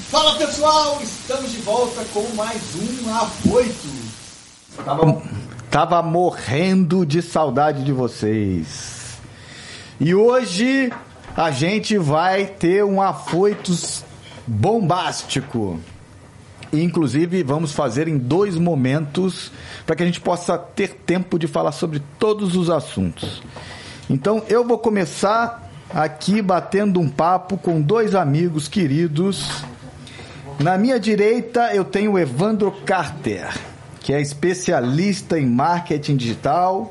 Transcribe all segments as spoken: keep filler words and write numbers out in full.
Fala pessoal, estamos de volta com mais um Afoito. Tava, tava morrendo de saudade de vocês. E hoje a gente vai ter um Afoitos bombástico. Inclusive vamos fazer em dois momentos para que a gente possa ter tempo de falar sobre todos os assuntos. Então eu vou começar aqui batendo um papo com dois amigos queridos. Na minha direita eu tenho o Evandro Carter, que é especialista em marketing digital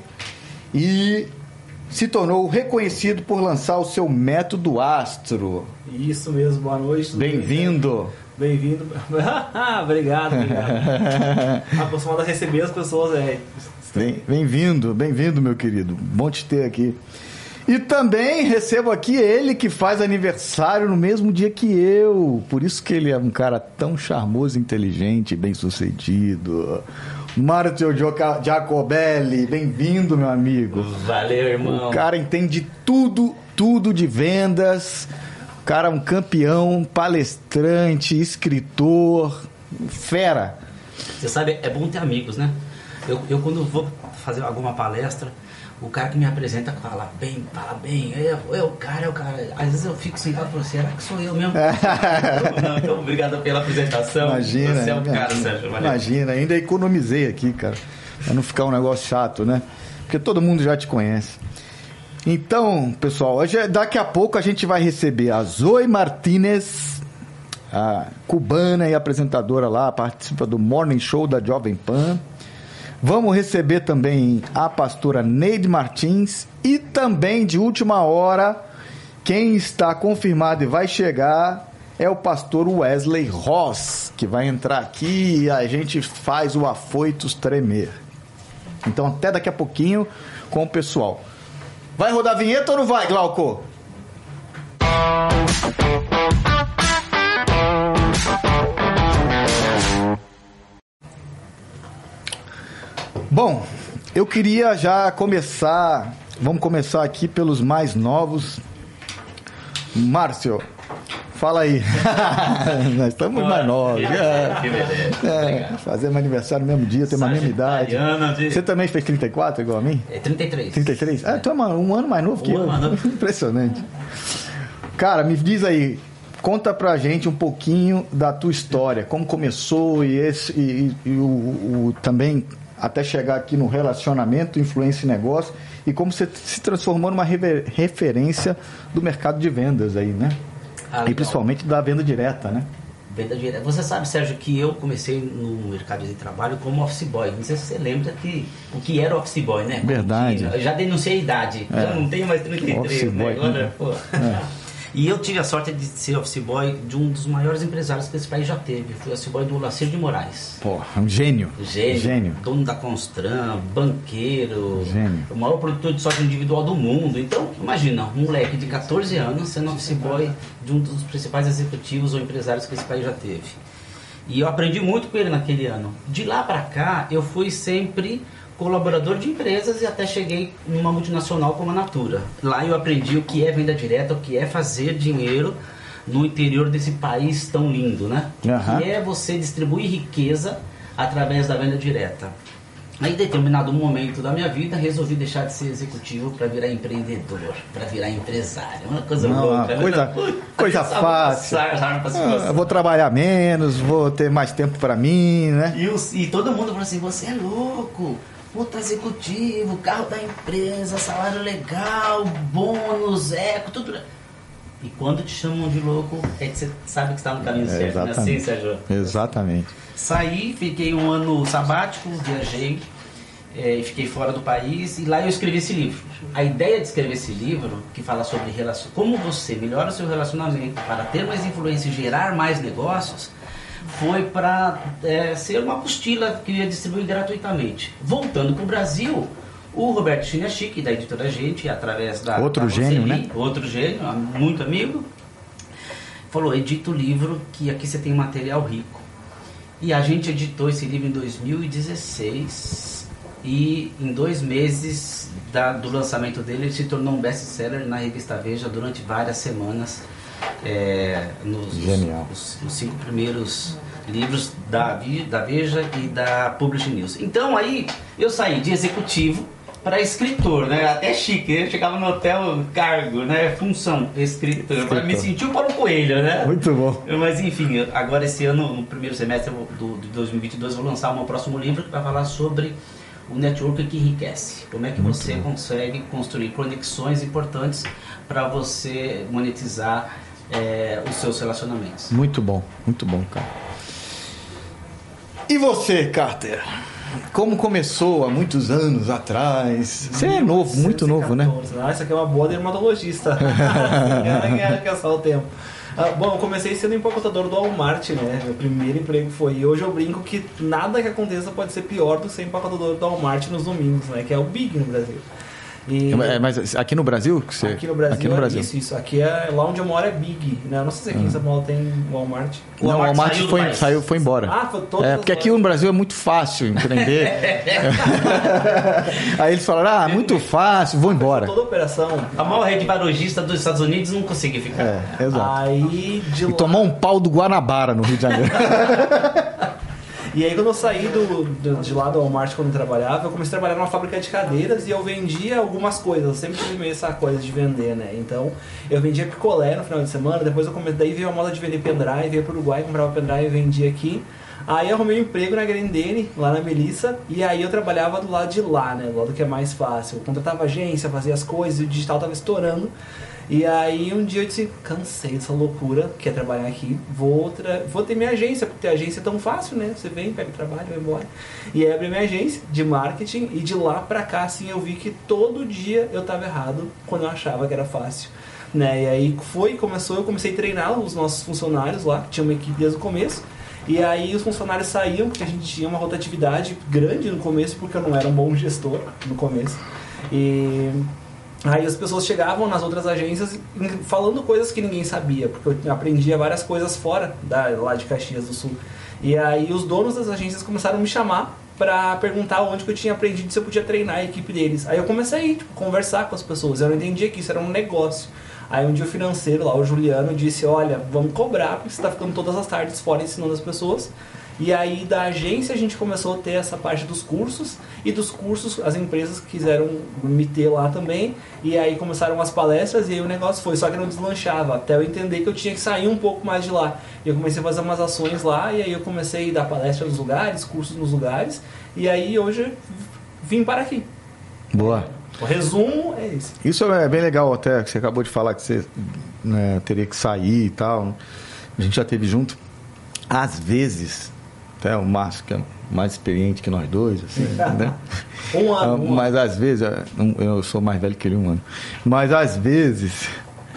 e se tornou reconhecido por lançar o seu método Astro. Isso mesmo, boa noite. Bem-vindo. Bem-vindo. obrigado, obrigado. Acostumado a receber as pessoas. É. Bem, bem-vindo, bem-vindo, meu querido. Bom te ter aqui. E também recebo aqui ele que faz aniversário no mesmo dia que eu. Por isso que ele é um cara tão charmoso, inteligente, bem-sucedido. Márcio Giacobelli, bem-vindo, meu amigo. Valeu, irmão. O cara entende tudo, tudo de vendas. O cara é um campeão, palestrante, escritor, fera. Você sabe, é bom ter amigos, né? Eu, eu quando vou fazer alguma palestra, o cara que me apresenta fala bem, fala bem, é, é o cara, é o cara. Às vezes eu fico sentado e falo, será que sou eu mesmo? Não, então, obrigado pela apresentação. Imagina. Você é o cara, imagina, Sérgio. Valeu. Imagina, ainda economizei aqui, cara, pra não ficar um negócio chato, né? Porque todo mundo já te conhece. Então, pessoal, hoje, daqui a pouco a gente vai receber a Zoe Martinez, a cubana e apresentadora lá, participa do Morning Show da Jovem Pan. Vamos receber também a pastora Neide Martins e também, de última hora, quem está confirmado e vai chegar é o pastor Wesley Ross, que vai entrar aqui e a gente faz o Afoitos tremer. Então, até daqui a pouquinho com o pessoal. Vai rodar a vinheta ou não vai, Glauco? Bom, eu queria já começar, vamos começar aqui pelos mais novos. Márcio, fala aí. Nós estamos Olá, mais novos. É, é, fazemos aniversário no mesmo dia, temos a mesma idade. De... Você também fez trinta e quatro igual a mim? É trinta e três. trinta e três? Ah, tu é um ano mais novo que um eu. Ano. Impressionante. Cara, me diz aí, conta pra gente um pouquinho da tua história, como começou e, esse, e, e, e o, o também... até chegar aqui no relacionamento, influência e negócio, e como você se transformou numa rever, referência do mercado de vendas aí, né? Ah, e principalmente da venda direta, né? Venda direta. Você sabe, Sérgio, que eu comecei no mercado de trabalho como office boy. Não sei se você lembra que, o que era office boy, né? Verdade. Eu já denunciei a idade, é. Já não tenho mais trinta e três, né? Agora, pô... É. E eu tive a sorte de ser office boy de um dos maiores empresários que esse país já teve. Fui office boy do Lacir de Moraes. Pô, um gênio. Gênio. Gênio. Dono da Constran, banqueiro. Gênio. O maior produtor de software individual do mundo. Então, imagina, um moleque de catorze anos sendo office boy de um dos principais executivos ou empresários que esse país já teve. E eu aprendi muito com ele naquele ano. De lá pra cá, eu fui sempre... colaborador de empresas e até cheguei numa multinacional como a Natura. Lá eu aprendi o que é venda direta, o que é fazer dinheiro no interior desse país tão lindo, né? Uhum. Que é você distribuir riqueza através da venda direta. Aí, em determinado momento da minha vida, resolvi deixar de ser executivo para virar empreendedor, para virar empresário. Uma coisa Não, louca. Coisa, né? coisa fácil. Passar, ah, vou trabalhar menos, vou ter mais tempo para mim, né? E, os, e todo mundo falou assim, você é louco. Puta executivo, carro da empresa, salário legal, bônus, eco, tudo. E quando te chamam de louco, é que você sabe que está no caminho é, certo, não é assim, Sérgio? Exatamente. Saí, fiquei um ano sabático, viajei, é, fiquei fora do país e lá eu escrevi esse livro. A ideia de escrever esse livro, que fala sobre relacion... como você melhora o seu relacionamento para ter mais influência e gerar mais negócios, foi para é, ser uma apostila que eu ia distribuir gratuitamente. Voltando para o Brasil, o Roberto Chiniachik, da Editora Gente, através da... Outro da gênio, Roseli, né? Outro gênio, muito amigo, falou, edita o livro, que aqui você tem material rico. E a gente editou esse livro em dois mil e dezesseis e em dois meses da, do lançamento dele ele se tornou um best-seller na revista Veja durante várias semanas. é, nos, Genial. Os, os cinco primeiros livros da, da Veja e da Publish News. Então aí eu saí de executivo para escritor, né? Até chique, eu chegava no hotel, cargo, né? Função, escritor. escritor. Me senti um Paulo Coelho, né? Muito bom. Mas enfim, agora esse ano, no primeiro semestre do, de dois mil e vinte e dois, eu vou lançar o meu próximo livro que vai falar sobre o network que enriquece. Como é que Muito você bom. consegue construir conexões importantes para você monetizar é, os seus relacionamentos. Muito bom, muito bom, cara. E você, Carter? Como começou há muitos anos atrás? Você é novo, muito novo, né? Ah, isso aqui é uma boa dermatologista. É só o tempo. Ah, bom, eu comecei sendo empacotador do Walmart, né? Meu primeiro emprego foi. E hoje eu brinco que nada que aconteça pode ser pior do que ser empacotador do Walmart nos domingos, né? Que é o Big no Brasil. E... É, mas aqui no Brasil? Que você... Aqui no Brasil, aqui no Brasil. É isso, isso. Aqui é lá onde eu moro é Big, né? Eu não sei se aqui hum. em São Paulo tem Walmart. O não, o Walmart saiu, foi, saiu, foi embora. Ah, foi todo. É, porque aqui no Brasil é muito fácil empreender. Aí eles falaram, ah, muito fácil, vou embora. Toda a operação. A maior rede varejista dos Estados Unidos não conseguiu ficar. É, exato. Aí, de e lá... tomou um pau do Guanabara no Rio de Janeiro. E aí quando eu saí do, do, de lá do Walmart, quando eu trabalhava, eu comecei a trabalhar numa fábrica de cadeiras e eu vendia algumas coisas. Eu sempre tive meio essa coisa de vender, né? Então, eu vendia picolé no final de semana, depois eu comecei, daí veio a moda de vender pendrive, ia pro Uruguai, comprava pendrive e vendia aqui. Aí eu arrumei um emprego na Grendene, lá na Melissa, e aí eu trabalhava do lado de lá, né? Do lado que é mais fácil. Eu contratava agência, fazia as coisas, e o digital tava estourando. E aí um dia eu disse, cansei dessa loucura, que é trabalhar aqui, vou, tra- vou ter minha agência, porque ter agência é tão fácil, né? Você vem, pega o trabalho, vai embora. E aí abri minha agência de marketing, e de lá pra cá, assim, eu vi que todo dia eu tava errado, quando eu achava que era fácil. Né? E aí foi, começou, eu comecei a treinar os nossos funcionários lá, que tinha uma equipe desde o começo. E aí os funcionários saíam, porque a gente tinha uma rotatividade grande no começo, porque eu não era um bom gestor no começo. E... Aí as pessoas chegavam nas outras agências falando coisas que ninguém sabia, porque eu aprendia várias coisas fora da, lá de Caxias do Sul. E aí os donos das agências começaram a me chamar para perguntar onde que eu tinha aprendido, se eu podia treinar a equipe deles. Aí eu comecei a ir, tipo, conversar com as pessoas, eu não entendia que isso era um negócio. Aí um dia o financeiro lá, o Juliano, disse, olha, vamos cobrar, porque você está ficando todas as tardes fora ensinando as pessoas. E aí da agência a gente começou a ter essa parte dos cursos, e dos cursos as empresas quiseram me ter lá também, e aí começaram as palestras e aí o negócio foi, só que não deslanchava, até eu entender que eu tinha que sair um pouco mais de lá. E eu comecei a fazer umas ações lá, e aí eu comecei a dar palestra nos lugares, cursos nos lugares, e aí hoje vim para aqui. Boa. O resumo é esse. Isso é bem legal até, que você acabou de falar que você, né, teria que sair e tal. A gente já teve junto. Às vezes, até o Márcio, que é mais experiente que nós dois, assim, né? um ano. Um Mas ano. às vezes, eu sou mais velho que ele um ano. Mas às vezes,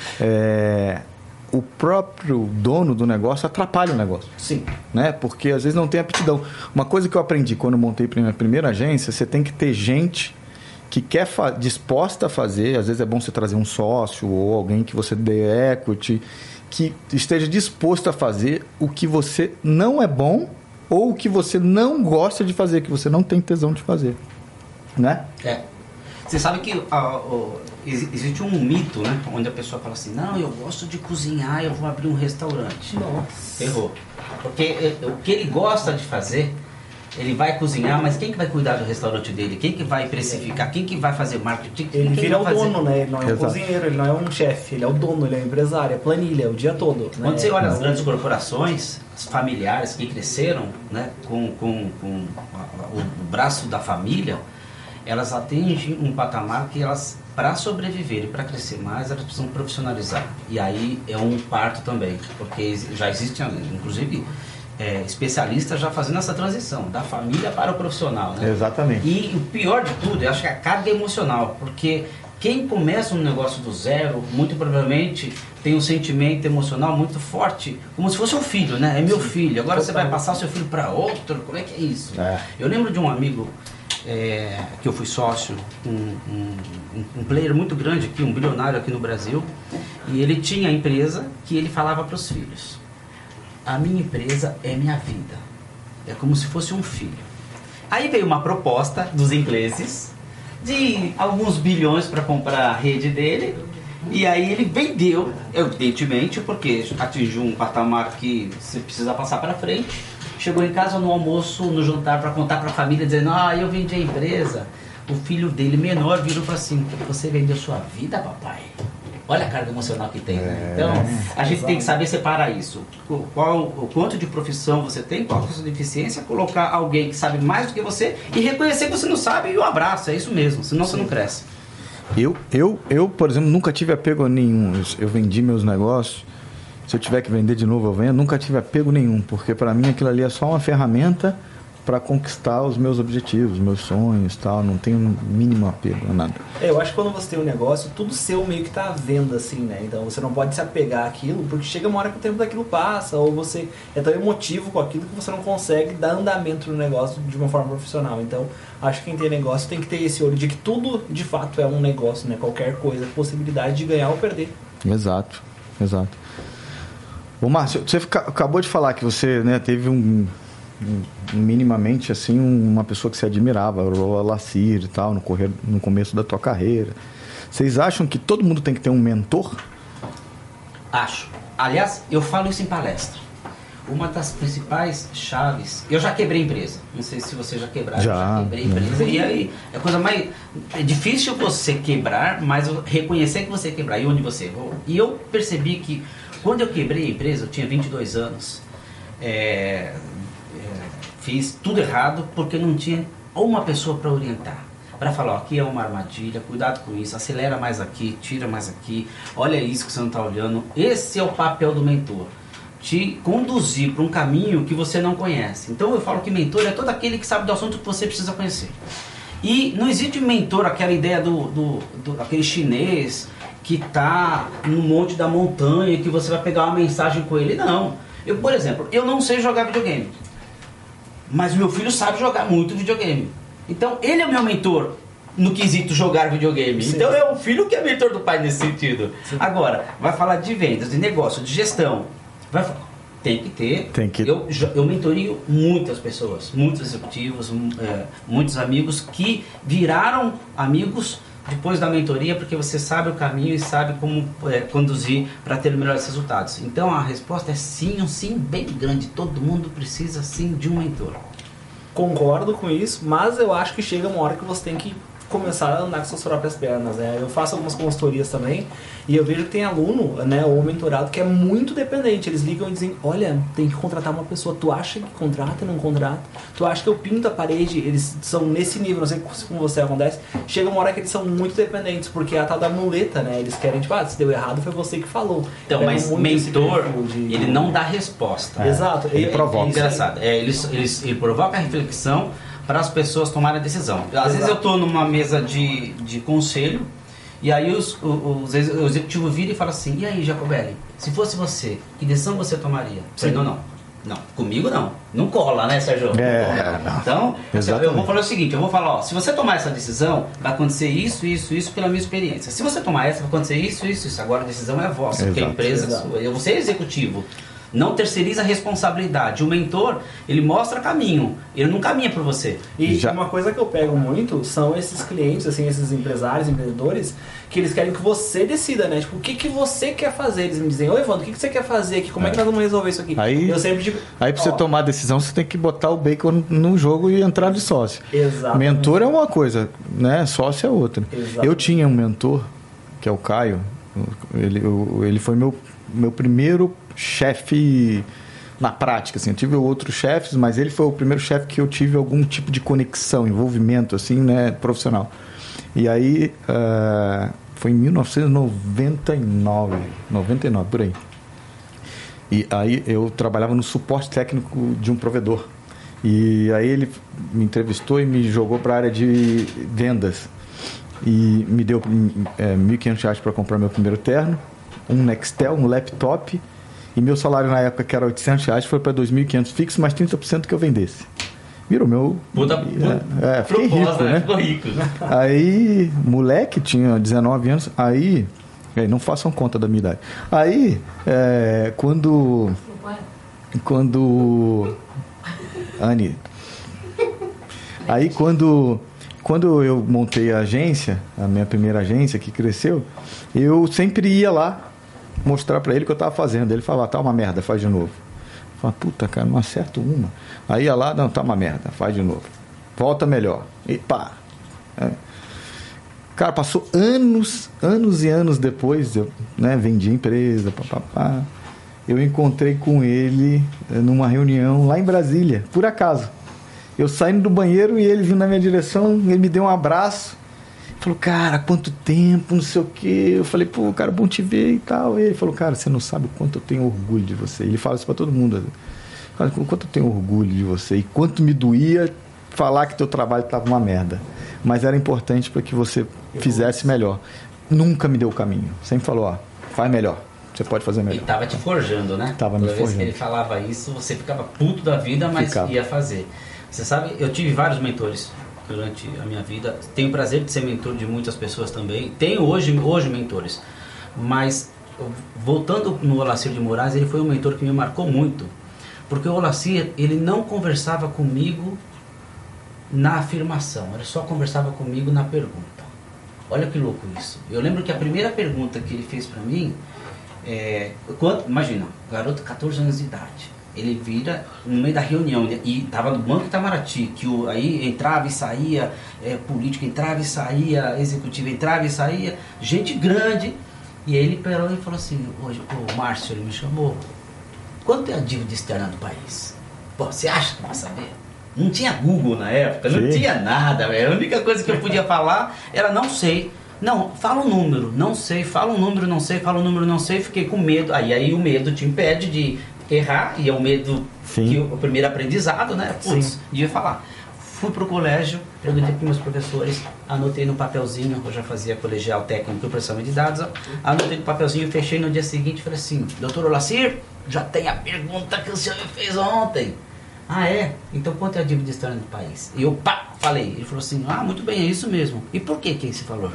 é, o próprio dono do negócio atrapalha o negócio. Sim. Né? Porque às vezes não tem aptidão. Uma coisa que eu aprendi quando eu montei a minha primeira agência, você tem que ter gente que quer fa- disposta a fazer. Às vezes é bom você trazer um sócio ou alguém que você dê equity, que esteja disposto a fazer o que você não é bom ou o que você não gosta de fazer, que você não tem tesão de fazer, né? É. Você sabe que ah, oh, existe um mito, né? Onde a pessoa fala assim, não, eu gosto de cozinhar, eu vou abrir um restaurante. Nossa. Errou. Porque eh, o que ele gosta de fazer, ele vai cozinhar, mas quem que vai cuidar do restaurante dele? Quem que vai precificar? Quem que vai fazer marketing? Ele quem vira o vai fazer... dono, né? Ele não é um Exato. cozinheiro, ele não é um chefe, ele é o dono, ele é o empresário, é planilha, é o dia todo. Né? Quando você olha as Não. grandes corporações, as familiares que cresceram, né, com, com, com a- o, o braço da família, elas atingem um patamar que elas, para sobreviver e para crescer mais, elas precisam profissionalizar. E aí é um parto também, porque já existe, inclusive, é, especialistas já fazendo essa transição da família para o profissional, né? Exatamente. E o pior de tudo, eu acho que a carga emocional, porque quem começa um negócio do zero, muito provavelmente tem um sentimento emocional muito forte, como se fosse um filho, né? É meu filho, agora você vai passar o seu filho para outro, como é que é isso? É. Eu lembro de um amigo é, que eu fui sócio, um, um, um player muito grande aqui, um bilionário aqui no Brasil, e ele tinha a empresa que ele falava para os filhos, a minha empresa é minha vida, é como se fosse um filho. Aí veio uma proposta dos ingleses de alguns bilhões para comprar a rede dele, E aí ele vendeu, evidentemente, porque atingiu um patamar que você precisa passar para frente. Chegou em casa no almoço, no jantar, para contar para a família, dizendo, ah, eu vendi a empresa. O filho dele, menor, virou para assim, você vendeu sua vida, papai? Olha a carga emocional que tem, né? Então, a gente tem que saber separar isso. O, qual, o quanto de profissão você tem, qual a sua deficiência, colocar alguém que sabe mais do que você e reconhecer que você não sabe e o abraço, é isso mesmo, senão Sim. você não cresce. Eu, eu, eu, por exemplo, nunca tive apego a nenhum. Eu, eu vendi meus negócios. Se eu tiver que vender de novo, eu vendo. Nunca tive apego nenhum, porque para mim aquilo ali é só uma ferramenta para conquistar os meus objetivos, meus sonhos, tal. Não tenho um mínimo apego a nada. É, eu acho que quando você tem um negócio, tudo seu meio que tá à venda, assim, né? Então você não pode se apegar àquilo, porque chega uma hora que o tempo daquilo passa, ou você é tão emotivo com aquilo que você não consegue dar andamento no negócio de uma forma profissional. Então, acho que quem tem negócio tem que ter esse olho de que tudo, de fato, é um negócio, né? Qualquer coisa, possibilidade de ganhar ou perder. Exato, exato. Ô Márcio, você acabou de falar que você, né, teve um, um minimamente assim uma pessoa que você admirava, o Lacir e tal, no, correr, no começo da tua carreira. Vocês acham que todo mundo tem que ter um mentor? Acho. Aliás, eu falo isso em palestra. Uma das principais chaves... Eu já quebrei empresa. Não sei se você já quebrou. Já. Eu já quebrei empresa. E aí, é a coisa mais... É difícil você quebrar, mas reconhecer que você quebrar e onde você errou. E eu percebi que quando eu quebrei a empresa, eu tinha vinte e dois anos, é, é, fiz tudo errado porque não tinha uma pessoa para orientar. Para falar, ó, aqui é uma armadilha, cuidado com isso, acelera mais aqui, tira mais aqui, olha isso que você não está olhando. Esse é o papel do mentor. Te conduzir para um caminho que você não conhece. Então eu falo que mentor é todo aquele que sabe do assunto que você precisa conhecer. E não existe mentor, aquela ideia do, do, do aquele chinês que está no monte da montanha, que você vai pegar uma mensagem com ele. Não. Eu, por exemplo, eu não sei jogar videogame, mas meu filho sabe jogar muito videogame. Então ele é meu mentor no quesito jogar videogame. Sim. Então é o filho que é mentor do pai nesse sentido. Sim. Agora, vai falar de vendas, de negócio, de gestão. Vai falar, tem que ter. Tem que... Eu, eu mentorio muitas pessoas, muitos executivos, é, muitos amigos que viraram amigos depois da mentoria, porque você sabe o caminho e sabe como é, conduzir para ter melhores resultados. Então a resposta é sim, um sim bem grande. Todo mundo precisa sim de um mentor. Concordo com isso, mas eu acho que chega uma hora que você tem que começar a andar com suas próprias pernas, né? Eu faço algumas consultorias também e eu vejo que tem aluno, né, ou mentorado que é muito dependente. Eles ligam e dizem, olha, tem que contratar uma pessoa, tu acha que contrata e não contrata? Tu acha que eu pinto a parede? Eles são nesse nível, não sei se com você acontece. Chega uma hora que eles são muito dependentes, porque é a tal da muleta, né? Eles querem, tipo, ah, se deu errado foi você que falou. Então, mas mentor, de... ele não dá resposta. É. Exato. Ele, ele provoca. É engraçado. É, ele, ele, ele provoca a reflexão para as pessoas tomarem a decisão. Às Exato. vezes eu estou numa mesa de, de conselho e aí os, os, os, o executivo vira e fala assim, e aí, Jacobelli, se fosse você, que decisão você tomaria? Sim. Não, não. Não, comigo não. Não cola, né, Sérgio? É, então, Exatamente. eu vou falar o seguinte, eu vou falar, ó, se você tomar essa decisão, vai acontecer isso, isso, isso pela minha experiência. Se você tomar essa, vai acontecer isso, isso, isso. Agora a decisão é vossa, Exato. porque a empresa é sua. Eu vou ser executivo. Não terceiriza a responsabilidade. O mentor, ele mostra caminho. Ele não caminha por você. E Já. uma coisa que eu pego muito são esses clientes, assim, esses empresários, empreendedores, que eles querem que você decida, né? Tipo, o que, que você quer fazer? Eles me dizem, ô Evandro, o que, que você quer fazer aqui? Como é, é que nós vamos resolver isso aqui? Aí, eu sempre digo, aí pra ó, você tomar a decisão, você tem que botar o bacon no jogo e entrar de sócio. Exato. Mentor é uma coisa, né? Sócio é outra. Exatamente. Eu tinha um mentor, que é o Caio. Ele, ele foi meu, meu primeiro chefe na prática, assim. Eu tive outros chefes, mas ele foi o primeiro chefe que eu tive algum tipo de conexão, envolvimento, assim, né, profissional. E aí, uh, foi em mil novecentos e noventa e nove, noventa e nove, por aí. E aí eu trabalhava no suporte técnico de um provedor. E aí ele me entrevistou e me jogou para a área de vendas. E me deu é, mil e quinhentos reais para comprar meu primeiro terno, um Nextel, um laptop. E meu salário na época, que era oitocentos reais, foi para dois mil e quinhentos fixo, mais trinta por cento que eu vendesse. Virou meu... Puta, é, é, fiquei rico, né? Ficou rico. Aí, moleque, tinha dezenove anos, aí... aí não façam conta da minha idade. Aí, é, quando... Quando... Anny... Aí, quando quando eu montei a agência, a minha primeira agência que cresceu, eu sempre ia lá mostrar para ele o que eu estava fazendo. Ele falava, tá uma merda, faz de novo. Eu falava, puta, cara, não acerto uma. Aí ia lá, não, tá uma merda, faz de novo. Volta melhor. E pá. É. Cara, passou anos, anos e anos depois, eu, né, vendi a empresa, papapá. Eu encontrei com ele numa reunião lá em Brasília, por acaso. Eu saindo do banheiro e ele vindo na minha direção, ele me deu um abraço. Falou, cara, quanto tempo, não sei o quê. Eu falei, pô, cara, bom te ver e tal. E ele falou, cara, você não sabe o quanto eu tenho orgulho de você. Ele fala isso pra todo mundo. Fala, o quanto eu tenho orgulho de você. E quanto me doía falar que teu trabalho tava uma merda. Mas era importante para que você fizesse melhor. Nunca me deu o caminho. Sempre falou, ó, faz melhor. Você pode fazer melhor. E tava te forjando, né? Tava me Toda vez forjando. que ele falava isso, você ficava puto da vida, mas Ficava. ia fazer. Você sabe, eu tive vários mentores durante a minha vida. Tenho o prazer de ser mentor de muitas pessoas também. Tenho hoje, hoje mentores. Mas, voltando no Olacir de Moraes, ele foi um mentor que me marcou muito. Porque o Olacir, ele não conversava comigo na afirmação, ele só conversava comigo na pergunta. Olha que louco isso. Eu lembro que a primeira pergunta que ele fez pra mim é, quanto, imagina, garoto catorze anos de idade, ele vira no meio da reunião e tava no Banco Itamaraty, que o, aí entrava e saía é, político, entrava e saía executivo, entrava e saía gente grande, e aí ele parou e falou assim, hoje o Márcio, ele me chamou, quanto é a dívida externa do país? Pô, você acha que vai saber? Não tinha Google na época, não Sim. tinha nada, velho. A única coisa que eu podia falar era não sei. Não, fala um número, não sei, fala um número, não sei, fala um número, não sei, fiquei com medo. Aí, aí o medo te impede de errar, e é o medo Sim. que o, o primeiro aprendizado, né? Putz, Sim. devia falar. Fui pro colégio, perguntei para meus professores, anotei no papelzinho, eu já fazia colegial técnico e processamento de dados, anotei no papelzinho, fechei no dia seguinte e falei assim, doutor Olacir, já tem a pergunta que o senhor me fez ontem. Ah, é? Então quanto é a dívida externa do país? E eu, pá, falei. Ele falou assim, ah, muito bem, é isso mesmo. E por que que é esse valor?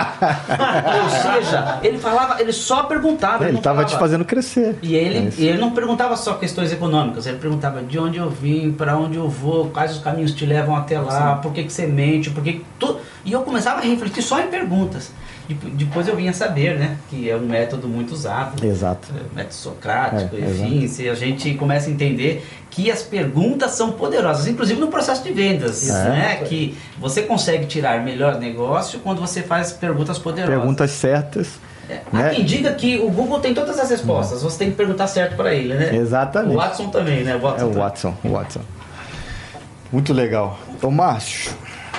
Ou seja, ele falava, ele só perguntava. Ele estava te falava. fazendo crescer. E ele, É isso. e ele não perguntava só questões econômicas, ele perguntava de onde eu vim, para onde eu vou, quais os caminhos te levam até lá, Sim. por que que você mente, por que que tu... E eu começava a refletir só em perguntas. E depois eu vinha saber, né, que é um método muito usado. Exato. É, método socrático, É, enfim, se a gente começa a entender que as perguntas são poderosas, inclusive no processo de vendas, É. né, que você consegue tirar melhor negócio quando você faz perguntas poderosas. Perguntas certas. É, né? há quem diga que o Google tem todas as respostas, você tem que perguntar certo para ele, né? Exatamente. O Watson também, né? O Watson É o também. Watson, o Watson. Muito legal. Ô Márcio,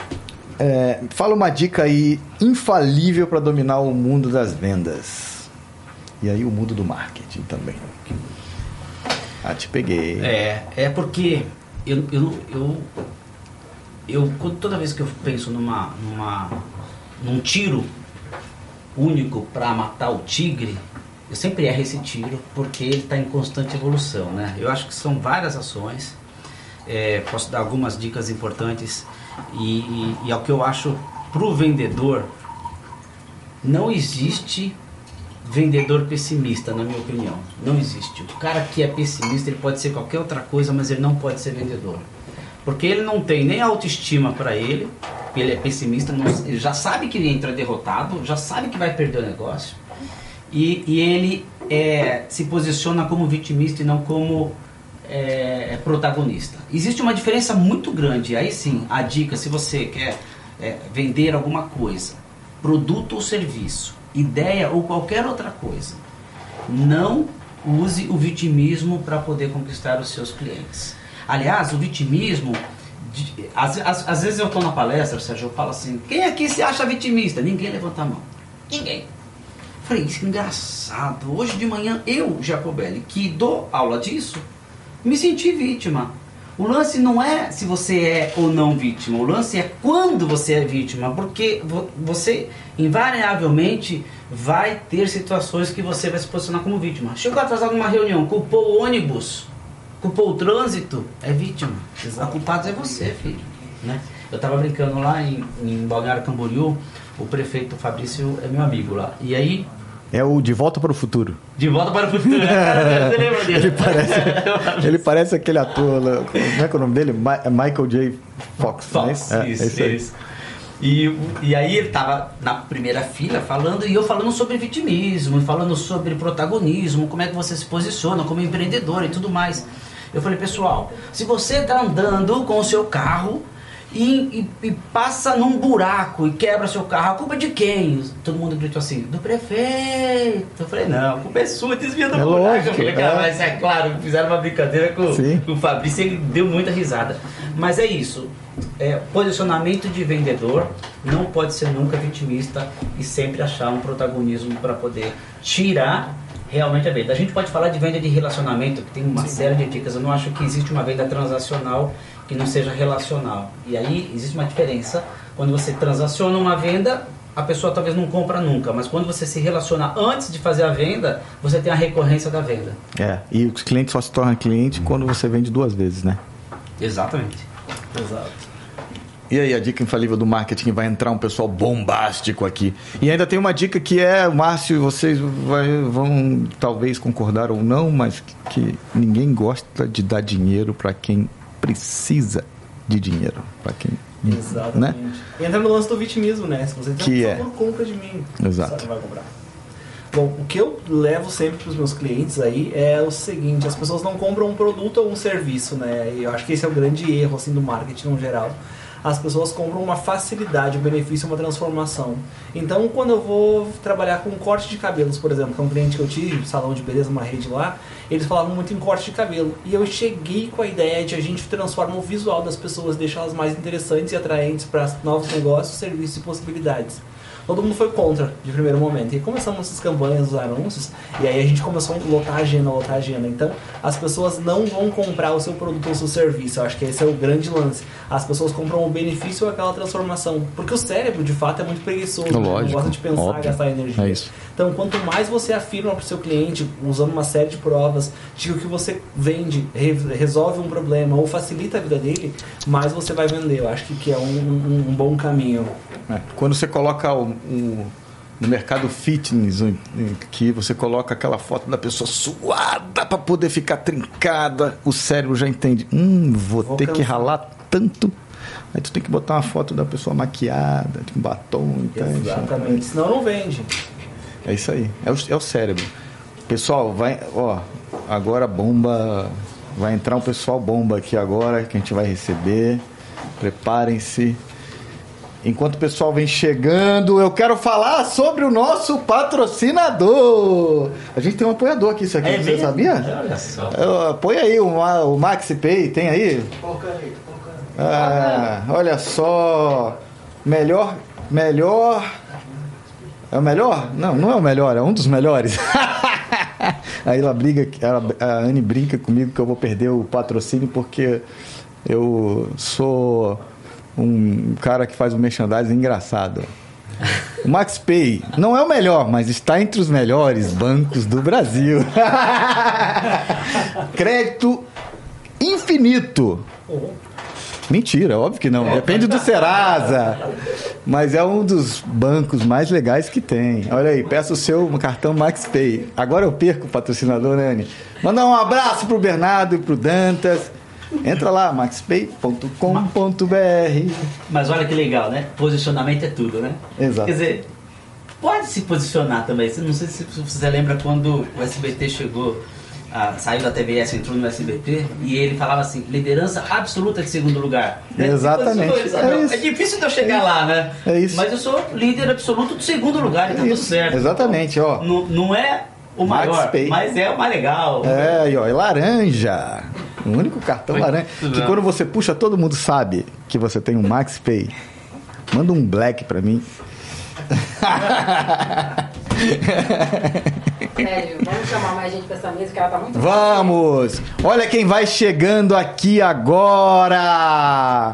é, fala uma dica aí infalível para dominar o mundo das vendas. E aí o mundo do marketing também. Ah, te peguei. É, é porque eu, eu, eu, eu quando- toda vez que eu penso numa, numa, num tiro único para matar o tigre, eu sempre erro esse tiro porque ele está em constante evolução, né? Eu acho que são várias ações, é, posso dar algumas dicas importantes e, e, e é o que eu acho pro vendedor. Não existe vendedor pessimista, na minha opinião. Não existe. O cara que é pessimista, ele pode ser qualquer outra coisa, mas ele não pode ser vendedor. Porque ele não tem nem autoestima para ele, ele é pessimista, não, ele já sabe que ele entra derrotado, já sabe que vai perder o negócio. E, e ele é, se posiciona como vitimista e não como é, protagonista. Existe uma diferença muito grande. Aí sim, a dica, se você quer é, vender alguma coisa, produto ou serviço, ideia ou qualquer outra coisa, não use o vitimismo para poder conquistar os seus clientes. Aliás, o vitimismo, de, às, às, às vezes eu estou na palestra, Sérgio, eu falo assim, quem aqui se acha vitimista? Ninguém levanta a mão. Ninguém. Falei, isso que engraçado. Hoje de manhã, eu, Jacobelli, que dou aula disso, me senti vítima. O lance não é se você é ou não vítima, o lance é quando você é vítima, porque você invariavelmente vai ter situações que você vai se posicionar como vítima. Chegou atrasado numa reunião, culpou o ônibus, culpou o trânsito, é vítima. A culpada é você, filho. Né? Eu estava brincando lá em, em Balneário Camboriú, o prefeito Fabrício é meu amigo lá, e aí... É o De Volta para o Futuro. De Volta para o Futuro, né? Você lembra dele? Ele parece, ele parece aquele ator lá, como é que é o nome dele? Ma- Michael J. Fox. Fox, né? É, isso, é isso aí. isso. E, e aí ele tava na primeira fila falando, e eu falando sobre vitimismo, falando sobre protagonismo, como é que você se posiciona como empreendedor e tudo mais. Eu falei, pessoal, se você tá andando com o seu carro e, e, e passa num buraco e quebra seu carro, a culpa é de quem? Todo mundo gritou assim, do prefeito. Eu falei, não, a culpa é sua, desvia do é buraco. Lógico, eu falei, é. Mas é claro, fizeram uma brincadeira com, com o Fabrício, ele deu muita risada. Mas é isso, é, posicionamento de vendedor não pode ser nunca vitimista e sempre achar um protagonismo para poder tirar realmente a venda. A gente pode falar de venda de relacionamento, que tem uma Sim. série de dicas. Eu não acho que existe uma venda transacional que não seja relacional. E aí existe uma diferença. Quando você transaciona uma venda, a pessoa talvez não compra nunca, mas quando você se relaciona antes de fazer a venda, você tem a recorrência da venda. É, e os clientes só se tornam cliente quando você vende duas vezes, né? Exatamente. Exato. E aí, a dica infalível do marketing, vai entrar um pessoal bombástico aqui. E ainda tem uma dica que é, Márcio, vocês vai, vão talvez concordar ou não, mas que ninguém gosta de dar dinheiro para quem precisa de dinheiro. Para quem... Exatamente. Né? Entra no lance do vitimismo, né? Se você tem que por é. favor, compra de mim. Exato. Você vai comprar. Bom, o que eu levo sempre para os meus clientes aí é o seguinte, as pessoas não compram um produto ou um serviço, né? E eu acho que esse é o grande erro assim, do marketing no geral. As pessoas compram uma facilidade, um benefício, uma transformação. Então, quando eu vou trabalhar com corte de cabelos, por exemplo, que é um cliente que eu tive, salão de beleza, uma rede lá, eles falavam muito em corte de cabelo. E eu cheguei com a ideia de a gente transformar o visual das pessoas, deixar elas mais interessantes e atraentes para novos negócios, serviços e possibilidades. Todo mundo foi contra de primeiro momento. E aí começamos essas campanhas, os anúncios, e aí a gente começou a lotar a agenda, lotar a agenda. Então, as pessoas não vão comprar o seu produto ou o seu serviço. Eu acho que esse é o grande lance. As pessoas compram o benefício ou aquela transformação. Porque o cérebro, de fato, é muito preguiçoso. Lógico, né? Não gosta de pensar, óbvio. gastar energia. É isso. Então, quanto mais você afirma para o seu cliente, usando uma série de provas, de que o que você vende re resolve um problema ou facilita a vida dele, mais você vai vender. Eu acho que, que é um, um, um bom caminho. É. Quando você coloca o, o, no mercado fitness, que você coloca aquela foto da pessoa suada para poder ficar trincada, o cérebro já entende, hum, vou, vou ter cansar. que ralar tanto. Aí tu tem que botar uma foto da pessoa maquiada, com batom. Exatamente, senão não vende. É isso aí, é o, é o cérebro. Pessoal, vai, ó, agora bomba, vai entrar um pessoal bomba aqui agora, que a gente vai receber. Preparem-se. Enquanto o pessoal vem chegando, eu quero falar sobre o nosso patrocinador. A gente tem um apoiador aqui, isso aqui, é você mesmo? Sabia? Olha só. Põe aí o, o MaxiPay, tem aí? Ah, olha só. Melhor, melhor... É o melhor? Não, não é o melhor, é um dos melhores. Aí ela briga, a Anne brinca comigo que eu vou perder o patrocínio porque eu sou... um cara que faz um merchandising engraçado. O MaxiPay não é o melhor, mas está entre os melhores bancos do Brasil. Crédito infinito. Mentira, óbvio que não. Depende do Serasa. Mas é um dos bancos mais legais que tem. Olha aí, peça o seu cartão MaxiPay. Agora eu perco o patrocinador, né, Anny? Mandar um abraço pro Bernardo e pro Dantas. Entra lá, maxpay ponto com ponto b r. Mas olha que legal, né? Posicionamento é tudo, né? Exato. Quer dizer, pode se posicionar também. Não sei se você lembra quando o S B T chegou, ah, saiu da T V S, entrou no S B T, e ele falava assim, liderança absoluta de segundo lugar. Né? Exatamente. É, é difícil de eu chegar é lá, né? É isso. Mas eu sou líder absoluto de segundo lugar, e tá é tudo certo. Exatamente, ó. Não, não é o maior, MaxiPay. mas é o mais legal. É, e ó, é laranja. O único cartão Muito laranja. bom. Que quando você puxa, todo mundo sabe que você tem um MaxiPay. Manda um black pra mim. Sério, vamos chamar mais gente pra essa mesa que ela tá muito Vamos! Olha quem vai chegando aqui agora!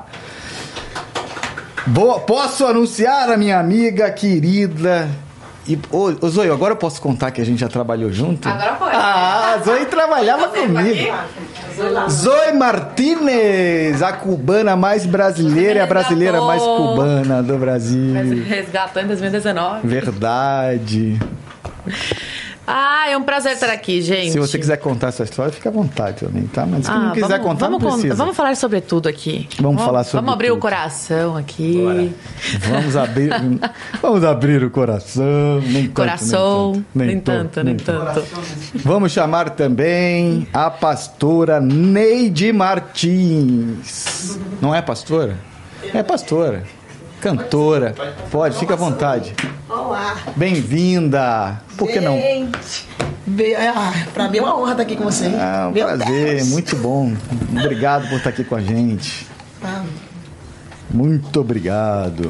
Boa, posso anunciar a minha amiga querida... E, ô, ô Zoe, agora eu posso contar que a gente já trabalhou junto? Agora pode. Ah, a Zoe trabalhava comigo. Zoe Martinez, a cubana mais brasileira e a brasileira mais cubana do Brasil. Resgatando dois mil e dezenove. Verdade. Ah, é um prazer estar aqui, gente. Se você quiser contar essa história, fica à vontade também, tá? Mas se ah, não quiser vamos, contar, vamos não precisa. Vamos falar sobre tudo aqui. Vamos falar sobre Vamos abrir tudo. o coração aqui. Bora. Vamos abrir, vamos abrir o coração. Nem tanto, Coração, nem nem tanto. tanto, nem tanto. Vamos chamar também a pastora Neide Martins. Não é pastora? É pastora. Cantora. Pode, fica à vontade. Olá. Bem-vinda. Por que não? Gente, be- ah, pra mim é uma honra estar aqui com você. Ah, um Meu prazer, Deus. muito bom. Obrigado por estar aqui com a gente. Ah, Muito obrigado.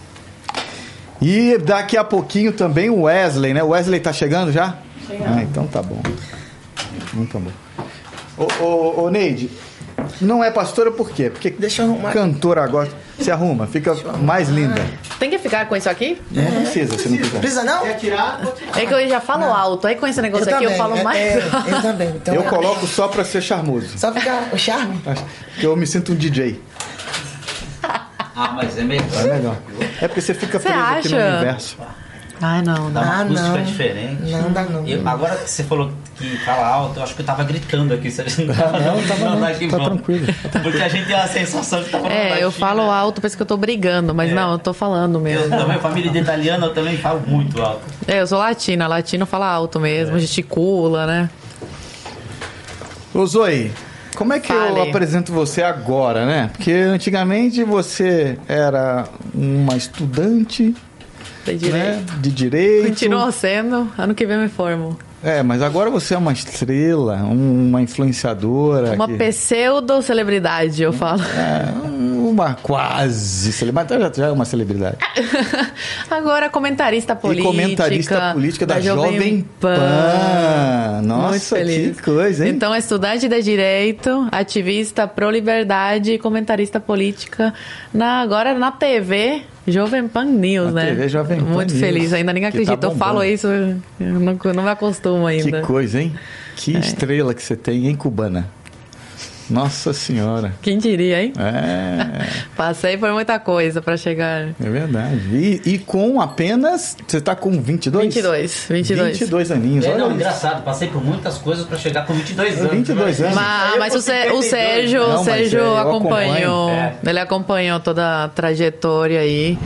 E daqui a pouquinho também o Wesley, né? O Wesley tá chegando já? Chegando. Ah, então tá bom. Muito bom. Ô, ô, ô Neide, não é pastora por quê? Porque Deixa eu arrumar. cantora agora se arruma, fica mais linda. Tem que ficar com isso aqui? Não precisa, se não quiser. Precisa não? É que eu já falo alto. Aí com esse negócio aqui eu falo é, mais é, alto. eu também. Então, Eu coloco só pra ser charmoso. Só ficar o charme. Porque eu me sinto um D J. Ah, mas é melhor. É melhor. É porque você fica Você preso aqui no acha? universo. Ai, não, Dá não. uma Ah, acústica não. diferente. Não, dá não. Eu- agora que você falou que fala alto, eu acho que eu tava gritando aqui. Você não tava, Não, tava não. aqui, Tá bom. tranquilo. Porque a gente tem a sensação de que tá falando É, eu baixinho, falo né? alto, parece que eu tô brigando, mas não, eu tô falando Eu mesmo. também, família de italiano, eu também falo muito alto. É, eu sou latina, latino fala alto mesmo, gesticula, né? Ô Zoe, como é que eu Fale. apresento você agora, né? Porque antigamente você era uma estudante, Tem né, direito. de direito. Continua sendo, ano que vem eu me formo. É, mas agora você é uma estrela, uma influenciadora. Uma que- pseudo-celebridade, eu falo. É, uma quase celebridade. Já, já é uma celebridade. Agora comentarista política. E comentarista política da, Jovem Pan. Nossa, Muito feliz. que coisa, hein? Então, é estudante de direito, ativista pro-liberdade e comentarista política na, agora na T V Jovem Pan News, Na né? T V Jovem Pan Muito News, feliz, ainda ninguém que tá acredita. eu falo bombando. isso, eu não, não me acostumo ainda. Que coisa, hein? Que estrela que você tem, hein, cubana? Nossa Senhora. Quem diria, hein? É, Passei por muita coisa pra chegar. é verdade. E, e com apenas... Você tá com vinte e dois? vinte e dois, vinte e dois. vinte e dois aninhos, É, olha não, isso. engraçado, passei por muitas coisas pra chegar com vinte e dois anos. vinte e dois anos. Mas, Eu mas com o, Sé- o cinquenta e dois. Sérgio, Não, o mas Sérgio é, eu acompanhou, acompanho. É. ele acompanhou toda a trajetória aí.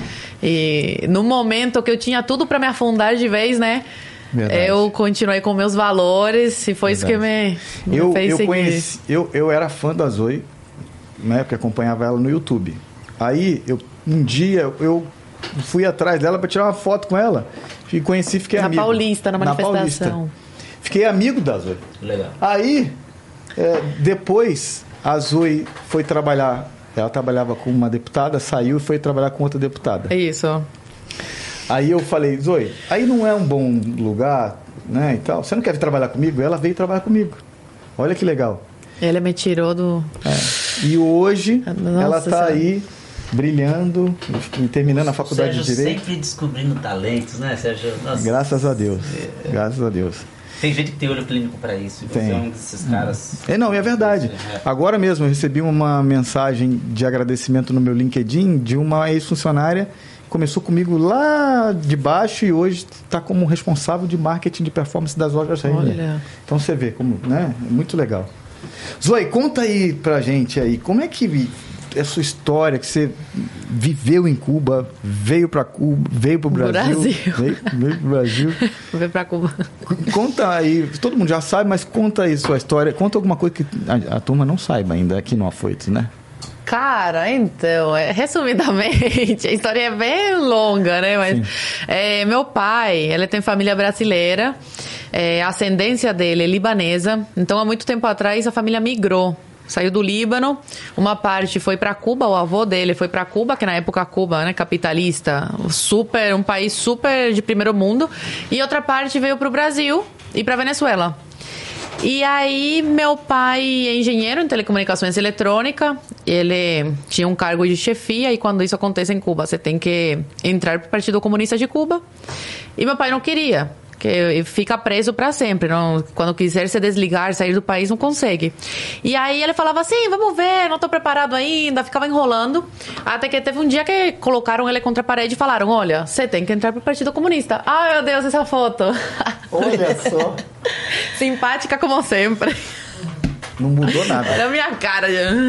E no momento que eu tinha tudo pra me afundar de vez, né? Verdade. Eu continuei com meus valores e foi isso que me, me Eu, fez eu, seguir. conheci, eu, eu era fã da Zoe, né? Porque acompanhava ela no YouTube. Aí, eu, um dia, eu fui atrás dela para tirar uma foto com ela. E conheci, fiquei Na amigo. Paulista, na manifestação. Paulista. Fiquei amigo da Zoe. Legal. Aí, é, depois, a Zoe foi trabalhar. Ela trabalhava com uma deputada, saiu e foi trabalhar com outra deputada. É isso. Aí eu falei, Zoe, aí não é um bom lugar, né, e tal. Você não quer vir trabalhar comigo? Ela veio trabalhar comigo. Olha que legal. Ele me tirou do... É. E hoje Nossa ela está Senhora. aí brilhando, e terminando a faculdade Sérgio de Direito. sempre descobrindo talentos, né, Sérgio? Nossa, Graças a Deus. Graças a Deus. tem gente que tem olho clínico pra isso. e Você Tem. é um desses caras. É, não, é verdade. É. Agora mesmo eu recebi uma mensagem de agradecimento no meu LinkedIn de uma ex-funcionária que começou comigo lá de baixo e hoje está como responsável de marketing de performance das lojas Renner. Olha. Então você vê como, né? É muito legal. Zoe, conta aí pra gente aí, como é que é a sua história, que você viveu em Cuba, veio pra Cuba, veio pro Brasil, Brasil. Veio, veio pro Brasil. Vou ver pra Cuba. Conta aí, todo mundo já sabe, mas conta aí sua história. Conta alguma coisa que a, a turma não saiba ainda aqui no Afoitos, né? Cara, então, é, resumidamente, a história é bem longa, né? Mas é, meu pai, ele tem família brasileira, é, a ascendência dele é libanesa, então há muito tempo atrás a família migrou. Saiu do Líbano, uma parte foi para Cuba, o avô dele foi para Cuba, que na época Cuba, né, capitalista, super, um país super de primeiro mundo, e outra parte veio para o Brasil e para Venezuela. E aí, meu pai é engenheiro em telecomunicações eletrônica, ele tinha um cargo de chefia, e quando isso acontece em Cuba, você tem que entrar para o Partido Comunista de Cuba. E meu pai não queria. Que fica preso para sempre. Não, quando quiser se desligar, sair do país, não consegue. E aí ele falava assim, vamos ver, não tô preparado ainda. Ficava enrolando. Até que teve um dia que colocaram ele contra a parede e falaram, olha, você tem que entrar pro Partido Comunista. Ai, meu Deus, essa foto. Olha só. Simpática como sempre. Não mudou nada. Era a minha cara.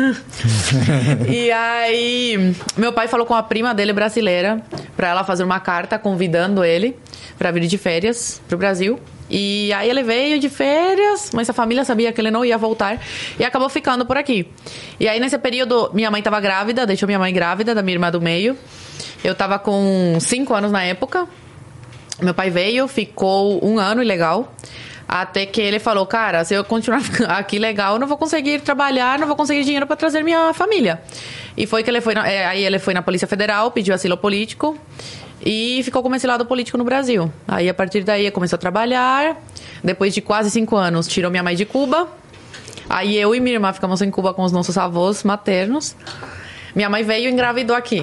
E aí, meu pai falou com a prima dele brasileira pra ela fazer uma carta convidando ele pra vir de férias pro Brasil. E aí ele veio de férias, mas a família sabia que ele não ia voltar e acabou ficando por aqui. E aí nesse período, minha mãe tava grávida, deixou minha mãe grávida da minha irmã do meio. Eu tava com cinco anos na época. Meu pai veio, ficou um ano ilegal. Até que ele falou, cara, se eu continuar aqui legal, eu não vou conseguir trabalhar, não vou conseguir dinheiro para trazer minha família. E foi que ele foi, na, é, aí ele foi na Polícia Federal, pediu asilo político e ficou como exilado político no Brasil. Aí, a partir daí, começou a trabalhar. Depois de quase cinco anos, tirou minha mãe de Cuba. Aí, eu e minha irmã ficamos em Cuba com os nossos avós maternos. Minha mãe veio e engravidou aqui.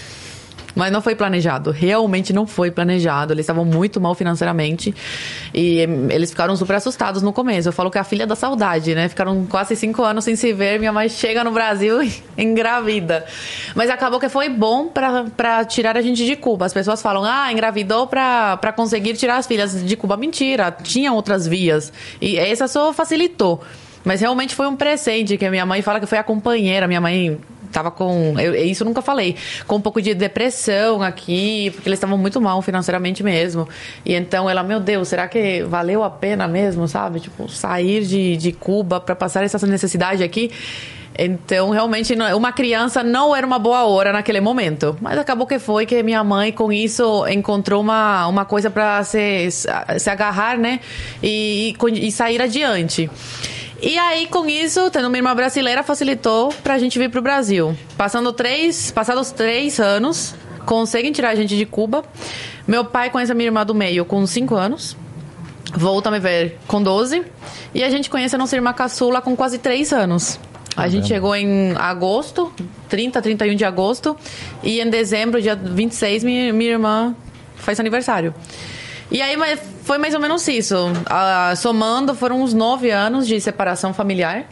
Mas não foi planejado, realmente não foi planejado. Eles estavam muito mal financeiramente e eles ficaram super assustados no começo. Eu falo que é a filha da saudade, né? Ficaram quase cinco anos sem se ver. Minha mãe chega no Brasil e engravida. Mas acabou que foi bom pra, pra tirar a gente de Cuba. As pessoas falam, ah, engravidou pra, pra conseguir tirar as filhas de Cuba. Mentira, tinha outras vias. E essa só facilitou. Mas realmente foi um presente, que a minha mãe fala que foi a companheira. Minha mãe tava com... Eu, isso eu nunca falei. Com um pouco de depressão aqui, porque eles estavam muito mal financeiramente mesmo. E então ela, meu Deus, será que valeu a pena mesmo, sabe? Tipo, sair de, de Cuba para passar essa necessidade aqui. Então, realmente, uma criança não era uma boa hora naquele momento. Mas acabou que foi que minha mãe, com isso, encontrou uma, uma coisa para se, se agarrar, né? E, e, e sair adiante. E aí, com isso, tendo uma irmã brasileira, facilitou pra gente vir pro Brasil. Passando três, passados três anos, conseguem tirar a gente de Cuba. Meu pai conhece a minha irmã do meio com cinco anos. Volta a me ver com doze. E a gente conhece a nossa irmã caçula com quase três anos. A gente chegou em agosto, trinta, trinta e um de agosto. E em dezembro, dia vinte e seis, minha, minha irmã faz aniversário. E aí foi mais ou menos isso. Uh, somando, foram uns nove anos de separação familiar.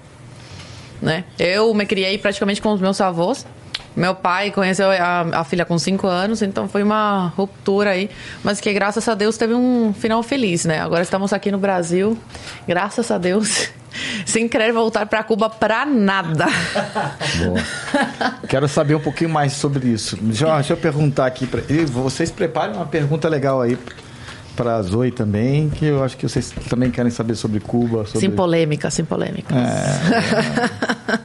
Né? Eu me criei praticamente com os meus avós. Meu pai conheceu a, a filha com cinco anos, então foi uma ruptura aí. Mas que, graças a Deus, teve um final feliz, né? Agora estamos aqui no Brasil, graças a Deus, sem querer voltar para Cuba para nada. Boa. Quero saber um pouquinho mais sobre isso. Já, deixa eu perguntar aqui. Pra, vocês preparem uma pergunta legal aí para a Zoe também, que eu acho que vocês também querem saber sobre Cuba. Sobre... Sem polêmica, sem polêmica. É...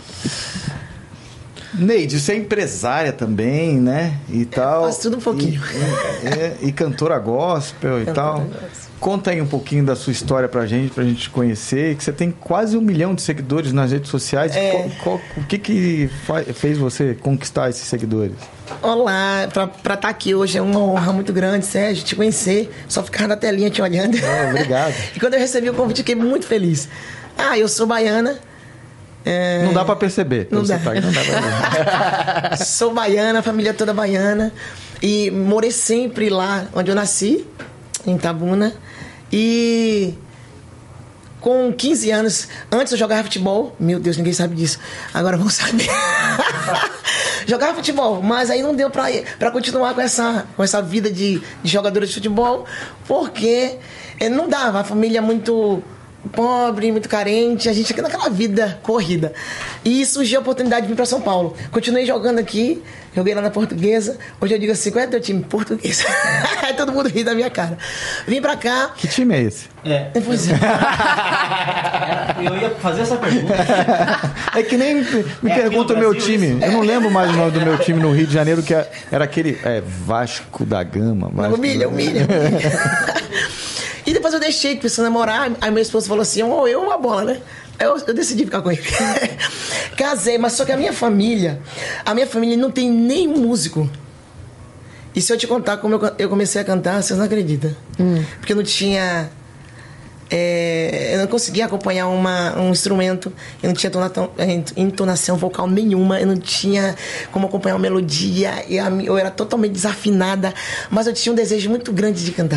Neide, você é empresária também, né? E tal. Faz tudo um pouquinho. E, e, e cantora gospel e cantora tal. gospel. Conta aí um pouquinho da sua história pra gente, pra gente conhecer. Que você tem quase um milhão de seguidores nas redes sociais. É. Qual, qual, o que que fez você conquistar esses seguidores? Olá, pra estar tá aqui hoje é uma honra muito grande, Sérgio, te conhecer. Só ficar na telinha te olhando. É, obrigado. E quando eu recebi o convite, fiquei muito feliz. Ah, eu sou baiana. É... Não dá pra perceber. Não dá. Sotaque, não dá pra ver. Sou baiana, família toda baiana. E morei sempre lá onde eu nasci, em Itabuna. E com quinze anos, antes eu jogava futebol. Meu Deus, ninguém sabe disso. Agora vão saber. Jogava futebol, mas aí não deu pra, pra continuar com essa, com essa vida de, de jogadora de futebol, porque não dava. A família é muito pobre, muito carente, a gente aqui naquela vida corrida. E surgiu a oportunidade de vir para São Paulo. Continuei jogando aqui, joguei lá na Portuguesa. Hoje eu digo assim, qual é teu time? Portuguesa. Aí todo mundo ri da minha cara. Vim pra cá. Que time é esse? É. Pois é. Eu ia fazer essa pergunta. É que nem me, me é pergunta o meu time. Isso? Eu não lembro mais o nome do meu time no Rio de Janeiro, que era aquele é, Vasco da Gama. Vasco humilha, da... humilha, humilha. E depois eu deixei, precisando namorar. Aí minha esposa falou assim, ou eu ou a bola, né? Eu, eu decidi ficar com ele. Casei, mas só que a minha família, a minha família não tem nem músico. E se eu te contar como eu, eu comecei a cantar, vocês não acreditam. Hum. Porque eu não tinha... É, eu não conseguia acompanhar uma, um instrumento, eu não tinha entonação, entonação vocal nenhuma, eu não tinha como acompanhar uma melodia, eu, eu era totalmente desafinada, mas eu tinha um desejo muito grande de cantar.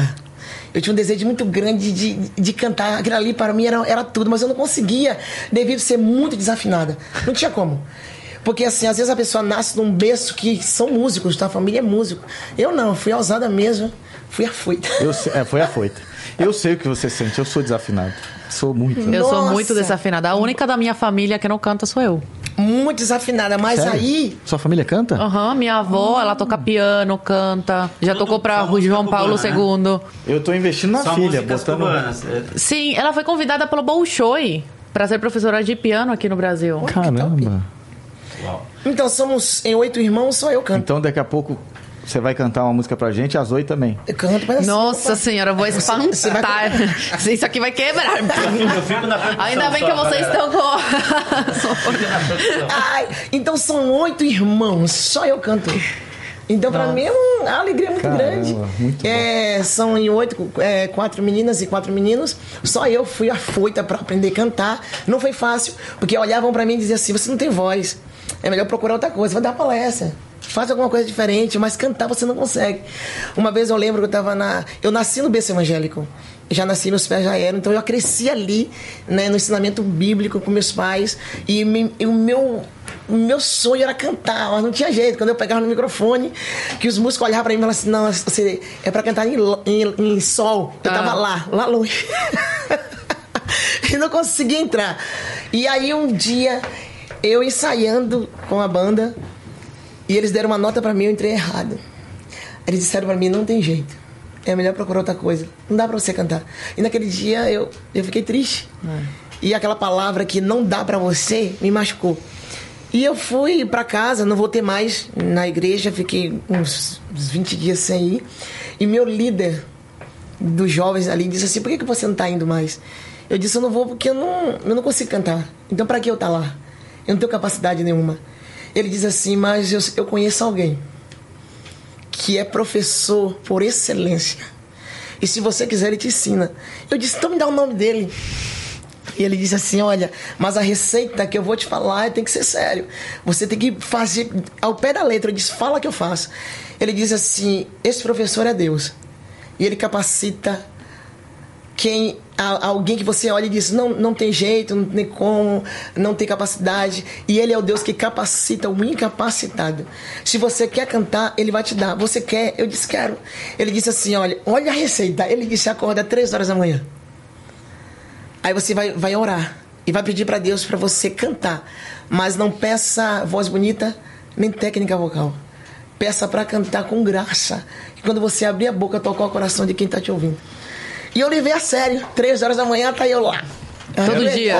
Eu tinha um desejo muito grande de, de cantar. Aquilo ali para mim era, era tudo, mas eu não conseguia, devido a ser muito desafinada. Não tinha como. Porque, assim, às vezes a pessoa nasce num berço que são músicos, tá? A família é músico. Eu não, fui ousada mesmo, fui afoita. Eu sei, é, foi afoita. Eu sei o que você sente, eu sou desafinado. Sou muito. Eu Nossa. sou muito desafinada. A única da minha família que não canta sou eu. Muito desafinada, mas Sério? aí... Sua família canta? Aham, uhum, minha avó, ela toca piano, canta. Já Tudo tocou pra só música João Paulo cubana, né? segundo. Eu tô investindo na Só filha, músicas botando... cubanas. É, Sim, ela foi convidada pelo Bolshoi pra ser professora de piano aqui no Brasil. Caramba. Uau. Então, somos em oito irmãos, só eu canto. Então daqui a pouco você vai cantar uma música pra gente, a Zoe também. Eu canto, mas assim... Nossa opa. senhora, eu vou espantar. você vai- Isso aqui vai quebrar. Eu fico na produção. Ainda bem só, que vocês galera. estão com... Fico na produção. Ai, então são oito irmãos, só eu canto. Então, pra Nossa. mim, é uma alegria muito Caramba, grande. muito é, são em oito, é, quatro meninas e quatro meninos. Só eu fui afoita pra aprender a cantar. Não foi fácil, porque olhavam pra mim e diziam assim: você não tem voz, é melhor procurar outra coisa, vai dar palestra. Faz alguma coisa diferente, mas cantar você não consegue. Uma vez eu lembro que eu tava na... Eu nasci no berço evangélico. Já nasci, meus pés já eram. Então eu cresci ali, né, no ensinamento bíblico com meus pais. E, me, e o meu... O meu sonho era cantar, mas não tinha jeito. Quando eu pegava no microfone, que os músicos olhavam pra mim e falavam assim: não, você é pra cantar em, em, em sol. Eu tava Ah. lá, lá longe. E não conseguia entrar. E aí um dia, eu ensaiando com a banda, e eles deram uma nota pra mim, eu entrei errado. Eles disseram pra mim: não tem jeito, é melhor procurar outra coisa, não dá pra você cantar. E naquele dia eu, eu fiquei triste. E aquela palavra que não dá pra você me machucou. E eu fui pra casa, não voltei mais na igreja, fiquei uns, uns vinte dias sem ir. E meu líder dos jovens ali disse assim: por que, que você não tá indo mais? Eu disse: eu não vou porque eu não, eu não consigo cantar. Então pra que eu tá lá? Eu não tenho capacidade nenhuma. Ele diz assim: mas eu, eu conheço alguém que é professor por excelência. E se você quiser, ele te ensina. Eu disse: então me dá o nome dele. E ele disse assim: olha, mas a receita que eu vou te falar tem que ser sério. Você tem que fazer ao pé da letra. Eu disse: fala que eu faço. Ele diz assim: esse professor é Deus. E ele capacita quem, a, alguém que você olha e diz: não, não tem jeito, não tem como, não tem capacidade. E ele é o Deus que capacita o incapacitado. Se você quer cantar, ele vai te dar. Você quer? Eu disse: quero. Ele disse assim: olha, olha a receita. Ele disse: acorda às três horas da manhã. Aí você vai, vai orar e vai pedir para Deus para você cantar. Mas não peça voz bonita, nem técnica vocal. Peça para cantar com graça. E quando você abrir a boca, tocar o coração de quem tá te ouvindo. E eu levei a sério. Três horas da manhã, tá eu lá. Todo dia.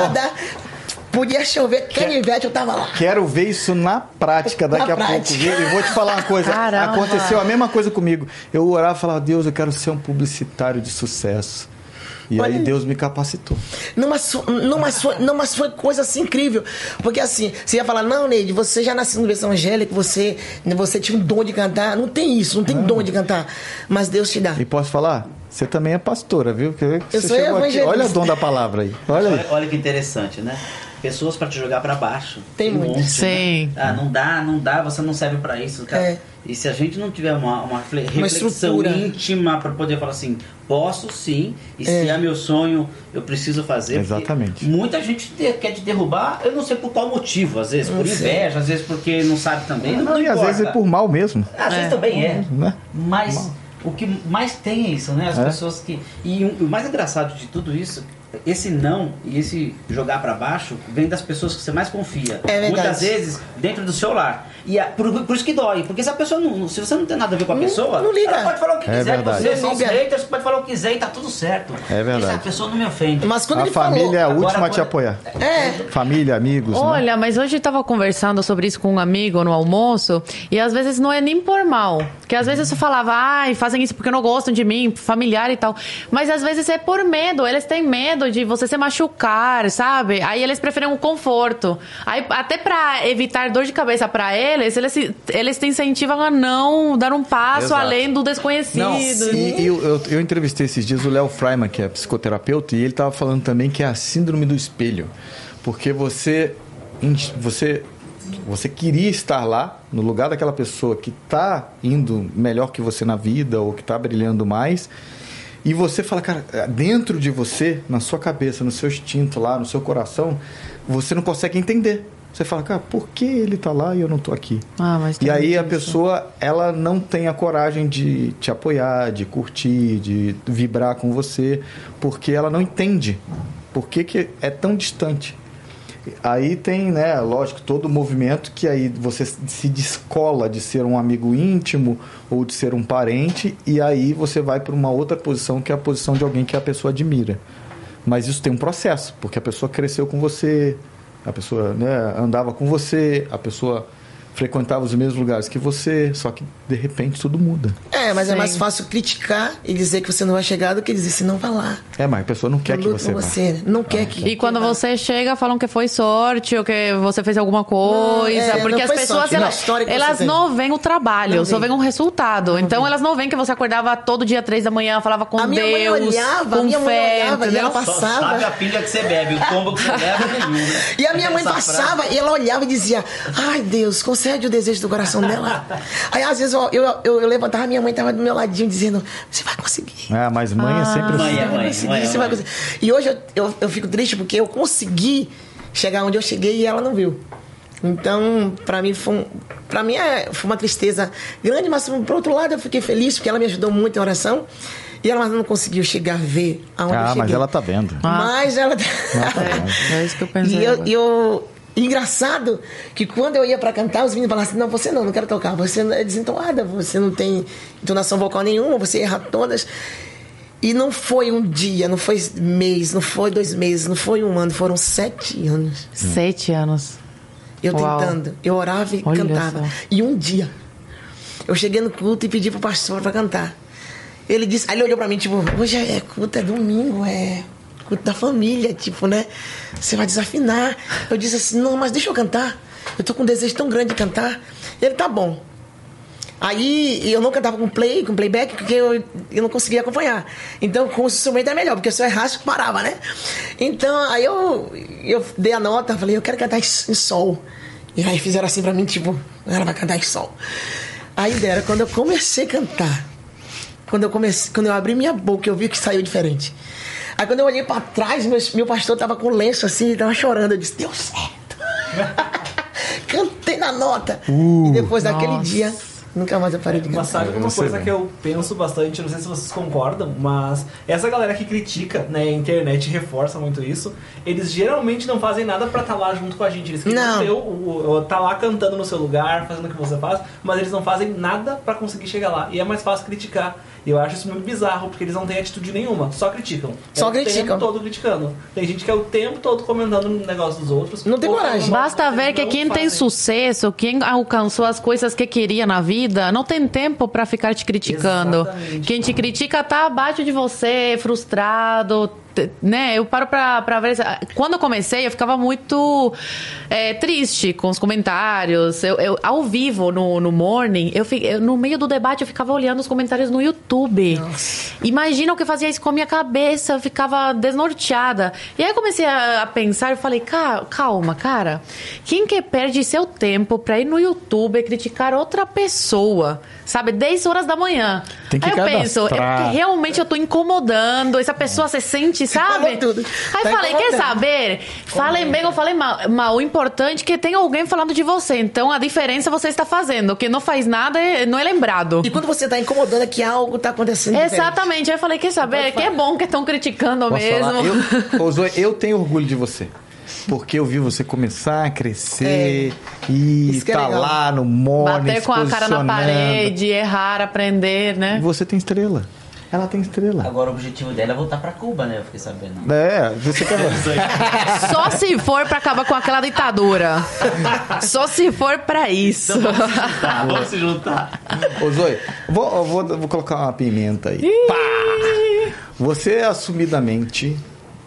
Podia chover, canivete, eu tava lá. Quero ver isso na prática daqui Na a prática. pouco. E vou te falar uma coisa. Caramba. Aconteceu a mesma coisa comigo. Eu orava e falava: Deus, eu quero ser um publicitário de sucesso. E Olha aí aí. Deus me capacitou. Não, mas, foi- não, mas, foi, não, mas foi coisa assim incrível. Porque assim, você ia falar: não, Neide, você já nasceu no berço evangélico, você, você tinha um dom de cantar. Não tem isso, não tem dom de cantar. Mas Deus te dá. E posso falar? Você também é pastora, viu? Que Eu você sou chegou aqui. evangelista. Olha o dom da palavra aí. Olha aí. Olha, olha que interessante, né? Pessoas pra te jogar pra baixo. Tem um muito. monte, Sim. né? Ah, não dá, não dá, você não serve pra isso. Cara. É. E se a gente não tiver uma, uma refle- reflexão estrutura. íntima pra poder falar assim: posso sim, e se é meu sonho, eu preciso fazer. porque Exatamente. Muita gente te- quer te derrubar, eu não sei por qual motivo. Às vezes por Não sei. inveja, às vezes porque não sabe também. Não, Não, não e às importa. vezes é por mal mesmo. Às vezes É. também é. Né? Mas o que mais tem é isso, né? As É. pessoas que. E o o mais engraçado de tudo isso, esse não e esse jogar pra baixo vem das pessoas que você mais confia. É verdade. Muitas vezes dentro do seu lar. E a- por, por isso que dói. Porque se a pessoa não. Se você não tem nada a ver com a Não- pessoa, não liga. ela pode falar o que É quiser. verdade. Você são Não os liga. haters, pode falar o que quiser e tá tudo certo. É verdade. Essa pessoa não me ofende. Mas quando A ele família é a falou, última Agora, a te quando- apoiar. É. Família, amigos. né? Olha, mas hoje eu tava conversando sobre isso com um amigo no almoço, e às vezes não é nem por mal. Porque às vezes eu falava: ai, fazem isso porque não gostam de mim, familiar e tal. Mas às vezes é por medo. Eles têm medo de você se machucar, sabe? Aí eles preferem o conforto. Aí, até pra evitar dor de cabeça pra eles, eles, se- eles te incentivam a não dar um passo Exato. além do desconhecido. Não, e, e eu, eu, eu entrevistei esses dias o Léo Freiman, que é psicoterapeuta, e ele estava falando também que é a síndrome do espelho. Porque você, você, você queria estar lá, no lugar daquela pessoa que está indo melhor que você na vida, ou que está brilhando mais, E você fala, cara, dentro de você, na sua cabeça, no seu instinto lá, no seu coração, você não consegue entender. Você fala, cara, por que ele tá lá e eu não tô aqui? Ah, mas e aí a isso. pessoa, ela não tem a coragem de te apoiar, de curtir, de vibrar com você, porque ela não entende por que, que é tão distante. Aí tem, né, lógico, todo o movimento que aí você se descola de ser um amigo íntimo ou de ser um parente, e aí você vai para uma outra posição, que é a posição de alguém que a pessoa admira. Mas isso tem um processo, porque a pessoa cresceu com você, a pessoa, né, andava com você, a pessoa frequentava os mesmos lugares que você, só que de repente tudo muda. É, mas Sim. é mais fácil criticar e dizer que você não vai chegar do que dizer assim, não vai lá. É, mas a pessoa não quer Eu que luto você com vá. você, né? Não quer que... E quando que vá. você chega, falam que foi sorte ou que você fez alguma coisa. Não, é, porque não as foi pessoas, sorte, elas, não, a história que você elas tem. não veem o trabalho, Não só vem. veem um resultado. Então elas não veem que você acordava todo dia três da manhã, falava com A minha mãe Deus, olhava, com a minha mãe fé, olhava e entendeu? ela Só passava. sabe a pinga que você bebe, o tombo que você leva nenhum, né? E a minha mãe Essa passava frase. e ela olhava e dizia, ai Deus, concede o desejo do coração dela. Aí às vezes eu, eu, eu, eu levantava, minha mãe estava do meu ladinho dizendo, você vai conseguir. É, mas mãe é sempre Mãe assim. é Você vai mãe, conseguir, mãe é você vai mãe. conseguir. E hoje eu, eu, eu fico triste porque eu consegui chegar onde eu cheguei e ela não viu. Então, pra mim, foi, um, pra mim é, foi uma tristeza grande, mas por outro lado eu fiquei feliz porque ela me ajudou muito em oração. E ela não conseguiu chegar a ver aonde eu Ah, cheguei. mas ela tá vendo. Mas ela... É isso que eu pensei. E eu, agora. e eu- engraçado que quando eu ia pra cantar, os meninos falavam assim, não, você não, não quero tocar, você é desentoada, você não tem entonação vocal nenhuma, você erra todas. E não foi um dia, não foi mês, não foi dois meses, não foi um ano, foram sete anos. Sete anos. Eu Uau. tentando, eu orava e Olha cantava. só. E um dia, eu cheguei no culto e pedi pro pastor pra cantar. Ele disse, aí ele olhou pra mim, tipo, hoje é culto, é domingo, é culto da família, tipo, né? Você vai desafinar. Eu disse assim, não, mas deixa eu cantar. Eu tô com um desejo tão grande de cantar. Ele, tá bom. Aí eu não cantava com play, com playback, porque eu, eu não conseguia acompanhar. Então com o instrumento é melhor, porque se eu errasse, parava, né? Então aí eu, eu dei a nota, falei, eu quero cantar em, em sol. E aí fizeram assim pra mim, tipo, ela vai cantar em sol. Aí deram, quando eu comecei a cantar, quando eu comecei, quando eu abri minha boca, eu vi que saiu diferente. Aí quando eu olhei pra trás, meu, meu pastor tava com lenço assim, tava chorando. Eu disse, deu certo. Cantei na nota. Uh, e depois daquele nossa. dia, nunca mais eu parei de cantar. Mas sabe uma Eu sei coisa bem. que eu penso bastante, não sei se vocês concordam, mas essa galera que critica, né, a internet reforça muito isso, eles geralmente não fazem nada pra estar lá junto com a gente. Eles querem Não. ter o, o, o- tá lá cantando no seu lugar, fazendo o que você faz, mas eles não fazem nada pra conseguir chegar lá. E é mais fácil criticar. E eu acho isso muito bizarro, porque eles não têm atitude nenhuma, só criticam. Só é o criticam. tempo todo criticando. Tem gente que é o tempo todo comentando no negócio dos outros. Não tem ou coragem. falando mal, Basta mas ver eles que não quem tem fazem. sucesso, quem alcançou as coisas que queria na vida, não tem tempo pra ficar te criticando. Exatamente. Quem te critica tá abaixo de você, frustrado, t- né? Eu paro pra, pra ver. Quando eu comecei, eu ficava muito é, triste com os comentários. Eu, eu- ao vivo, no, no morning, eu, fi- eu- no meio do debate, eu ficava olhando os comentários no YouTube. Imagina o que fazia isso com a minha cabeça, eu ficava desnorteada. E aí eu comecei a, a pensar, eu falei, "Ca- calma, cara, quem que perde seu tempo pra ir no YouTube e criticar outra pessoa, sabe, dez horas da manhã?" Tem que aí eu penso, é cadastrar. porque realmente eu tô incomodando, essa pessoa se sente, sabe? Falou tudo. Aí Tá falei, quer incomodando. saber? Falem bem ou falem mal, mal, o importante é que tem alguém falando de você, então a diferença você está fazendo, quem não faz nada é- não é lembrado. E quando você tá incomodando é que algo tá acontecendo diferente. Exatamente, aí eu falei, quer saber? Que é bom que estão criticando Posso mesmo. falar? Eu, Ô, Zoe, eu tenho orgulho de você. Porque eu vi você começar a crescer e Isso que é tá legal. lá no morning, Bater com a cara na se posicionando. parede, errar, aprender, E né? você tem estrela. Ela tem estrela. Agora o objetivo dela é voltar pra Cuba, né? Eu fiquei sabendo. É, você quer ver? Só se for pra acabar com aquela ditadura. Só se for pra isso. Tá, vamos se juntar. Ô, Zoe, vou, eu vou, eu vou colocar uma pimenta aí. Pá! Você é assumidamente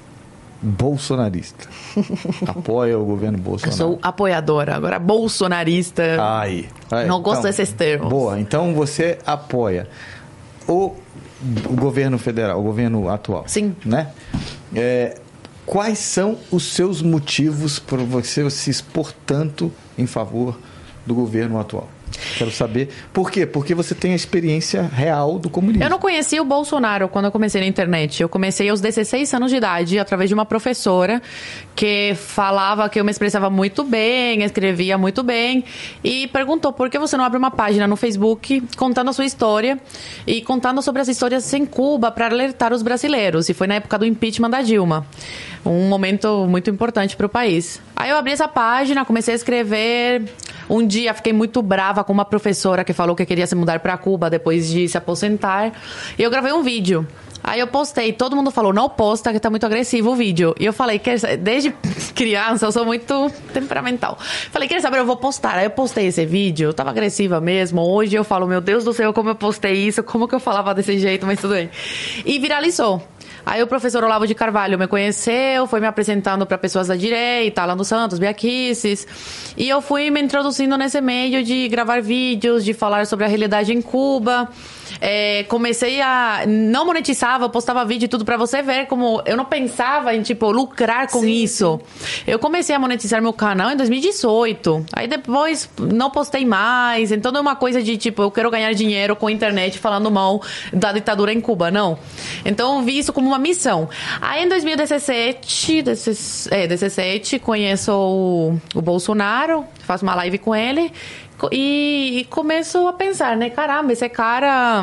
bolsonarista. Apoia o governo Eu Bolsonaro. sou apoiadora, agora bolsonarista. Aí. aí. Não gosto desses termos. Boa, então você apoia o, o governo federal, o governo atual. Sim. Né? É, quais são os seus motivos para você se expor tanto em favor do governo atual? Quero saber. Por quê? Porque você tem a experiência real do comunismo. Eu não conheci o Bolsonaro quando eu comecei na internet. Eu comecei aos dezesseis anos de idade, através de uma professora que falava que eu me expressava muito bem, escrevia muito bem, e perguntou por que você não abre uma página no Facebook contando a sua história e contando sobre as histórias em Cuba para alertar os brasileiros. E foi na época do impeachment da Dilma. Um momento muito importante para o país. Aí eu abri essa página, comecei a escrever. Um dia fiquei muito brava com uma professora que falou que queria se mudar para Cuba depois de se aposentar. E eu gravei um vídeo. Aí eu postei, todo mundo falou, não posta, que tá muito agressivo o vídeo. E eu falei, desde criança eu sou muito temperamental. Falei, quer saber, eu vou postar. Aí eu postei esse vídeo, eu tava agressiva mesmo. Hoje eu falo, meu Deus do céu, como eu postei isso, como que eu falava desse jeito, mas tudo bem. E viralizou. Aí o professor Olavo de Carvalho me conheceu, foi me apresentando para pessoas da direita, Alan dos Santos, Bia Kicis, e eu fui me introduzindo nesse meio de gravar vídeos, de falar sobre a realidade em Cuba. É, comecei a... Não monetizava, eu postava vídeo e tudo para você ver como eu não pensava em, tipo, lucrar com Sim. isso. Eu comecei a monetizar meu canal em dois mil e dezoito. Aí depois não postei mais. Então não é uma coisa de, tipo, eu quero ganhar dinheiro com a internet falando mal da ditadura em Cuba, não. Então eu vi isso como uma missão. Aí em dois mil e dezessete, é, dezessete conheço o, o Bolsonaro, faço uma live com ele e, e começo a pensar, né? Caramba, esse cara...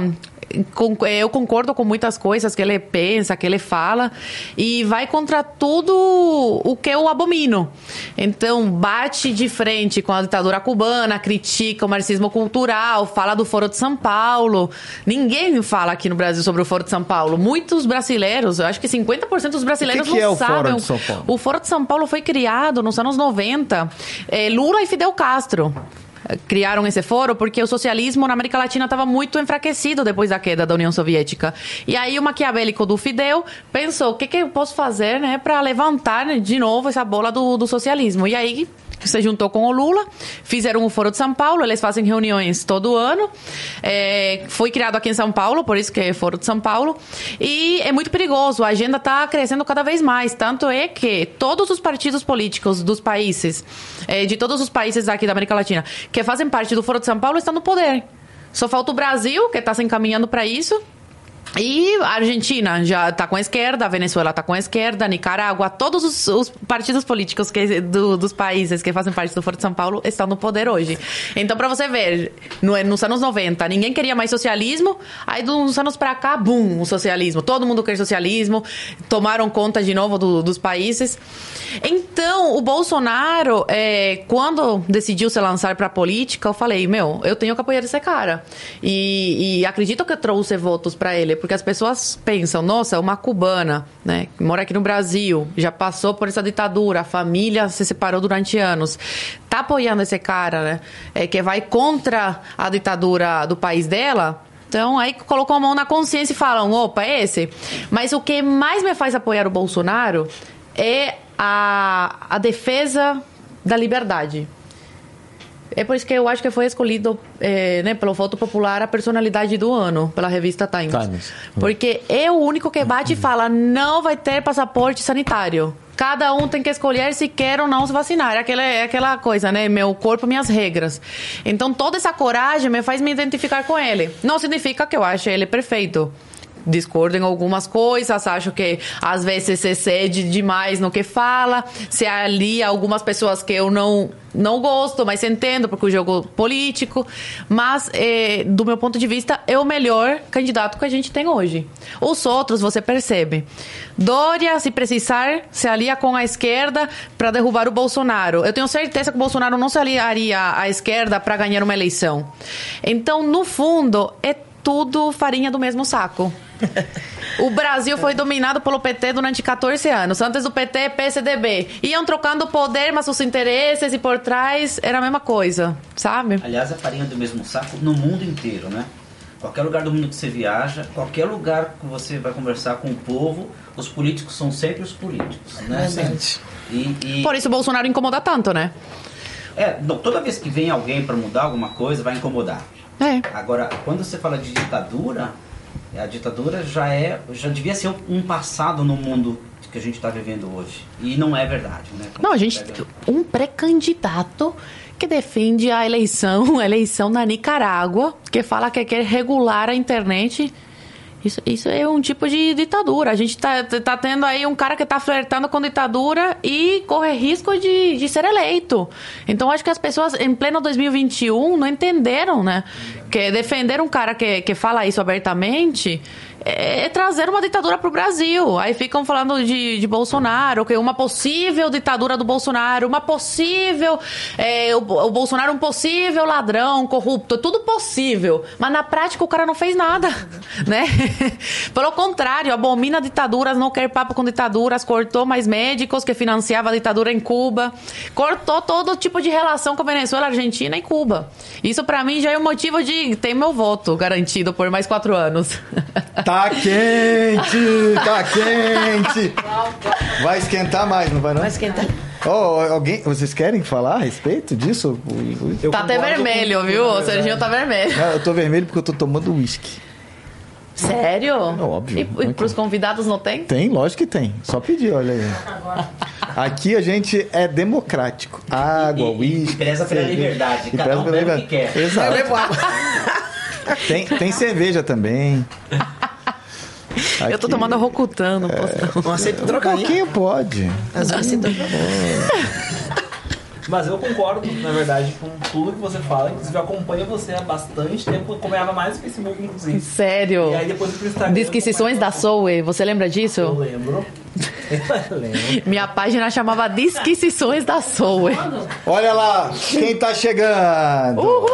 Eu concordo com muitas coisas que ele pensa, que ele fala, e vai contra tudo o que eu abomino. Então, bate de frente com a ditadura cubana, critica o marxismo cultural, fala do Foro de São Paulo. Ninguém fala aqui no Brasil sobre o Foro de São Paulo. Muitos brasileiros, eu acho que cinquenta por cento dos brasileiros o que que não é o sabem. Foro de São Paulo? O Foro de São Paulo foi criado nos anos noventa. É, Lula e Fidel Castro criaram esse foro porque o socialismo na América Latina estava muito enfraquecido depois da queda da União Soviética. E aí o maquiavélico do Fidel pensou, o que, que eu posso fazer, né, para levantar, né, de novo essa bola do, do socialismo. E aí se juntou com o Lula, fizeram o Foro de São Paulo, eles fazem reuniões todo ano. É, foi criado aqui em São Paulo, por isso que é Foro de São Paulo. E é muito perigoso, a agenda está crescendo cada vez mais. Tanto é que todos os partidos políticos dos países, é, de todos os países aqui da América Latina, que fazem parte do Foro de São Paulo, estão no poder. Só falta o Brasil, que está se encaminhando para isso. E a Argentina já está com a esquerda, a Venezuela está com a esquerda, a Nicarágua, todos os, os partidos políticos que, do, dos países que fazem parte do Foro de São Paulo estão no poder hoje. Então, para você ver, no, nos anos noventa, ninguém queria mais socialismo, aí dos anos para cá, bum, o socialismo. Todo mundo quer socialismo, tomaram conta de novo do, dos países. Então, o Bolsonaro, é, quando decidiu se lançar para a política, eu falei, meu, eu tenho que apoiar esse cara. E, e acredito que eu trouxe votos para ele, porque as pessoas pensam, nossa, uma cubana, né, que mora aqui no Brasil, já passou por essa ditadura, a família se separou durante anos, tá apoiando esse cara, né, é, que vai contra a ditadura do país dela. Então, aí colocou a mão na consciência e falam, opa, é esse. Mas o que mais me faz apoiar o Bolsonaro é a, a defesa da liberdade. É por isso que eu acho que foi escolhido, é, né, pelo voto popular, a personalidade do ano, pela revista Times. Times. Porque é o único que bate e fala, não vai ter passaporte sanitário. Cada um tem que escolher se quer ou não se vacinar. É aquela, é aquela coisa, né? Meu corpo, minhas regras. Então, toda essa coragem me faz me identificar com ele. Não significa que eu ache ele perfeito. Discordo em algumas coisas, acho que às vezes se excede demais no que fala, se alia algumas pessoas que eu não, não gosto, mas entendo porque o jogo político, mas eh, do meu ponto de vista é o melhor candidato que a gente tem hoje. Os outros você percebe, Dória, se precisar, se alia com a esquerda para derrubar o Bolsonaro. Eu tenho certeza que o Bolsonaro não se aliaria à esquerda para ganhar uma eleição. Então, no fundo, é tudo farinha do mesmo saco. O Brasil foi dominado pelo P T durante catorze anos. Antes do P T, P S D B. Iam trocando poder, mas os interesses e por trás era a mesma coisa, sabe? Aliás, a farinha do mesmo saco no mundo inteiro, né? Qualquer lugar do mundo que você viaja, qualquer lugar que você vai conversar com o povo, os políticos são sempre os políticos, né? E, e... Por isso o Bolsonaro incomoda tanto, né? É, não, toda vez que vem alguém para mudar alguma coisa, vai incomodar. É. Agora, quando você fala de ditadura, a ditadura já é, já devia ser um passado no mundo que a gente está vivendo hoje. E não é verdade, né? Quando não, a gente pega... um pré-candidato que defende a eleição, a eleição na Nicarágua, que fala que quer regular a internet. Isso, isso é um tipo de ditadura. A gente tá, tá tendo aí um cara que tá flertando com ditadura e corre risco de, de ser eleito. Então, acho que as pessoas, em pleno dois mil e vinte e um, não entenderam, né? Que defender um cara que, que fala isso abertamente é trazer uma ditadura pro Brasil. Aí ficam falando de, de Bolsonaro, que uma possível ditadura do Bolsonaro, uma possível... É, o, o Bolsonaro um possível ladrão, corrupto, é tudo possível. Mas na prática o cara não fez nada, né? Pelo contrário, abomina ditaduras, não quer papo com ditaduras, cortou mais médicos que financiava a ditadura em Cuba, cortou todo tipo de relação com a Venezuela, Argentina e Cuba. Isso pra mim já é um motivo de ter meu voto garantido por mais quatro anos. Tá quente, tá quente. Vai esquentar mais, não vai não? Vai esquentar. Oh, alguém, vocês querem falar a respeito disso? Eu Tá até vermelho, com... viu? O Serginho tá vermelho. Não, eu tô vermelho porque eu tô tomando uísque. Sério? Óbvio. E, e pros convidados não tem? Tem, lógico que tem. Só pedir, olha aí. Aqui a gente é democrático. Água, uísque. E preza pela liberdade. E Cada preza um pela bebe o liberdade. que quer. Exato. Eu levo água. Tem, tem cerveja também. Eu tô tomando Rocutan, não posso. Não aceito trocar aí. Quem pode? Às vezes você Mas eu concordo, na verdade, com tudo que você fala. Inclusive, eu acompanho você há bastante tempo. Eu acompanhava mais no Facebook, inclusive. Sério? E aí depois pro Instagram. Disquisições da Soul, você lembra Eu disso? lembro. Eu lembro. Minha página chamava Disquisições da Soul. Olha lá, quem tá chegando? Uhul!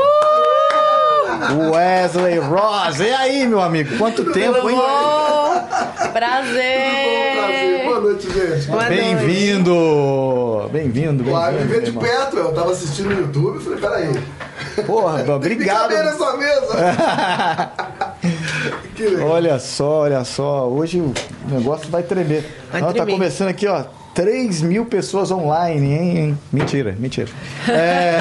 Wesley Ross. E aí, meu amigo? Quanto tempo, hein? Oh, prazer! Boa noite, gente. Boa Bem-vindo! Bem-vindo, Uai, me bem-vindo. vê de irmão. perto, eu tava assistindo no YouTube e falei, peraí. Porra, Tem que obrigado. caber nessa mesa. Que legal. Olha só, olha só. Hoje o negócio vai tremer. Vai Não, tá tremer. começando aqui, ó. três mil pessoas online, hein? Mentira, mentira. É...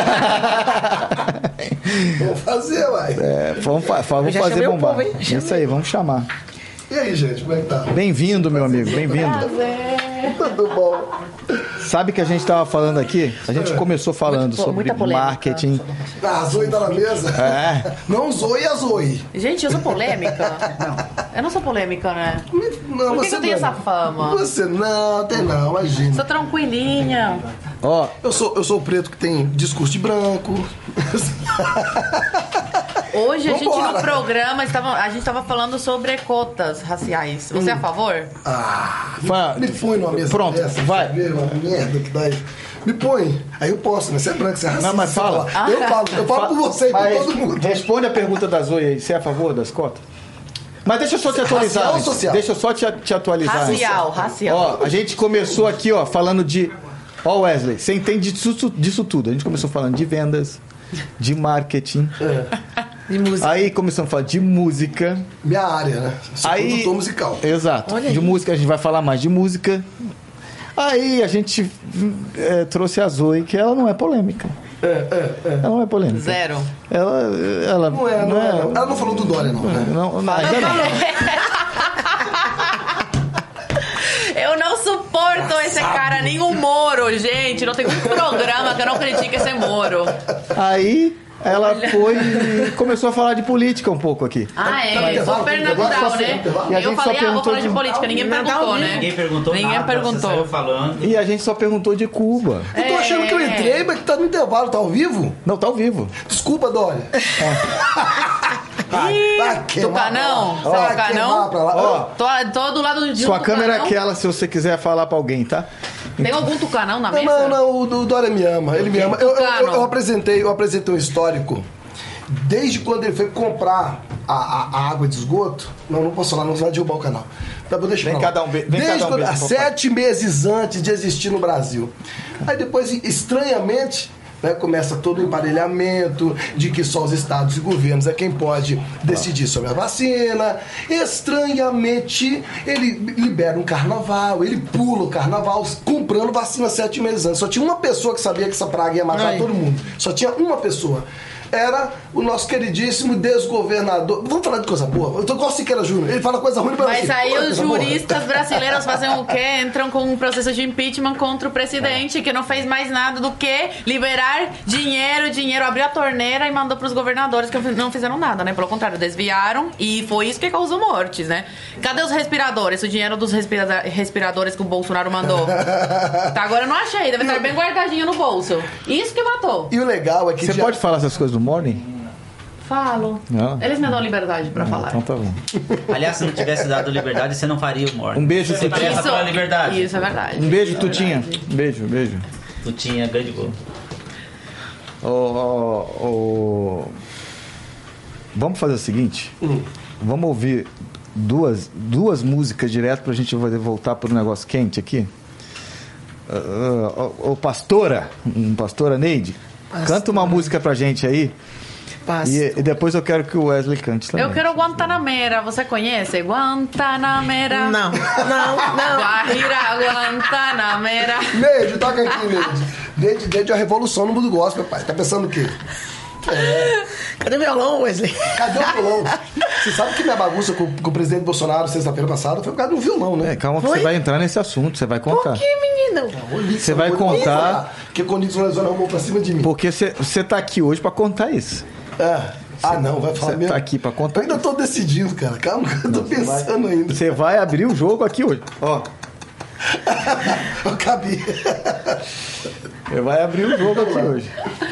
Vamos fazer, uai. é, vamos fa- fa- vamos já fazer chamei o bombar. povo, hein? Isso aí, vamos chamar. E aí, gente, como é que tá? Bem-vindo, meu amigo, bem-vindo. Tudo bom? Sabe que a gente tava falando aqui? A gente começou falando sobre muita polêmica. marketing. Ah, a Zoe tá na mesa? É. Não Zoe a Zoe. Gente, eu sou polêmica? Não. Eu não sou polêmica, né? Não, Por que você que eu tenho não. essa fama? Você não, tem não, imagina. Sou tranquilinha. Ó, Eu sou, eu sou o preto que tem discurso de branco. Hoje a gente Vambora. no programa, estava, a gente estava falando sobre cotas raciais. Você é a favor? Ah, Vai. me põe numa mesa Pronto, dessa, vai. você vê uma merda que dá aí. Me põe. Aí eu posso, né? Você é branco, você é racista. Não, mas você fala. Eu falo, eu falo por você e por mas todo mundo. responde a pergunta da Zoe aí. Você é a favor das cotas? Mas deixa eu só te atualizar. Racial ou antes. social? Deixa eu só te, te atualizar. antes. Racial, racial. Ó, a gente começou aqui, ó, falando de... Ó, Wesley, você entende disso, disso tudo. A gente começou falando de vendas, de marketing. De música. Aí começamos a falar de música. Minha área, né? Sou Aí, produtor musical. Exato. Olha De aí. música, a gente vai falar mais de música. Aí a gente é, trouxe a Zoe, que ela não é polêmica. É, é, é. Ela não é polêmica. Zero. Ela, ela Não é, não é. Ela não falou do Dória, não, né? Não, não, ainda não. Eu não suporto esse cara, nem o Moro, gente. Não tem um programa que eu não critique esse Moro. Aí ela foi e começou a falar de política um pouco aqui. Ah, é? intervalo, Super intervalo, natural, só né? intervalo. E a gente Eu só falei, ah, vou perguntou falar de de- política. Ninguém perguntou, né? Ninguém perguntou Ninguém nada, perguntou. você saiu falando. E a gente só perguntou de Cuba. Eu tô achando que eu entrei, mas que tá no intervalo, tá ao vivo? Não, tá ao vivo. Desculpa, Dória. Vai, vai queimar Tucanão? pra lá. Você é Vai Tucanão? queimar pra lá. Ó, Tô, tô do lado de um sua câmera é tucanão. aquela se você quiser falar pra alguém, tá? Tem algum tucanão na Não, mesa? não, não, o, o Dória me ama, ele me ama. Eu, eu, eu, Tucano. eu apresentei, eu apresentei um histórico desde quando ele foi comprar a, a- a água de esgoto. Não, não posso falar, não, você vai derrubar o canal. Tá bom, deixa Vem pra cá lá. dar um be- vem cá Desde dar um quando, beijo há pro papai. sete meses antes de existir no Brasil. Aí depois, estranhamente, né, começa todo o emparelhamento de que só os estados e governos é quem pode decidir sobre a vacina. Estranhamente, ele libera um carnaval, ele pula o carnaval comprando vacina sete meses antes. Só tinha uma pessoa que sabia que essa praga ia matar Ai. todo mundo. Só tinha uma pessoa. era o nosso queridíssimo desgovernador. Vamos falar de coisa boa. Eu tô igual o Siqueira Júnior. Ele fala coisa ruim pra Mas assim, aí os boa. juristas brasileiros fazem o quê? Entram com um processo de impeachment contra o presidente, que não fez mais nada do que liberar dinheiro, dinheiro, abriu a torneira e mandou pros governadores, que não fizeram nada, né? Pelo contrário, desviaram e foi isso que causou mortes, né? Cadê os respiradores? O dinheiro dos respira- respiradores que o Bolsonaro mandou? Tá, agora eu não achei, deve estar bem guardadinho no bolso. Isso que matou. E o legal é que... Você já... pode falar essas coisas do Morning? Falo. Não. Eles me dão liberdade pra Não, falar. então tá bom. Aliás, se não tivesse dado liberdade, você não faria o morte. Um beijo, Você Tutinha. preza pela liberdade. Isso é verdade. Um beijo, Tutinha. Um beijo, beijo. Tutinha, grande gol. Ô, ô, ô, vamos fazer o seguinte. Hum. Vamos ouvir duas, duas músicas direto pra gente poder voltar pro negócio quente aqui. Ô, ô, ô, pastora, um pastora Neide, Pastora. canta uma música pra gente aí. E, e depois eu quero que o Wesley cante também. Eu quero Guantanamera. Você conhece? Guantanamera. Não, não, não. Guajira, Guantanamera. Neide, toca aqui, Neide. Neide, Neide é a revolução no mundo gospel, pai. Tá pensando o quê? É. Cadê o violão, Wesley? Cadê o violão? Você sabe que minha bagunça com, com o presidente Bolsonaro sexta-feira passada foi por causa do violão, né? É, calma que Foi? você vai entrar nesse assunto, você vai contar. Por que, menino? Você vai contar. Que quando isso arrumou pra cima de mim. Porque você, você tá aqui hoje pra contar isso. É. Ah, não, vai falar Você mesmo. tá aqui pra Eu contar. ainda tô decidido, cara. Calma, que eu tô pensando ainda. Você vai abrir o jogo aqui hoje. Ó, Eu cabi. você vai abrir o jogo aqui hoje.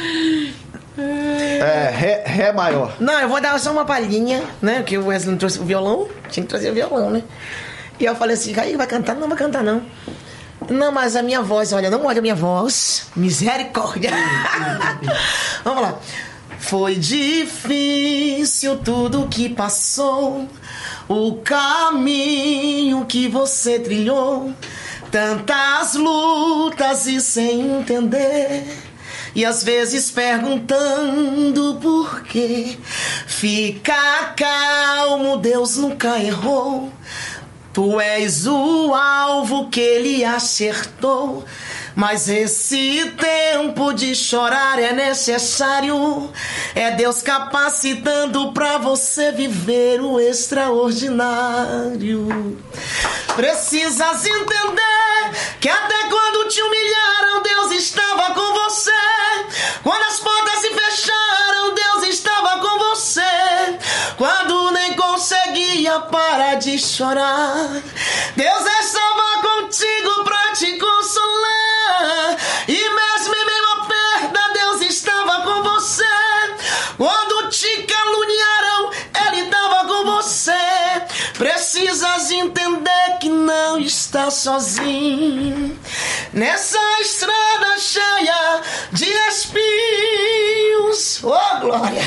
É, ré, ré maior. Não, eu vou dar só uma palhinha, né? Porque o Wesley não trouxe o violão, tinha que trazer o violão, né? E eu falei assim, aí vai cantar? Não vai cantar, não. Não, mas a minha voz, olha, não olha a minha voz. Misericórdia. Vamos lá. Foi difícil tudo que passou, o caminho que você trilhou, tantas lutas e sem entender, e às vezes perguntando por quê. Fica calmo, Deus nunca errou. Tu és o alvo que ele acertou. Mas esse tempo de chorar é necessário. É Deus capacitando pra você viver o extraordinário. Precisas entender que até quando te humilharam, Deus estava com você. Quando as portas se fecharam, Deus estava com você. Quando nem conseguia parar de chorar, Deus estava contigo pra te consolar. E mesmo em meio à perda, Deus estava com você. Quando te caluniaram, Ele estava com você. Precisas entender que não está sozinho nessa estrada cheia de espinhos. Oh, glória!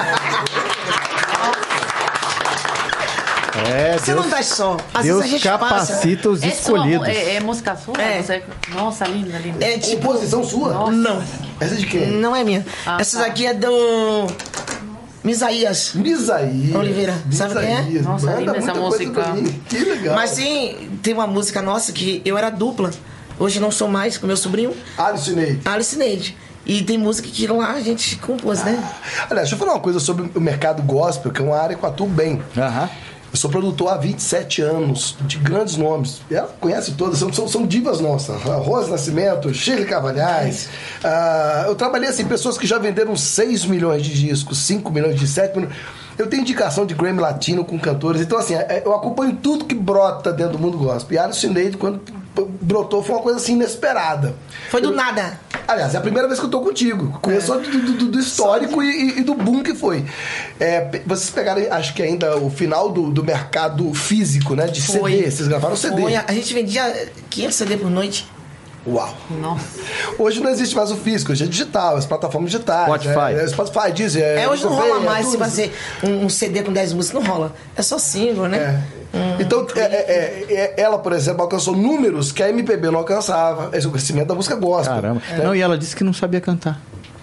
É, Você Deus, não tá só. Às Deus vezes a gente capacita os É, escolhidos. sua, é, é música sua? É. Você... Nossa, linda, linda. É tipo. Composição sua? Nossa. Não, Essa é de quem? não é minha. Ah, Essa tá. daqui é do. Misaías. Misaías. Oliveira, sabe quem é? Misaías. Nossa, Manda linda muita essa coisa música. pra mim. Que legal. Mas sim, tem uma música nossa que eu era dupla. Hoje não sou mais com meu sobrinho, Alice Neide. Alice Neide. E tem música que lá a gente compôs, né? Aliás, deixa eu falar uma coisa sobre o mercado gospel, que é uma área que eu atuo bem. Aham. Eu sou produtor há vinte e sete anos, de grandes nomes. Ela conhece todas, são, são, são divas nossas. Rose Nascimento, Shirley Cavalhais. Ah, eu trabalhei assim, pessoas que já venderam seis milhões de discos, cinco milhões de sete milhões. Eu tenho indicação de Grammy Latino com cantores. Então, assim, eu acompanho tudo que brota dentro do mundo gospel. E Alice Neide, quando brotou, foi uma coisa assim inesperada. Foi do Eu- nada. Aliás, é a primeira vez que eu tô contigo. Conheço só do, do- do histórico e, e do boom que foi. É, pe- vocês pegaram, acho que ainda, o final do, do mercado físico, né? De Foi. C D. Vocês gravaram C D. Foi, a gente vendia quinhentos C D por noite. Uau. Nossa. Hoje não existe mais o físico, hoje é digital, as plataformas digitais. Spotify. É, é Spotify, Deezer. É, hoje não Google rola Play, é mais se tudo. fazer um, um C D com dez músicas, não rola. É só single, né? É. Então, é, é, é, ela, por exemplo, alcançou números que a M P B não alcançava. Esse é o crescimento da música gospel. Caramba. Não, e ela disse que não sabia cantar.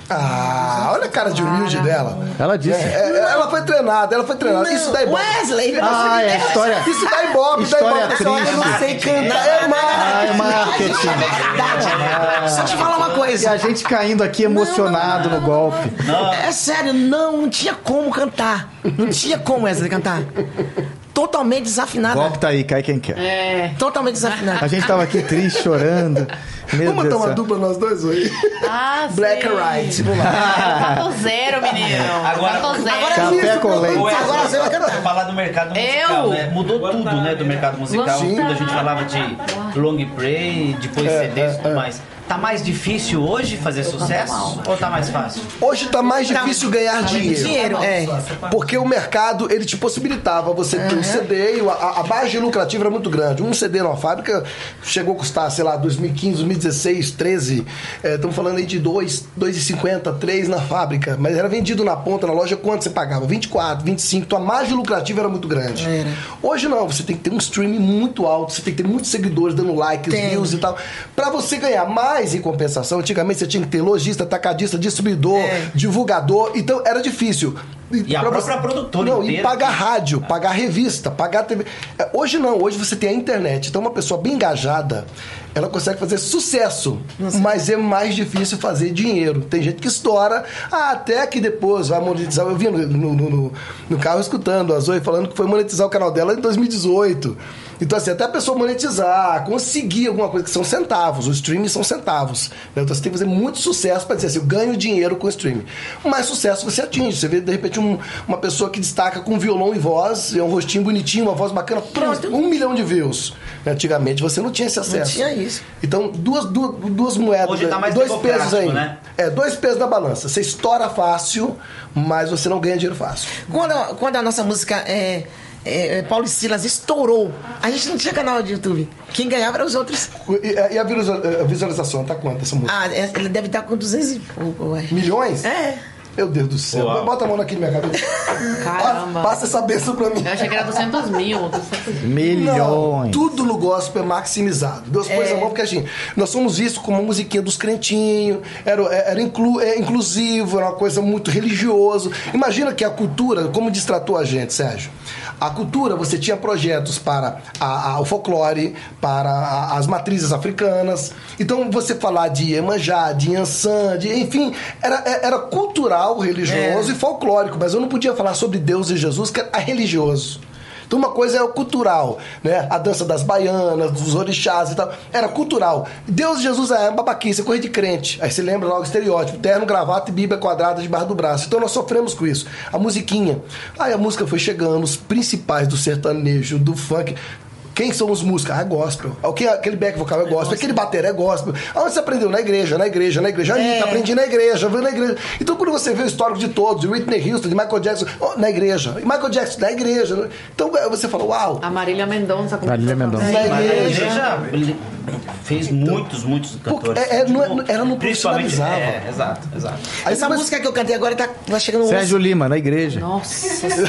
Ah, olha a cara de humilde dela. Ela disse. É, é, ela foi treinada, ela foi treinada. Isso dá ibope. Wesley, Ah, é história. Isso dá ibope, dá História ibope. triste. Olha, eu não sei cantar. É Ah, é marketing. marketing. Só te falar uma E coisa. a gente caindo aqui emocionado no golpe. É sério, não, não tinha como cantar. Não tinha como Wesley cantar. Totalmente desafinada. Golpe tá aí, cai quem quer. É. Totalmente desafinada. A gente tava aqui triste, chorando. Meu Vamos Deus montar do uma céu. dupla nós dois hoje? Ah, Black sim. and White. Vamos lá. Fato zero, menino. Agora- Fato zero. Agora Café com leite. Ou é, Agora você vai cantar. falar do mercado musical, Eu? né? Mudou tudo, né, do mercado musical. Sim. Quando a gente falava de long play, depois C Ds e tudo mais. Tá mais difícil hoje fazer sucesso ou tá mais fácil? Hoje tá mais difícil ganhar dinheiro. Dinheiro, é. Porque o mercado, ele te possibilitava você ter um C D e a, a margem lucrativa era muito grande. Um C D numa fábrica chegou a custar, sei lá, dois mil e quinze, dois mil e dezesseis, treze. Estamos falando aí de dois reais e cinquenta centavos, três na fábrica. Mas era vendido na ponta, na loja, quanto você pagava? vinte e quatro, vinte e cinco. Tua margem lucrativa era muito grande. Era. Hoje não, você tem que ter um streaming muito alto, você tem que ter muitos seguidores dando likes, Tem. views e tal. Pra você ganhar mais em compensação, antigamente você tinha que ter lojista, atacadista, distribuidor, É. divulgador. Então era difícil. E a pra própria produtora Não, inteira. e pagar rádio, pagar revista, pagar T V. É, Hoje não, hoje você tem a internet. Então uma pessoa bem engajada, ela consegue fazer sucesso, mas é mais difícil fazer dinheiro. Tem gente que estoura, ah, até que depois vai monetizar. Eu vi no, no, no, no carro escutando a Zoe falando que foi monetizar o canal dela em dois mil e dezoito. Então, assim, até a pessoa monetizar, conseguir alguma coisa, que são centavos, os streaming são centavos. Né? Então, você tem que fazer muito sucesso para dizer assim, eu ganho dinheiro com o streaming. Mais sucesso você atinge. Você vê, de repente, um- uma pessoa que destaca com violão e voz, é um rostinho bonitinho, uma voz bacana, pronto, um milhão de views. Antigamente, você não tinha esse acesso. tinha isso. Então, duas, duas, duas moedas, Hoje tá mais dois pesos democrático, aí. né? É, dois pesos na balança. Você estoura fácil, mas você não ganha dinheiro fácil. Quando, a- quando a nossa música é, é, é, Paulo e Silas estourou, a gente não tinha canal de YouTube. Quem ganhava eram os outros. E, e a visualiza- a visualização, tá quanto essa música? Ah, é- ele deve estar com duzentos e pouco, ué. Milhões? É. Meu Deus do céu. Uau. Bota a mão aqui na minha cabeça. Caramba. Passa essa benção pra mim. Eu achei que era duzentos mil. duzentos mil. Milhões. Não, tudo no gospel é maximizado. Deus pôs a mão porque assim, nós somos vistos como uma musiquinha dos crentinhos, era, era inclu, é, inclusivo, era uma coisa muito religioso. Imagina que a cultura, como distratou a gente, Sérgio. A cultura, você tinha projetos para a- a- o folclore, para a- as matrizes africanas. Então, você falar de Iemanjá, de Yansan, de, enfim, era, era cultural, religioso e folclórico, mas eu não podia falar sobre Deus e Jesus, que é religioso. Então uma coisa é o cultural, né? A dança das baianas, dos orixás e tal. Era cultural. Deus e Jesus é babaquice, é coisa de crente. Aí você lembra logo o estereótipo, terno, gravata e bíblia quadrada debaixo do braço. Então nós sofremos com isso. A musiquinha. Aí a música foi chegando, os principais do sertanejo, do funk. Quem são os músicos? Ah, é gospel. O que- Aquele back vocal é gospel, aquele bater é gospel. Aonde você aprendeu? Na igreja, na igreja, na igreja. Anitta, aprendi na igreja, viu na igreja. Então quando você vê o histórico de todos, de Whitney Houston, de Michael Jackson, oh, na igreja. E Michael Jackson, na igreja. Então você fala, uau. A Marília Mendonça. com- Marília Mendonça. Na Mas a igreja. igreja fez muitos, muitos Porque cantores. é- é- não é- ela não Principalmente, profissionalizava. é, exato, exato. Aí Essa depois- música que eu cantei agora tá, tá chegando... Sérgio Lima, na igreja. Nossa Senhora.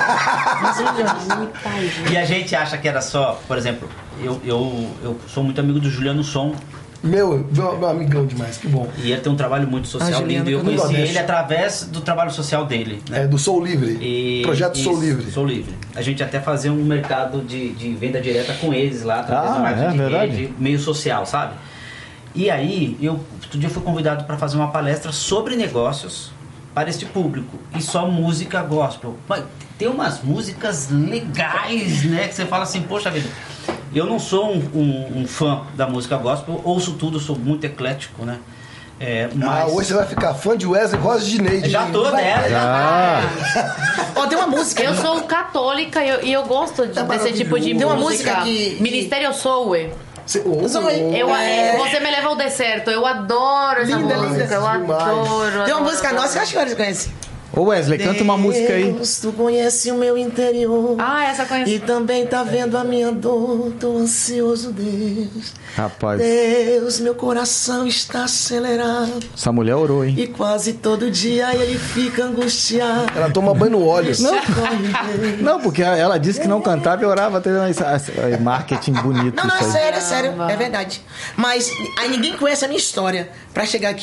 E a gente acha que era só, por exemplo, eu, eu, eu sou muito amigo do Juliano Som, Meu, meu, meu amigão demais, que bom. e ele tem um trabalho muito social Ah, Juliano, lindo, e eu no conheci Nordeste. ele através do trabalho social dele, né? É, do Sou Livre. E- Projeto Sou isso, Livre. Sou Livre. A gente até fazia um mercado de, de venda direta com eles lá, através Ah, do marketing é de verdade? rede, meio social, sabe? E aí, eu outro dia fui convidado para fazer uma palestra sobre negócios para este público. E só música gospel. Mas tem umas músicas legais, né? Que você fala assim, poxa vida, eu não sou um, um- um fã da música gospel, ouço tudo, sou muito eclético, né? É, mas... Ah, hoje você vai ficar fã de Wesley Rosa de Neide. Já tô dela, já. Ah, Ó, tem uma música... Eu sou católica e eu, e eu gosto de- É desse tipo de Tem uma música. música que- Ministério Soul. Você, oh, Zoe. Eu, É. Você me leva ao deserto. Eu adoro essa Linda, música. linda. Eu Demais. adoro. Tem uma adoro, música adoro. nossa que eu acho que você conhece. ô Wesley, canta uma música aí. Deus, tu conhece o meu interior. Ah, essa eu conheço. E também tá vendo a minha dor, tô ansioso, Deus. Rapaz, Deus, meu coração está acelerado. essa mulher orou, hein? E quase todo dia ele fica angustiado. Ela toma banho no óleo. Corre, Não, porque ela disse que não cantava e orava. Tem esse marketing bonito Não, não, é isso aí. sério, é sério. Caramba. É verdade. Mas aí ninguém conhece a minha história pra chegar aqui.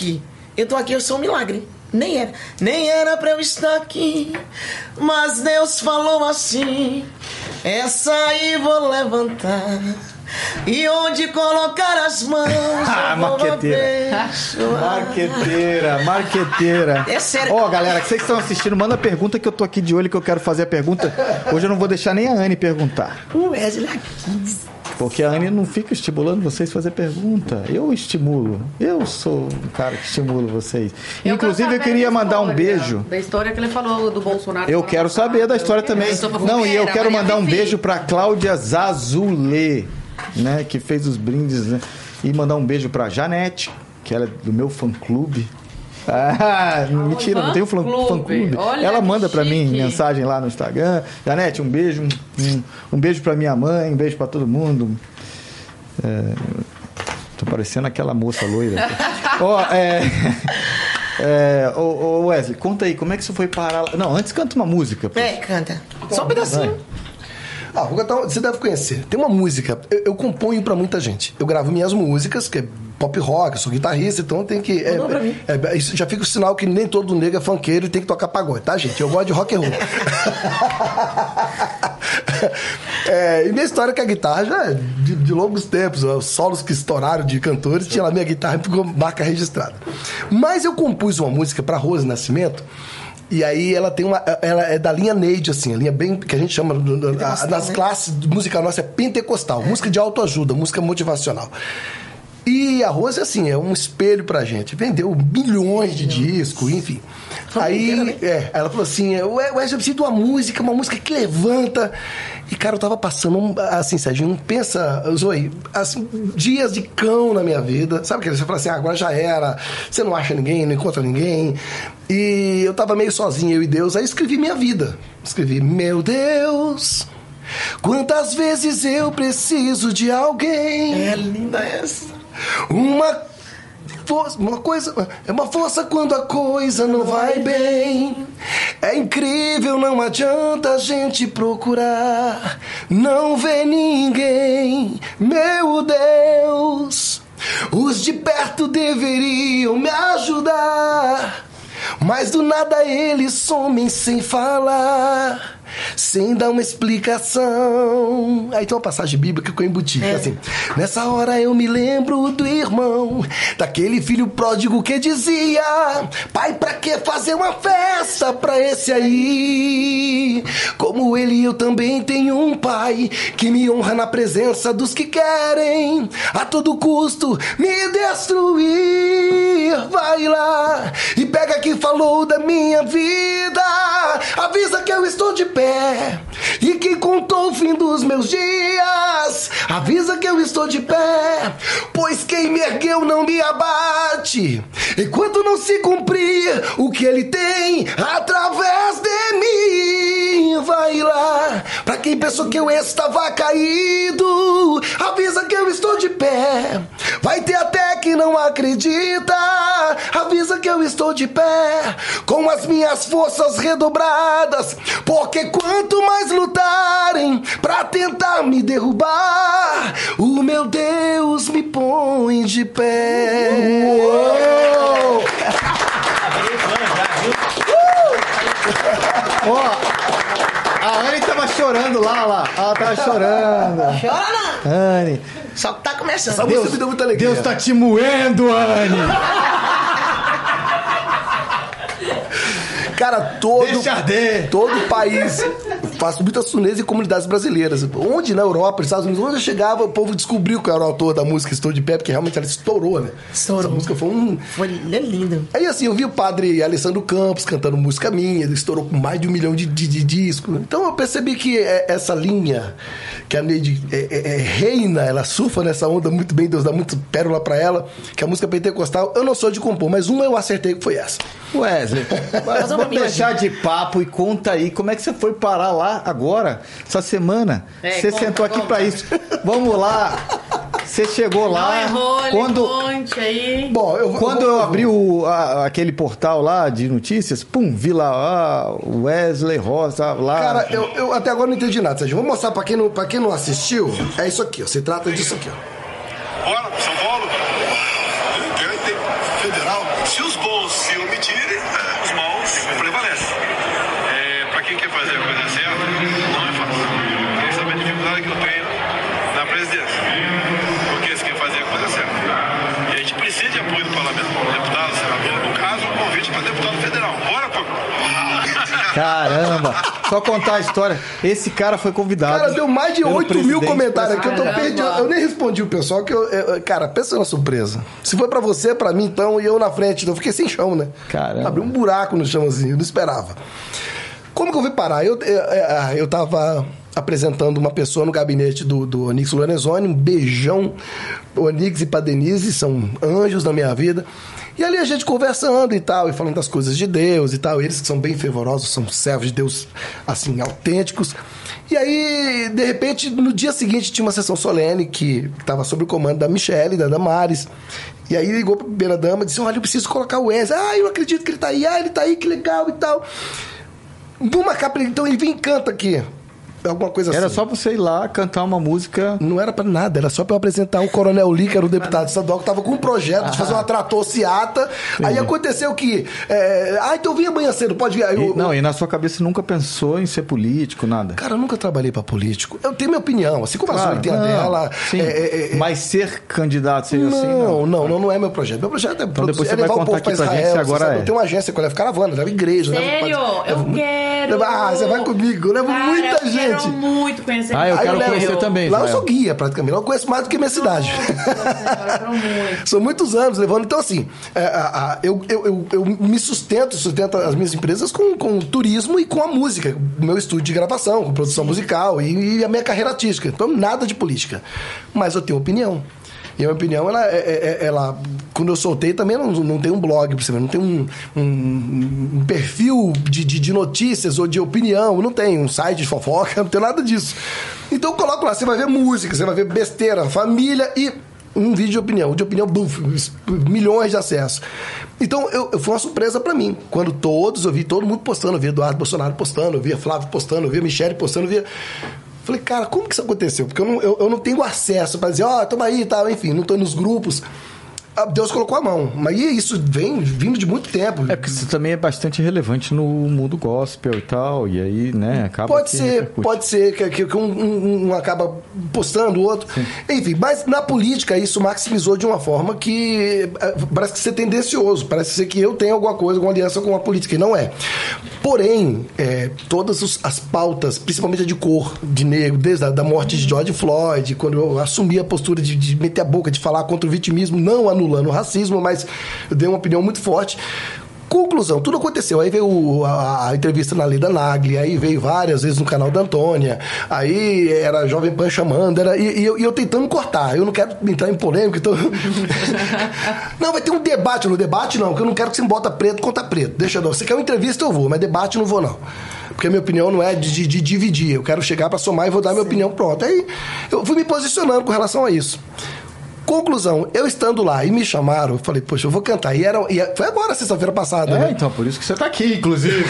eu tô aqui, eu sou um milagre. Nem era, nem era pra eu estar aqui, mas Deus falou assim: essa aí vou levantar, e onde colocar as mãos. Ah, marqueteira. Marqueteira, marqueteira. É sério. Ó, oh, galera, que vocês que estão assistindo, manda pergunta que eu tô aqui de olho, que eu quero fazer a pergunta. Hoje eu não vou deixar nem a Anne perguntar. O Wesley aqui. Porque a Anne não fica estimulando vocês a fazer pergunta. Eu estimulo. Eu sou um cara que estimulo vocês. Eu Inclusive, eu queria mandar um beijo. Da história que ele falou do Bolsonaro. Eu quero saber da história também. Não, e eu quero mandar um beijo pra Cláudia Zazulê, né, que fez os brindes, né? E mandar um beijo pra Janete, que ela é do meu fã-clube. Ah, mentira, não tem um fã-clube. Ela manda pra mim mensagem lá no Instagram. Janete, um beijo, um, um beijo pra minha mãe, um beijo pra todo mundo. É, tô parecendo aquela moça loira. Ó, oh, é... É, ô, ô Wesley, conta aí, como é que você foi parar lá? Não, antes canta uma música. Pô. É, canta. Só um pedacinho. Ah, vou cantar, você deve conhecer. Tem uma música, eu, eu componho pra muita gente. Eu gravo minhas músicas, que é pop rock, eu sou guitarrista, então tem que... É, pra mim. É, é, isso já fica o sinal que nem todo negro é funkeiro e tem que tocar pagode, tá, gente? Eu gosto de rock and roll. É, e minha história com a guitarra já é de, de longos tempos. Os solos que estouraram de cantores, tinha lá minha guitarra e ficou marca registrada. Mas eu compus uma música pra Rose Nascimento. E aí ela tem uma... Ela é da linha Neide, assim, a linha bem... Que a gente chama... A, nas né? classes de música nossa é pentecostal. É. Música de autoajuda, música motivacional. E a Rose, assim, é um espelho pra gente. Vendeu milhões de discos, enfim. Aí, inteira, né? é, ela falou assim, Ué, eu preciso de uma música, uma música que levanta. E, cara, eu tava passando, assim, Sérgio, não pensa, Zoe, assim, dias de cão na minha vida. Sabe aquele? Você fala assim, ah, agora já era, você não acha ninguém, não encontra ninguém. E eu tava meio sozinho, eu e Deus. Aí escrevi minha vida. Escrevi, meu Deus, quantas vezes eu preciso de alguém. É linda essa. Uma força, uma coisa, é uma força quando a coisa não vai bem. É incrível, não adianta a gente procurar, não vê ninguém. Meu Deus, os de perto deveriam me ajudar, mas do nada eles somem sem falar, sem dar uma explicação. Aí tem uma passagem bíblica que eu embuti, é. assim: nessa hora eu me lembro do irmão, daquele filho pródigo que dizia, pai, pra que fazer uma festa pra esse aí? Como ele, eu também tenho um pai que me honra na presença dos que querem a todo custo me destruir. Vai lá e pega quem falou da minha vida, avisa que eu estou de pé, e quem contou o fim dos meus dias, avisa que eu estou de pé, pois quem me ergueu não me abate, enquanto não se cumprir o que ele tem através de mim. Vai lá, pra quem pensou que eu estava caído, avisa que eu estou de pé. Vai ter até que não acredita, avisa que eu estou de pé, com as minhas forças redobradas, porque quanto mais lutarem pra tentar me derrubar, o meu Deus me põe de pé. Uou! Ó, a Anne tava chorando lá, lá. Ela tava chorando. Chora não. Anne. Só que tá começando. Essa música me deu muita alegria. Deus tá te moendo, Anne. Cara, todo, Deixa arder. todo o país, faço muitas turnês em comunidades brasileiras. Onde na Europa, nos Estados Unidos, onde eu chegava, o povo descobriu que eu era o autor da música Estou de Pé, porque realmente ela estourou, né? Estourou. Essa música foi um... Foi lindo. Aí assim, eu vi o padre Alessandro Campos cantando música minha, ele estourou com mais de um milhão de, de, de discos. Então eu percebi que é, essa linha, que a Neide é, é, é, reina, ela surfa nessa onda muito bem, Deus dá muito pérola pra ela, que a música pentecostal, eu não sou de compor, mas uma eu acertei que foi essa. Wesley, vamos deixar de papo e conta aí como é que você foi parar lá agora, essa semana. É, você conta, sentou aqui conta. pra isso. Vamos lá. Você chegou lá. Não errou, quando conte aí. Bom, eu, quando eu, eu, eu abri o, a, aquele portal lá de notícias, pum, vi lá, ah, Wesley Rosa lá. Cara, eu, eu até agora não entendi nada, Sérgio. Vou mostrar pra quem não, pra quem não assistiu. É isso aqui, ó. Se trata disso aqui, ó. Bora, São Paulo. Tem federal. Se os deputado federal. Bora, pô. Caramba! Só contar a história. Esse cara foi convidado. Cara, deu mais de pelo oito mil presidente comentários aqui. Eu tô Caramba. perdido. Eu nem respondi o pessoal, que eu, eu- Cara, pensa na surpresa. Se foi pra você, pra mim, então, e eu na frente. Então eu fiquei sem chão, né? Caramba. Abriu um buraco no chão assim, eu não esperava. Como que eu fui parar? Eu, eu, eu, eu tava apresentando uma pessoa no gabinete do, do Onix Lorenzoni, um beijão. O Onix e pra Denise são anjos na minha vida. E ali a gente conversando e tal, e falando das coisas de Deus e tal. Eles que são bem fervorosos, são servos de Deus, assim, autênticos. E aí, de repente, no dia seguinte tinha uma sessão solene que estava sob o comando da Michele, da Damares. E aí ligou pra primeira dama e disse, olha, eu preciso colocar o Wesley. Ah, eu não acredito que ele tá aí. Ah, ele tá aí, que legal e tal. Vamos marcar pra ele. Então ele vem e canta aqui. Alguma coisa Era assim. só você ir lá cantar uma música. Não era pra nada, era só pra eu apresentar o Coronel Lee, que era o deputado estadual, que tava com um projeto de fazer uma trator-ciata. Aí aconteceu que... É, ah, então vem amanhã cedo, pode vir. Aí, E, eu- não, e na sua cabeça você nunca pensou em ser político, nada? Cara, eu nunca trabalhei pra político. Eu tenho minha opinião, assim como a Claro, Zoe tem a não, dela. Sim. é, é, é, Mas ser candidato seja assim, não, não. não, não, não é meu projeto. Meu projeto é, Então depois é você vai levar o contar povo pra aqui pra Israel. gente se você agora sabe, é. Eu tenho uma agência que eu levo caravana, levo igreja. Sério? Levo, Eu levo- quero. levo- ah, você vai comigo. Eu levo Cara, muita eu gente. quero muito conhecer. Ah, eu Aí quero levo- conhecer também, Lá eu Israel. sou guia, praticamente. Eu conheço mais do que minha cidade. Eu quero muito. São muitos anos levando. Então, assim, é, a- a- eu, eu, eu, eu me sustento, sustento as minhas empresas com, com o turismo e com a música. O meu estúdio de gravação, com produção musical e, e a minha carreira artística. Então, nada de política. Mas eu tenho opinião. E a minha opinião, ela, é- é- ela quando eu soltei, também não, não tem um blog, pra você ver, não tem um, um- um perfil de, de, de notícias ou de opinião, não tem um site de fofoca, não tem nada disso. Então eu coloco lá, você vai ver música, você vai ver besteira, família e um vídeo de opinião. De opinião, buf, milhões de acessos. Então, eu, eu- foi uma surpresa pra mim. Quando todos, eu vi todo mundo postando, eu vi Eduardo Bolsonaro postando, eu via Flávio postando, eu via Michele postando, eu via... Falei, cara, como que isso aconteceu? Porque eu não, eu, eu não tenho acesso pra dizer, ó, oh, toma aí e tal, enfim, não tô nos grupos. Ah, Deus colocou a mão. Mas isso vem vindo de muito tempo. É porque você também é bastante relevante no mundo gospel e tal, e aí, né, acaba Pode que ser, repercute. pode ser que, que- que um, um- um acaba postando o outro. Enfim, mas na política isso maximizou de uma forma que eh, parece que ser tendencioso, parece ser que eu tenho alguma coisa, alguma aliança com a política, e não é. Porém, eh, todas os- as pautas, principalmente a de cor, de negro, desde a da morte de George Floyd, quando eu assumi a postura de, de meter a boca, de falar contra o vitimismo, não anulando o racismo, mas eu dei uma opinião muito forte. Conclusão, tudo aconteceu. Aí veio o- a, a entrevista na Leda Nagli, aí veio várias vezes no canal da Antônia, aí era a Jovem Pan chamando, era, e, e eu, e eu tentando cortar. Eu não quero entrar em polêmica, então... Não, vai ter um debate. No debate não, porque eu não quero que você bota preto contra preto. Deixa eu... Você quer uma entrevista, eu vou, mas debate não vou, não. Porque a minha opinião não é de, de- de dividir. Eu quero chegar pra somar e vou dar minha opinião pronta. Aí eu fui me posicionando com relação a isso. Conclusão, eu estando lá e me chamaram, eu falei, poxa, eu vou cantar. E era, e foi agora, sexta-feira passada, É, né? então, por isso que você tá aqui, inclusive.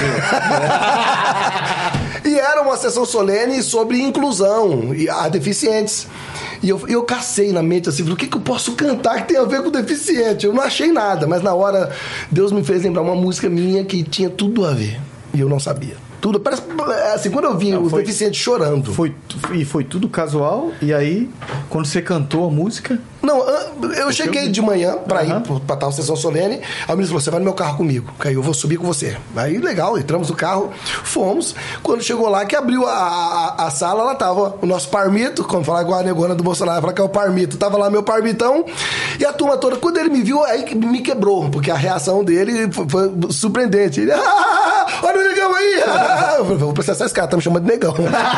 E era uma sessão solene sobre inclusão e a deficientes. E eu, eu cacei na mente assim, falei, o que, que eu posso cantar que tem a ver com deficiente? Eu não achei nada, mas na hora Deus me fez lembrar uma música minha que tinha tudo a ver. E eu não sabia. Tudo, parece, assim, quando eu vi Não, os foi- deficientes chorando. Foi, e foi tudo casual, e aí, quando você cantou a música... Não, eu cheguei de manhã pra ir Aham. pro- pra tal sessão solene. Aí o ministro falou: você vai no meu carro comigo, que aí eu vou subir com você. Aí legal, entramos no carro, fomos. Quando chegou lá, que abriu a, a, a sala, lá tava o nosso parmito, como falar igual a negona do Bolsonaro, falar que é o parmito. Tava lá meu parmitão e a turma toda. Quando ele me viu, aí que me quebrou, porque a reação dele foi, foi surpreendente. Ele, ah, olha o negão aí! Ah, eu falei, vou processar esse cara, tá me chamando de negão.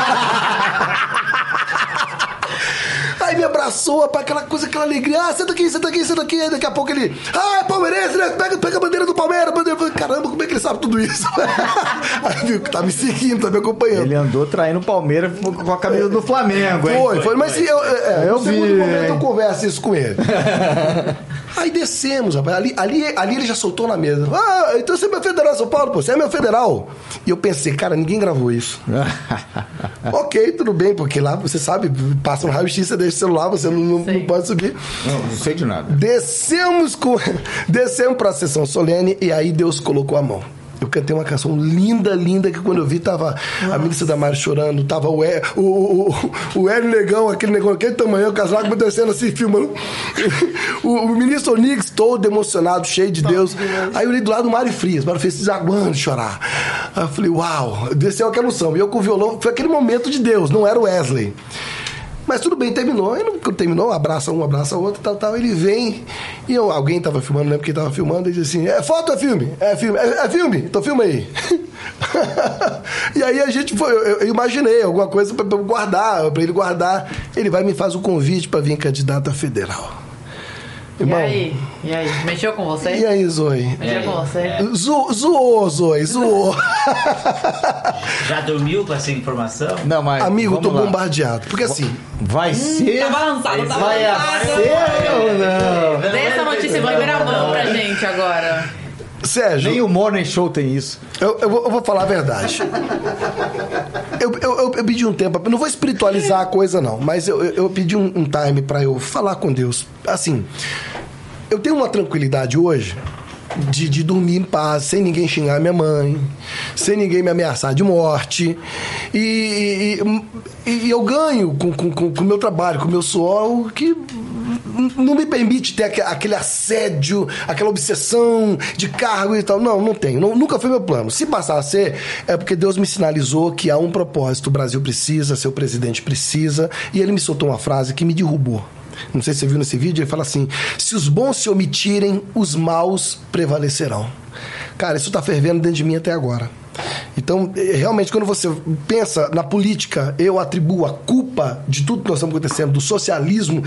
Aí me abraçou para aquela coisa, aquela alegria. Ah, senta aqui, senta aqui, senta aqui. Aí daqui a pouco ele, ah, é palmeirense, né? Pega, pega a bandeira do Palmeiras. Bandeira. Eu falei, caramba, como é que ele sabe tudo isso? Aí viu que tá me seguindo, tá me acompanhando. Ele andou traindo o Palmeiras com a camisa do Flamengo, hein? Foi, foi, mas eu, é, Eu no segundo vi, momento eu hein? converso isso com ele. Aí descemos, rapaz. Ali, ali, ali ele já soltou na mesa. Ah, então você é meu federal, São Paulo, pô, você é meu federal. E eu pensei, cara, ninguém gravou isso. Ok, tudo bem, porque lá você sabe, passa um raio-x, você deixa o celular, você não, não, não pode subir. Não, não sei de nada. Descemos com, descemos pra sessão solene e aí Deus colocou a mão. eu cantei uma canção linda, linda, que quando eu vi tava Nossa. a Melissa Damares chorando, tava o, e, o, o, o Hélio Negão, aquele negão, aquele tamanho, o casaco descendo assim, filmando. O, o ministro Onix todo emocionado, cheio de Deus. Aí eu olhei do lado do Mário Frias, Mário Frias desaguando de chorar. Aí eu falei, uau, desceu aquela emoção. E eu com o violão, foi aquele momento de Deus, não era o Wesley. Mas tudo bem, terminou. E quando terminou, abraça um, abraça outro, tal, tal. Ele vem e eu, alguém tava filmando, não lembro quem tava filmando, e disse assim, é foto ou é filme? É filme. É, é filme? Então filma aí. E aí a gente foi, eu, eu imaginei alguma coisa pra, pra guardar, pra ele guardar. Ele vai e me faz o convite pra vir candidato a federal. Irmão, e aí? E aí? Mexeu com você? E aí, Zoe? Mexeu com você? Zo, zoou, Zoe, zoou. Já dormiu com essa informação? Não, mas amigo, tô lá. bombardeado. Porque assim... Vai hum, ser... Tá balançado, tá vai balançado. ser ou não? Dê essa notícia em primeira mão pra gente agora. Sérgio... Nem o Morning Show tem isso. Eu, eu, vou, eu vou falar a verdade. eu, eu, eu, eu pedi um tempo... Eu não vou espiritualizar a coisa, não. Mas eu, eu, eu pedi um, um time pra eu falar com Deus. Assim... Eu tenho uma tranquilidade hoje de, de dormir em paz, sem ninguém xingar minha mãe, sem ninguém me ameaçar de morte. E, e, e eu ganho com o com, com, com meu trabalho, com o meu suor, que não me permite ter aquele assédio, aquela obsessão de cargo e tal. Não, não tenho. Não, nunca foi meu plano. Se passar a ser, é porque Deus me sinalizou que há um propósito. O Brasil precisa, seu presidente precisa. E ele me soltou uma frase que me derrubou. Não sei se você viu nesse vídeo, ele fala assim: se os bons se omitirem, os maus prevalecerão. Cara, isso tá fervendo dentro de mim até agora. Então, realmente, quando você pensa na política, eu atribuo a culpa de tudo que nós estamos acontecendo, do socialismo,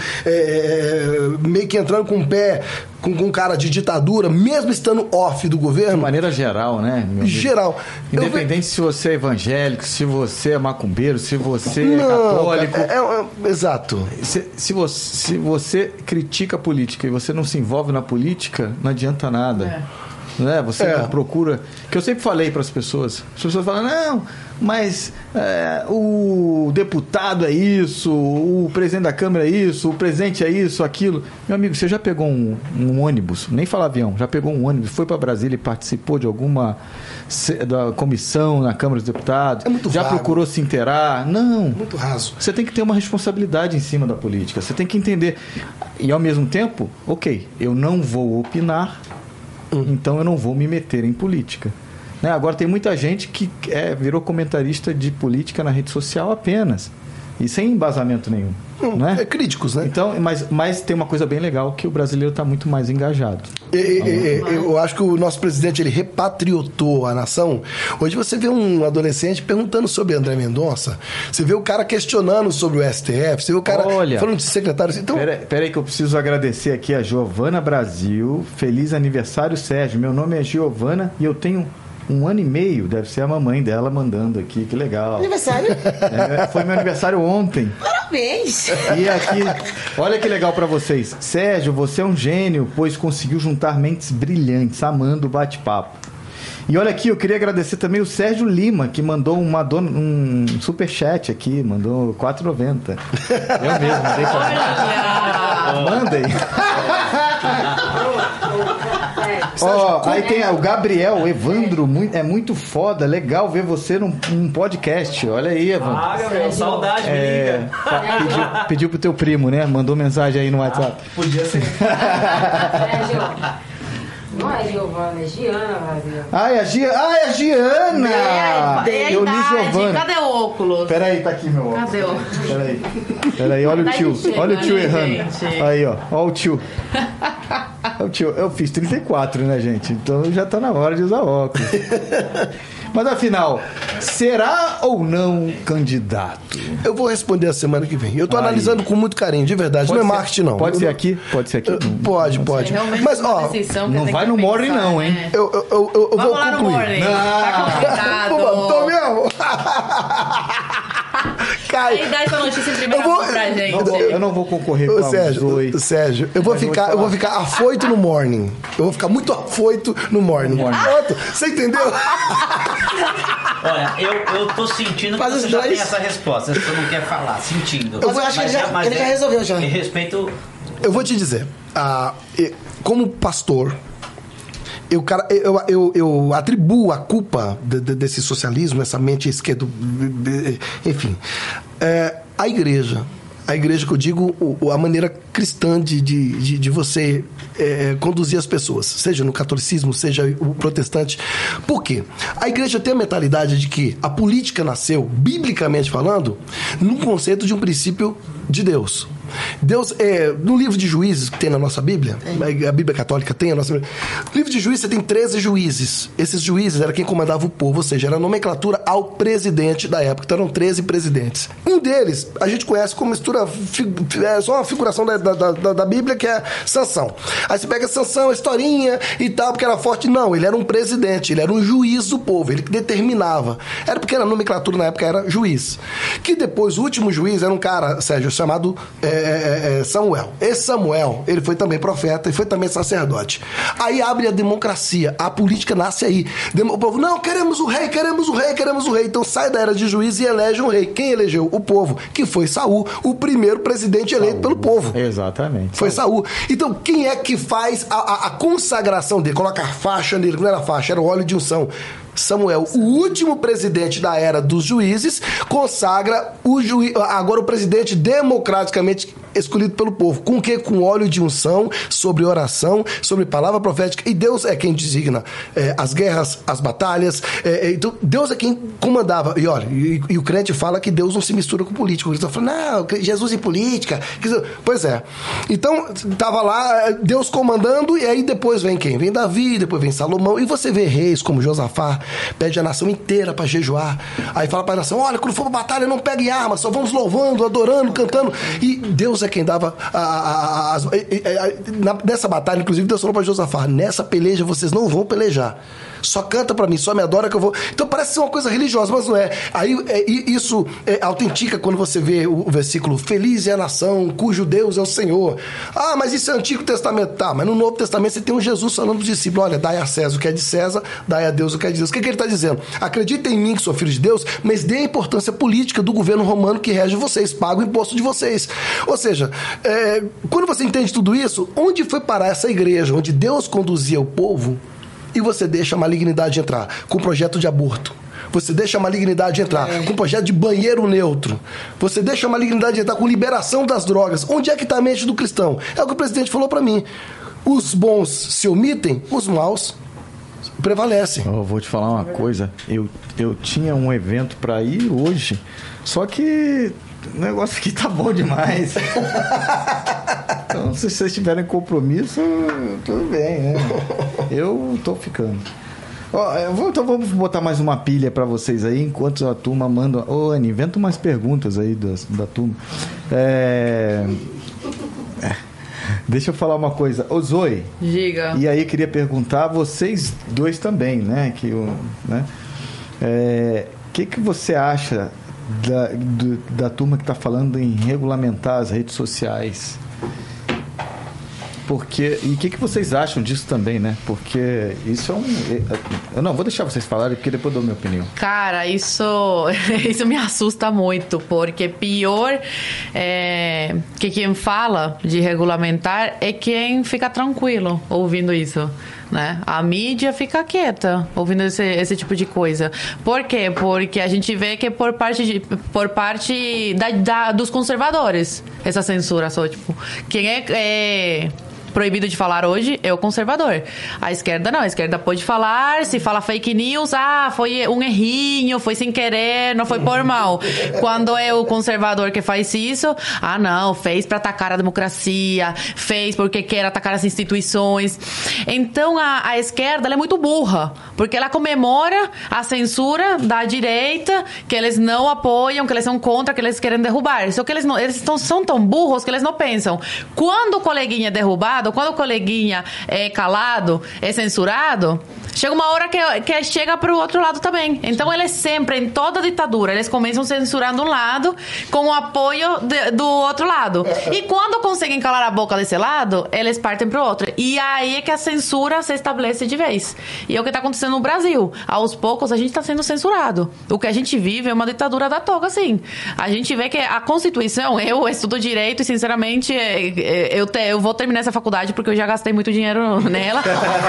é, meio que entrando com o pé, com, com cara de ditadura, mesmo estando off do governo. De maneira geral, né? Meu geral. Independente ve... se você é evangélico, se você é macumbeiro, se você Não, é católico. É, é, é, exato. Se, se, você, se você critica a política e você não se envolve na política, não adianta nada. É. Né? Você é. procura... Que eu sempre falei para as pessoas. As pessoas falam, não, mas é, o deputado é isso, o presidente da Câmara é isso, o presidente é isso, aquilo. Meu amigo, você já pegou um, um ônibus, nem fala avião, já pegou um ônibus, foi para Brasília e participou de alguma da comissão na Câmara dos Deputados? É muito já vago. Procurou se inteirar? Não. Muito raso. Você tem que ter uma responsabilidade em cima da política. Você tem que entender. E ao mesmo tempo, ok, eu não vou opinar, então eu não vou me meter em política. Né? Agora tem muita gente que é, virou comentarista de política na rede social apenas. E sem embasamento nenhum. Hum, né? É críticos, né? Então, mas, mas tem uma coisa bem legal, que o brasileiro está muito mais engajado. E, e, e, eu acho que o nosso presidente, ele repatriotou a nação. Hoje você vê um adolescente perguntando sobre André Mendonça, você vê o cara questionando sobre o S T F, você vê o cara Olha, falando de secretário. Então... Pera, pera aí que eu preciso agradecer aqui a Giovana Brasil. Feliz aniversário, Sérgio. Meu nome é Giovana e eu tenho um ano e meio, deve ser a mamãe dela mandando aqui, que legal. Aniversário? É, foi meu aniversário ontem. Parabéns! E aqui, olha que legal pra vocês. Sérgio, você é um gênio, pois conseguiu juntar mentes brilhantes, amando o bate-papo. E olha aqui, eu queria agradecer também o Sérgio Lima, que mandou uma dona, um superchat aqui, mandou quatro reais e noventa centavos. Eu mesmo, mandei pra mim. Mandem. Ó, oh, aí tem o Gabriel, o Evandro, muito, é muito foda, legal ver você num, num podcast. Olha aí, Evandro. Ah, Gabriel, saudade, é, liga. Pediu, pediu pro teu primo, né? Mandou mensagem aí no WhatsApp. Ah, podia ser. Sérgio, não é Giovana, é Giana, Brasil. Ah, é a, Gia... ah, é a Giana! É, eu li Giovana. Cadê o óculos? Peraí, tá aqui meu óculos. Cadê o óculos? Peraí. Peraí, olha o tio. Olha o tio errando. Gente. Aí, ó. Olha o tio. O tio. Eu fiz trinta e quatro, né, gente? Então já tá na hora de usar óculos. Mas afinal, será ou não candidato? Eu vou responder a semana que vem. Eu tô Aí. analisando com muito carinho, de verdade. Pode não é ser, marketing, não. Pode eu, ser aqui? Pode ser aqui? Eu, pode, pode. Realmente Mas, uma ó, decisão que não tem vai que no pensar, morning não, hein? né? eu, eu, eu, eu Vamos vou lá concluir. no morning. Não. Tá Pô, complicado. tô mesmo? Cai. Aí dá essa notícia em primeira Eu vou- mão pra gente. Não vou- eu não vou concorrer Ô, com a Sérgio, Zoe. ô, Sérgio, eu vou Mas eu vou ficar, te eu vou falar. ficar afoito no morning. Eu vou ficar muito afoito no morning. morning. Pronto, você entendeu? Olha, eu, eu tô sentindo Faz que os você já dois. tem essa resposta. Você não quer falar, sentindo. Mas eu acho que ele já- ele já resolveu já. Em respeito... Eu vou te dizer, ah, e- como pastor, eu, cara, eu, eu, eu atribuo a culpa de, de, desse socialismo, essa mente esquerda, enfim, é, à igreja. A igreja que eu digo, a maneira cristã de, de, de você é, conduzir as pessoas, seja no catolicismo, seja o protestante. Por quê? A igreja tem a mentalidade de que a política nasceu, biblicamente falando, num conceito de um princípio de Deus. Deus, é, no livro de Juízes, que tem na nossa Bíblia, a Bíblia Católica tem a nossa Bíblia, no livro de Juízes você tem treze juízes. Esses juízes eram quem comandava o povo, ou seja, era a nomenclatura ao presidente da época. Então eram treze presidentes. Um deles, a gente conhece como mistura, é só uma figuração da, da, da, da Bíblia, que é Sansão. Aí você pega Sansão, a historinha e tal, porque era forte. Não, ele era um presidente, ele era um juiz do povo, ele que determinava. Era porque a nomenclatura na época era juiz. Que depois, o último juiz era um cara, Sérgio, chamado... É, É, é, Samuel. Esse Samuel, ele foi também profeta e foi também sacerdote. Aí abre a democracia, a política nasce aí. O povo, não, queremos o rei, queremos o rei, queremos o rei. Então sai da era de juiz e elege um rei. Quem elegeu? O povo, que foi Saul, o primeiro presidente eleito Saul. Pelo povo. Exatamente. Foi Saul. Então quem é que faz a, a, a consagração dele? Coloca a faixa nele, não era faixa, era o óleo de unção. Samuel, o último presidente da era dos juízes, consagra o juiz, agora o presidente democraticamente escolhido pelo povo. Com o quê? Com óleo de unção, sobre oração, sobre palavra profética. E Deus é quem designa é, as guerras, as batalhas. É, então, Deus é quem comandava. E olha, e, e o crente fala que Deus não se mistura com político. Eles estão falando, não, Jesus e política. Pois é. Então, estava lá Deus comandando, e aí depois vem quem? Vem Davi, depois vem Salomão. E você vê reis como Josafá, pede a nação inteira para jejuar. Aí fala para a nação, olha, quando for pra batalha, não pegue arma, só vamos louvando, adorando, cantando. E Deus é quem dava a, a, a, a, a, nessa batalha, inclusive Deus falou para Josafá, nessa peleja vocês não vão pelejar, só canta para mim, só me adora que eu vou. Então parece ser uma coisa religiosa, mas não é. Aí é, isso é, autentica quando você vê o, o versículo, feliz é a nação cujo Deus é o Senhor. Ah, mas isso é Antigo Testamento. Tá, mas no Novo Testamento você tem um Jesus falando para os discípulos, olha, dai a César o que é de César, dai a Deus o que é de Deus. O que, é que ele está dizendo? Acredita em mim que sou filho de Deus, mas dê a importância política do governo romano que rege vocês, paga o imposto de vocês. Ou seja, é, quando você entende tudo isso, onde foi parar essa igreja, onde Deus conduzia o povo, e você deixa a malignidade entrar com o projeto de aborto? Você deixa a malignidade entrar é. com o projeto de banheiro neutro? Você deixa a malignidade entrar com liberação das drogas? Onde é que está a mente do cristão? É o que o presidente falou para mim. Os bons se omitem, os maus prevalecem. Eu vou te falar uma coisa. Eu, eu tinha um evento para ir hoje, só que o negócio aqui tá bom demais. Então, se vocês tiverem compromisso, tudo bem, né? Eu tô ficando. Ó, eu vou, então vamos botar mais uma pilha pra vocês aí, enquanto a turma manda... Ô, Anny, inventa umas perguntas aí da, da turma. É... é... Deixa eu falar uma coisa. Ô, Zoe. Diga. E aí, queria perguntar, vocês dois também, né? Que o né? É... que, que você acha da, do, da turma que está falando em regulamentar as redes sociais? Porque, e o que, que vocês acham disso também, né? Porque isso é um... Eu não, vou deixar vocês falarem, porque depois eu dou minha opinião. Cara, isso, isso me assusta muito, porque pior é, que quem fala de regulamentar é quem fica tranquilo ouvindo isso, né? A mídia fica quieta ouvindo esse, esse tipo de coisa. Por quê? Porque a gente vê que por parte, de, por parte da, da, dos conservadores, essa censura só, tipo, quem é... é proibido de falar hoje é o conservador. A esquerda não, a esquerda pode falar, se fala fake news, ah, foi um errinho, foi sem querer, não foi por mal. Quando é o conservador que faz isso, ah não, fez para atacar a democracia, fez porque quer atacar as instituições. Então a, a esquerda ela é muito burra, porque ela comemora a censura da direita, que eles não apoiam, que eles são contra, que eles querem derrubar. Só que eles, não, eles tão, são tão burros que eles não pensam. Quando o coleguinha é derrubado, quando o coleguinha é calado, é censurado, chega uma hora que, que chega pro outro lado também. Então, eles sempre, em toda ditadura, eles começam censurando um lado com o apoio de, do outro lado. E quando conseguem calar a boca desse lado, eles partem pro outro. E aí é que a censura se estabelece de vez. E é o que tá acontecendo no Brasil. Aos poucos, a gente tá sendo censurado. O que a gente vive é uma ditadura da toga, sim. A gente vê que a Constituição, eu estudo direito e, sinceramente, eu, te, eu vou terminar essa faculdade porque eu já gastei muito dinheiro nela.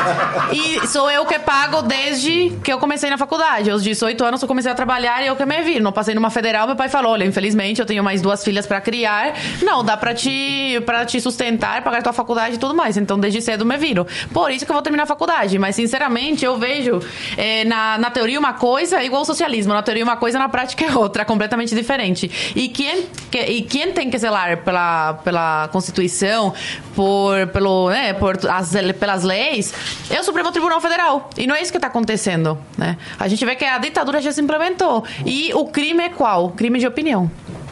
E sou eu que pago desde que eu comecei na faculdade. Aos dezoito anos eu comecei a trabalhar e eu que me vi. Não passei numa federal, meu pai falou, olha, infelizmente eu tenho mais duas filhas pra criar. Não, dá pra te, pra te sustentar, pagar tua faculdade e tudo mais. Então, desde cedo me viro. Por isso que eu vou terminar a faculdade. Mas, sinceramente, eu vejo é, na, na teoria uma coisa igual ao socialismo. Na teoria uma coisa, na prática é outra, completamente diferente. E quem, que, e quem tem que zelar pela, pela Constituição, por, pelo, né, por as, pelas leis, é o Supremo Tribunal Federal. E não é isso que está acontecendo, né? A gente vê que a ditadura já se implementou. E o crime é qual? Crime de opinião.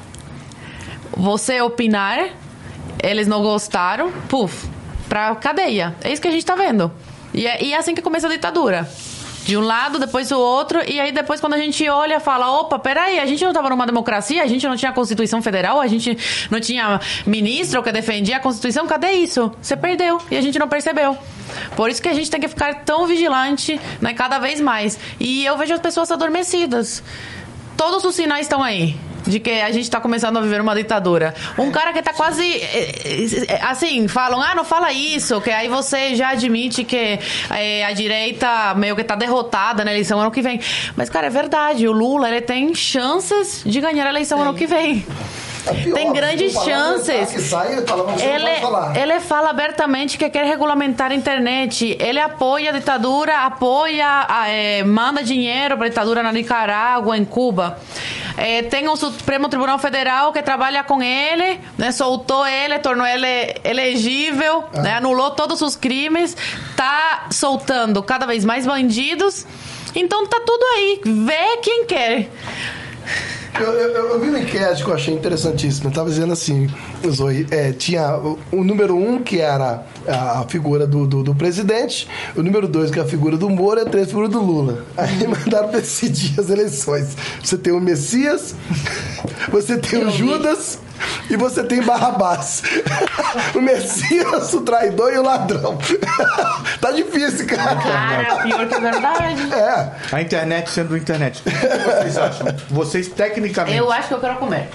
Você opinar, eles não gostaram, puf, pra cadeia. É isso que a gente está vendo. E é, e é assim que começa a ditadura. De um lado, depois do outro, e aí depois quando a gente olha, fala, opa, peraí, a gente não estava numa democracia, a gente não tinha Constituição Federal, a gente não tinha ministro que defendia a Constituição, cadê isso? Você perdeu, e a gente não percebeu. Por isso que a gente tem que ficar tão vigilante, né, cada vez mais. E eu vejo as pessoas adormecidas. Todos os sinais estão aí de que a gente está começando a viver uma ditadura. Um cara que está quase... Assim, falam, ah, não fala isso, que aí você já admite que é, a direita meio que está derrotada na eleição ano que vem. Mas, cara, é verdade. O Lula, ele tem chances de ganhar a eleição Sim. ano que vem. É pior, tem grandes chances. Que sai, fala, ele, ele fala abertamente que quer regulamentar a internet. Ele apoia a ditadura, apoia, é, manda dinheiro para a ditadura na Nicarágua, em Cuba. É, tem o Supremo Tribunal Federal que trabalha com ele, né, soltou ele, tornou ele elegível, ah. né, anulou todos os crimes, tá soltando cada vez mais bandidos. Então tá tudo aí. Vê quem quer. Eu, eu, eu vi uma enquete que eu achei interessantíssima. Estava dizendo assim, Zoe, é, tinha o, o número um, que era a, a figura do, do, do presidente, o número dois, que é a figura do Moro, e a três, a figura do Lula. Aí mandaram decidir as eleições. Você tem o Messias, você tem o Judas e você tem Barrabás. O Messias, o traidor e o ladrão. Tá difícil, cara. Cara, pior que é verdade. É. A internet sendo internet. O que vocês acham? Vocês, tecnicamente... Eu acho que eu quero comer.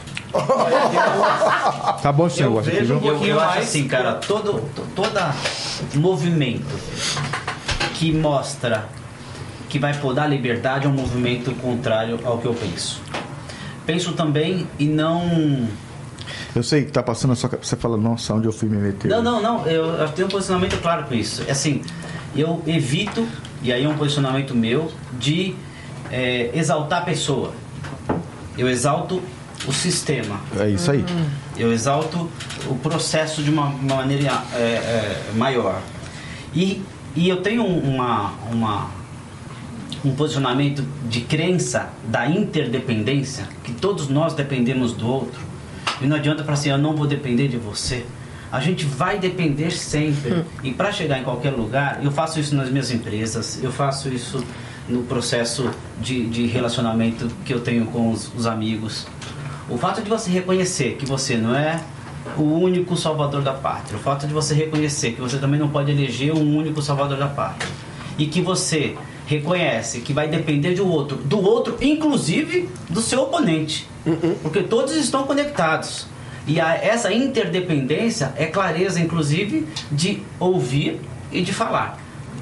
Tá bom, senhor. Eu, vejo um eu, eu acho assim, cara, todo, todo movimento que mostra que vai podar a liberdade é um movimento contrário ao que eu penso. Penso também e não... Eu sei que tá passando a sua cabeça. Você fala, nossa, onde eu fui me meter? Não, não, não. Eu, eu tenho um posicionamento claro com isso. É assim, eu evito, e aí é um posicionamento meu, de é, exaltar a pessoa. Eu exalto o sistema. É isso aí. Eu exalto o processo de uma, uma maneira é, é, maior. E, e eu tenho uma, uma, um posicionamento de crença da interdependência, que todos nós dependemos do outro. E não adianta falar assim, eu não vou depender de você. A gente vai depender sempre. Hum. E para chegar em qualquer lugar, eu faço isso nas minhas empresas, eu faço isso no processo de, de relacionamento que eu tenho com os, os amigos. O fato de você reconhecer que você não é o único salvador da pátria, o fato de você reconhecer que você também não pode eleger um único salvador da pátria, e que você reconhece que vai depender de um outro, do outro, inclusive do seu oponente, uhum. porque todos estão conectados. E a, essa interdependência é clareza, inclusive, de ouvir e de falar.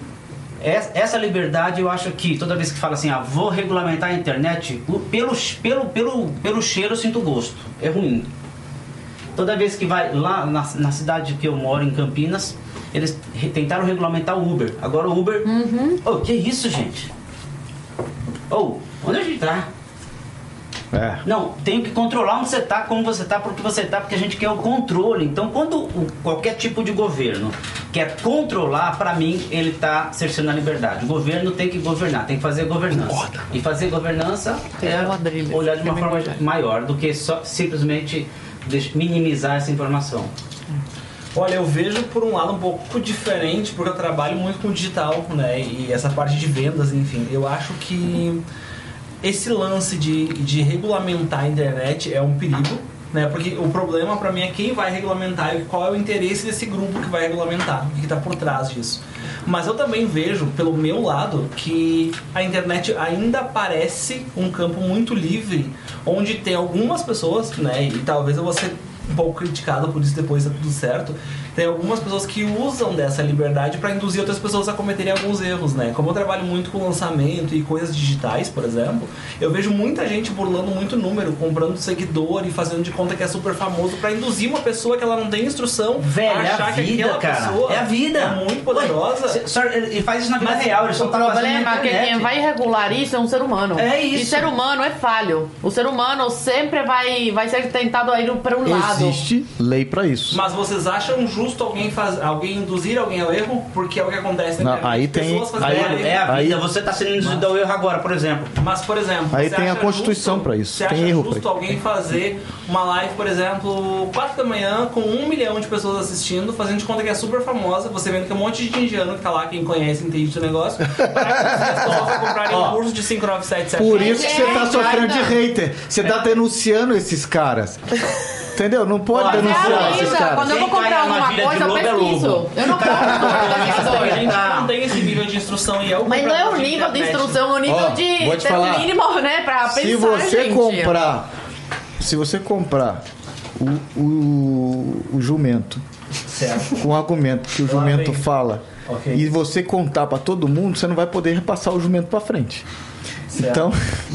Essa liberdade, eu acho que toda vez que fala assim, ah, vou regulamentar a internet, pelo, pelo, pelo, pelo cheiro eu sinto gosto, é ruim. Toda vez que vai lá na, na cidade que eu moro, em Campinas, eles tentaram regulamentar o Uber. Agora o Uber... Uhum. Oh, que isso, gente? Oh, onde a gente tá? É. Não, tenho que controlar onde você tá, como você tá, porque você tá, porque a gente quer o controle. Então, quando o, qualquer tipo de governo quer controlar, pra mim, ele tá cerceando a liberdade. O governo tem que governar, tem que fazer governança. E fazer governança é olhar de uma forma maior do que só simplesmente minimizar essa informação. Olha, eu vejo por um lado um pouco diferente, porque eu trabalho muito com digital, né? E essa parte de vendas, enfim. Eu acho que esse lance de, de regulamentar a internet é um perigo, né? Porque o problema pra mim é quem vai regulamentar e qual é o interesse desse grupo que vai regulamentar, o que está por trás disso. Mas eu também vejo, pelo meu lado, que a internet ainda parece um campo muito livre, onde tem algumas pessoas, né? E talvez eu vou ser um pouco criticado por isso, depois tá tudo certo. Tem algumas pessoas que usam dessa liberdade para induzir outras pessoas a cometerem alguns erros, né? Como eu trabalho muito com lançamento e coisas digitais, por exemplo, eu vejo muita gente burlando muito número, comprando seguidor e fazendo de conta que é super famoso para induzir uma pessoa que ela não tem instrução Velho, a achar é a vida, que aquela cara. pessoa É a vida. é muito poderosa. Ué, só- ele faz isso na vida Mas real, ele só o tá fazendo problema na é que internet. quem vai regular isso é um ser humano. É isso. E ser humano é falho. O ser humano sempre vai, vai ser tentado a ir para um lado. Existe lei pra isso. Mas vocês acham justo alguém, faz, alguém induzir alguém ao erro? Porque é o que acontece na Não, internet. aí tem- Pessoas fazem aí- erro. É a vida, Aí- você tá sendo induzido ao erro agora, por exemplo. Mas, por exemplo, Aí você tem a acha Constituição justo- pra isso. Você Tem acha erro pra justo isso. alguém fazer uma live, por exemplo, quatro da manhã, com um milhão de pessoas assistindo, fazendo de conta que é super famosa, você vendo que é um monte de indiano que tá lá, quem conhece, entende do negócio, para que as pessoas comprarem um curso de Sync nove sete sete. Por isso que você tá Gente, sofrendo de ainda- hater. Você tá denunciando esses caras. Entendeu? Não pode Olha, É denunciar a esses vida. caras. Quando eu vou Quem comprar cai na alguma armadilha coisa, de eu lobo é lobo. pesquiso. Eu não compro Tem no gente que Ah. não tem esse nível de instrução e é o Mas não é o comprador nível de internet. instrução, é o nível Ó, de vou te ter falar. o mínimo, né? Pra pensar, Se você gente. comprar, se você comprar o, o, o jumento Certo. com o argumento que o Lá jumento vem. fala Ok. e você contar pra todo mundo, você não vai poder repassar o jumento pra frente. Certo. Então,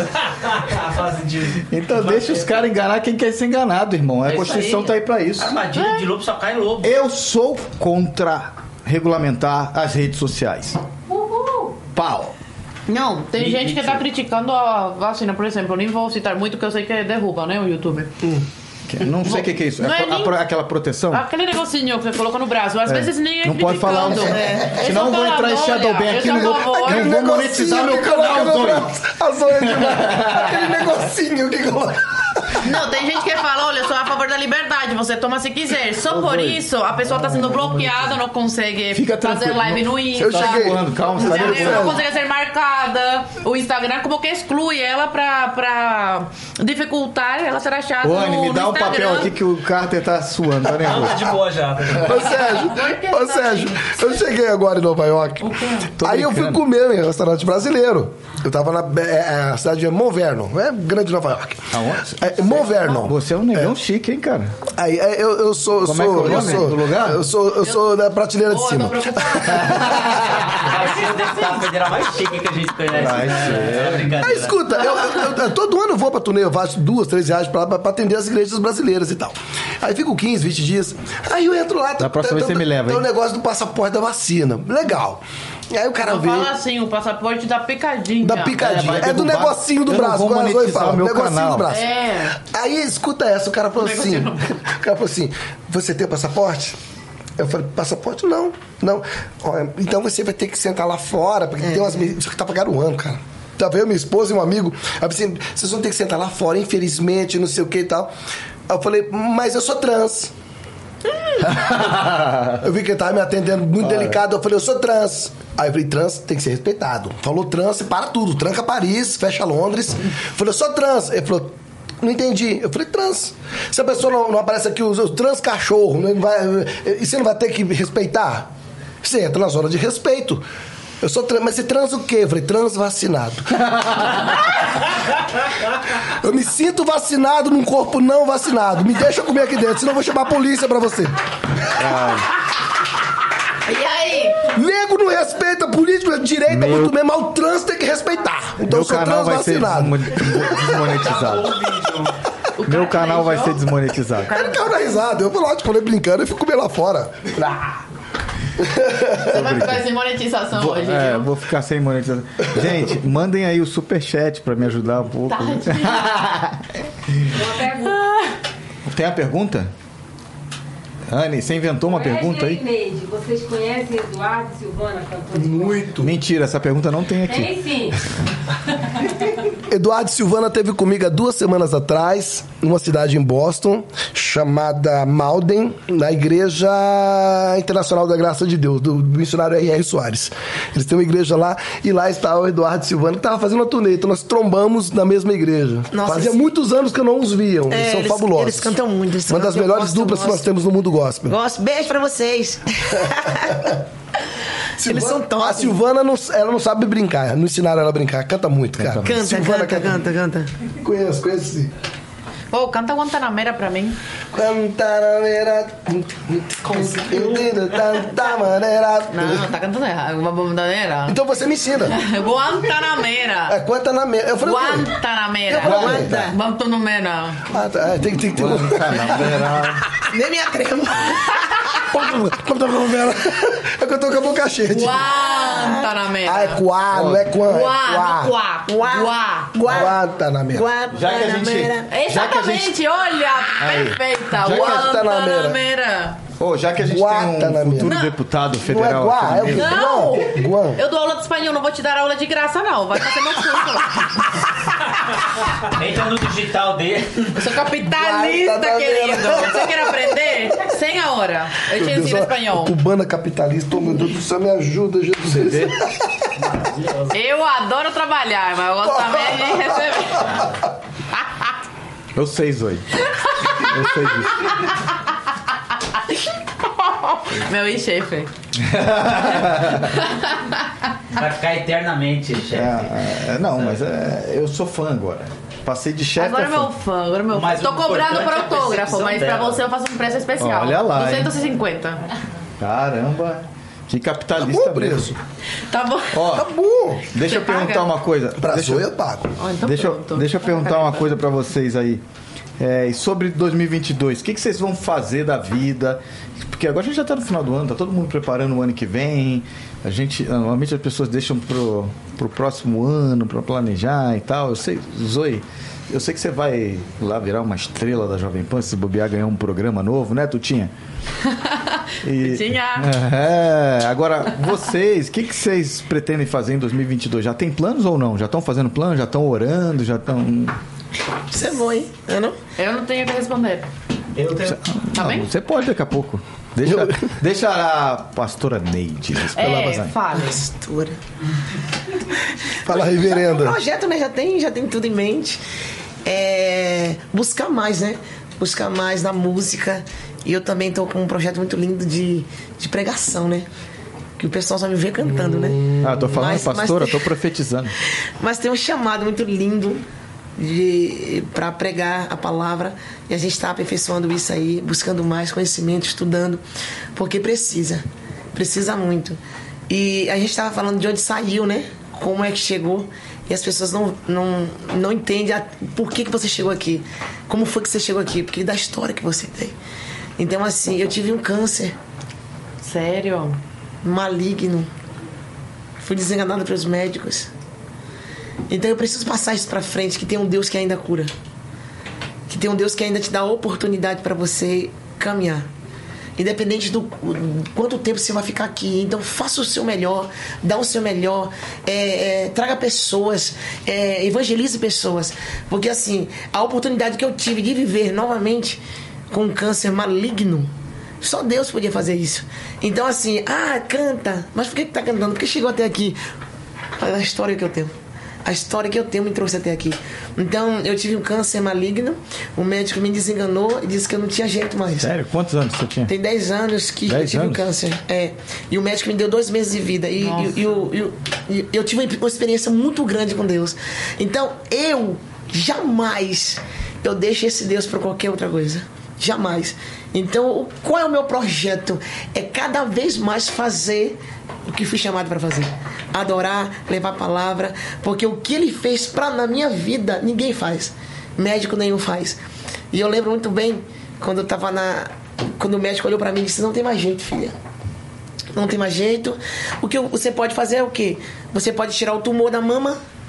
Faz sentido. então deixa os caras enganar quem quer ser enganado, irmão. A É isso Constituição aí. tá aí pra isso. Armadilha de lobo só cai lobo. Eu sou contra regulamentar as redes sociais. Uhul. Pau. Não, tem E- gente e- que tá criticando a vacina, por exemplo. Eu nem vou citar muito, que eu sei que derruba, né, o YouTube. Que- Não sei o que, que é isso. Não É é a- nem- a pro- aquela proteção? Aquele negocinho que você colocou no braço, às É. vezes nem é Não pode falar um- criticando. É. Eu Senão sou eu vou entrar em faladora, Shadowban eu aqui, sou não vou- a favor. eu não vou monetizar meu que coloca canal, no Zóio. braço. A Zóio demais. Aquele negocinho que coloca. Não, tem gente que fala, olha, eu sou a favor da liberdade, você toma se quiser. Só por isso, a pessoa tá sendo bloqueada, não consegue Fica fazer tranquilo. live no Insta. Eu cheguei. Calma, calma, você tá Entendeu? nervoso. Não consegue ser marcada. O Instagram como que exclui ela pra, pra dificultar ela ser achada Ô, no, Anny, me no dá um Instagram. papel aqui que o Carter tá suando, tá Não, tá nervoso. de boa já. Tá de boa. Ô Sérgio, ô Sérgio, eu cheguei agora em Nova York. Tô Aí eu fui brincando. comer em restaurante brasileiro. Eu tava na é, é, cidade de Mount Vernon, é grande Nova York. Aonde? É, Mount Vernon. Você é um negão chique, hein, cara? Aí é, eu, eu sou. Eu Como é que é sou, o eu nome sou do lugar? Eu sou, eu sou da prateleira de Ô, eu cima. tô preocupada. Vai ser o deputado federal mais chique que a gente conhece. Vai É ser. brincadeira. Aí escuta, eu, eu- eu- todo ano eu vou pra turnê, eu faço duas, três viagens pra, pra, pra atender as igrejas brasileiras e tal. Aí fico quinze, vinte dias. Aí eu entro lá. Da próxima vez você me leva, Tem o hein? negócio do passaporte da vacina. Legal. E aí o cara Não vê. fala assim, o passaporte da picadinha. Da picadinha. vai É, do derrubar. negocinho do Eu não braço. vou agora eu monetizar falo, o meu negocinho canal. do braço. É. Aí escuta essa, o cara falou assim. Negocinho no- O cara falou assim: você tem passaporte? Eu falei, passaporte não. Não. Olha, então você vai ter que sentar lá fora, porque tem umas meninas. Isso que tá garoando, cara. Tava eu, minha esposa e um amigo. Aí eu assim, vocês vão ter que sentar lá fora, infelizmente, não sei o que e tal. Aí eu falei, mas eu sou trans. Eu vi que ele tava me atendendo muito delicado. Eu falei, eu sou trans. Aí eu falei, trans tem que ser respeitado. Falou trans e para tudo. Tranca Paris, fecha Londres. Eu falei, eu sou trans. Ele falou, não entendi. Eu falei, trans. Se a pessoa não, não aparece aqui, os, os trans cachorro, não vai, e você não vai ter que respeitar? Você entra na zona de respeito. Eu sou trans, mas você trans o quê? Eu falei, trans vacinado. Eu me sinto vacinado num corpo não vacinado. Me deixa comer aqui dentro, senão eu vou chamar a polícia pra você. E aí? Nego não respeita político, direita Meu- muito mesmo, mas o trans tem que respeitar. Então Meu eu sou canal trans vai ser vacinado. desmo- desmonetizado. Meu canal vai ser desmonetizado. Ele caiu na risada. Eu, lógico, falei brincando e fui comer lá fora. Você vai ficar sem monetização Vou, hoje. é, viu? vou ficar sem monetização. Gente, mandem aí o superchat pra me ajudar um pouco. Tadinho. Uma pergunta. Tem a pergunta? Anne, você inventou uma pergunta aí? Neide, vocês conhecem Eduardo e Silvana, cantor de Muito. Mentira, essa pergunta não tem aqui. Tem sim. Eduardo Silvana esteve comigo há duas semanas atrás, numa cidade em Boston, chamada Malden, na Igreja Internacional da Graça de Deus, do missionário R R Soares. Eles têm uma igreja lá, e lá estava o Eduardo Silvana, que estava fazendo uma turnê, então nós trombamos na mesma igreja. Nossa, Fazia esse- muitos anos que eu não os via, eles É, são eles- fabulosos. eles cantam muito, eles Uma das cantam, eu melhores gosto, duplas eu que nós gosto. temos no mundo gospel. Gosto. Beijo pra vocês. Eles são top. A Silvana, não, ela não sabe brincar, não ensinaram ela a brincar, canta muito, cara. Canta, Silvana canta, canta, canta. Conheço, conheço sim. Pô, canta Guantanamera pra mim. Guantanamera. Da maneira. Não, tá cantando errado. Guantanamera. Então você me ensina. Guantanamera. É Guantanamera. Eu falei o quê? Guantanamera. Eu falei o quê? Guantanamera. Ah, tá. É, tem, tem, tem. Nem me atrevo. Guantanamera. É que eu tô com a boca cheia. de- Guantanamera. Ah, é Quá, não é Quá. É Guá, não quá. Guá. Guá. Guantanamera. Já que a gente- Guantanamera. Já que a gente- Exatamente, olha, Aí. perfeita. Já que a gente tá na Guantanamera. Ô, já que a gente tem um Guantanamera. futuro Não. deputado Não é federal Quá, aqui é no o quê? meio. Não. Guan. Eu dou aula de espanhol, não vou te dar aula de graça, não. Vai fazer meu curso. Entra no digital dele. Eu sou capitalista, Guantanamera. querido. Você quer aprender? Sem a hora. Eu te Meu Deus, ensino ó, espanhol. Cubana capitalista, oh meu Deus do céu, me ajuda, Jesus. Eu adoro trabalhar, mas eu gosto também de receber. Eu sei, Zoe. Eu sei disso. Meu e chefe. Vai ficar eternamente, chefe. É, é, não, mas é, eu sou fã agora. Passei de chefe Agora a é fã. meu fã, agora é meu fã. Mas Tô o cobrando importante por é a autógrafo, percepção mas pra dela. você eu faço um preço especial. Olha lá, hein? duzentos e cinquenta. Caramba, que Tá capitalista bom o preço. Tá bom? Ó, Tá bom. deixa Você eu perguntar paga? uma coisa. Pra deixa, Zoe eu pago. Ó, então deixa, eu- pronto. deixa eu perguntar uma coisa pra vocês aí. É, e sobre dois mil e vinte e dois, o que, que vocês vão fazer da vida? Porque agora a gente já tá no final do ano, tá todo mundo preparando o ano que vem. A gente, normalmente as pessoas deixam pro, pro próximo ano pra planejar e tal. Eu sei, Zoe, eu sei que você vai lá virar uma estrela da Jovem Pan, se bobear, ganhar um programa novo, né, Tutinha? E- Tutinha. É, agora, vocês, o que, que vocês pretendem fazer em dois mil e vinte e dois? Já tem planos ou não? Já estão fazendo plano? Já estão orando? Já estão... Isso é bom, hein? Eu não? Eu não tenho o que responder. Eu tenho. Tá Não, bem? você pode daqui a pouco. Deixa, deixa a pastora Neide as palavras É, aí. fale. Mistura. Fala, Um reverenda. projeto, né? Já tem, já tem tudo em mente. É, buscar mais, né? Buscar mais na música. E eu também tô com um projeto muito lindo de, de pregação, né? Que o pessoal só me vê cantando, né? Ah, tô falando, Mas- mas pastora, tem- tô profetizando. Mas tem um chamado muito lindo de para pregar a palavra, e a gente está aperfeiçoando isso aí, buscando mais conhecimento, estudando, porque precisa, precisa muito. E a gente estava falando de onde saiu, né? Como é que chegou, e as pessoas não, não, não entendem a, por que, que você chegou aqui, como foi que você chegou aqui, porque da história que você tem. Então, assim, eu tive um câncer Sério? maligno, fui desenganada pelos médicos. Então eu preciso passar isso pra frente, que tem um Deus que ainda cura, que tem um Deus que ainda te dá oportunidade pra você caminhar, independente do quanto tempo você vai ficar aqui. Então faça o seu melhor, dá o seu melhor, é, é, traga pessoas, é, evangelize pessoas, porque assim, a oportunidade que eu tive de viver novamente com um câncer maligno, só Deus podia fazer isso. Então assim, ah, canta, mas por que que tá cantando? Porque chegou até aqui. Olha a história que eu tenho. A história que eu tenho me trouxe até aqui. Então, eu tive um câncer maligno. O médico me desenganou e disse que eu não tinha jeito mais. Sério? Quantos anos você tinha? Tem dez anos que dez eu tive um anos? câncer. É. E o médico me deu dois meses de vida. E, e, e, o- e o- e eu tive uma experiência muito grande com Deus. Então, eu jamais eu deixo esse Deus para qualquer outra coisa. Jamais. Então, o- qual é o meu projeto? É cada vez mais fazer o que fui chamado para fazer. Adorar, levar a palavra, porque o que ele fez pra, na minha vida, ninguém faz. Médico nenhum faz. E eu lembro muito bem quando eu tava na. Quando o médico olhou pra mim e disse: não tem mais jeito, filha. Não tem mais jeito. O que você pode fazer é o quê? Você pode tirar o tumor da mama,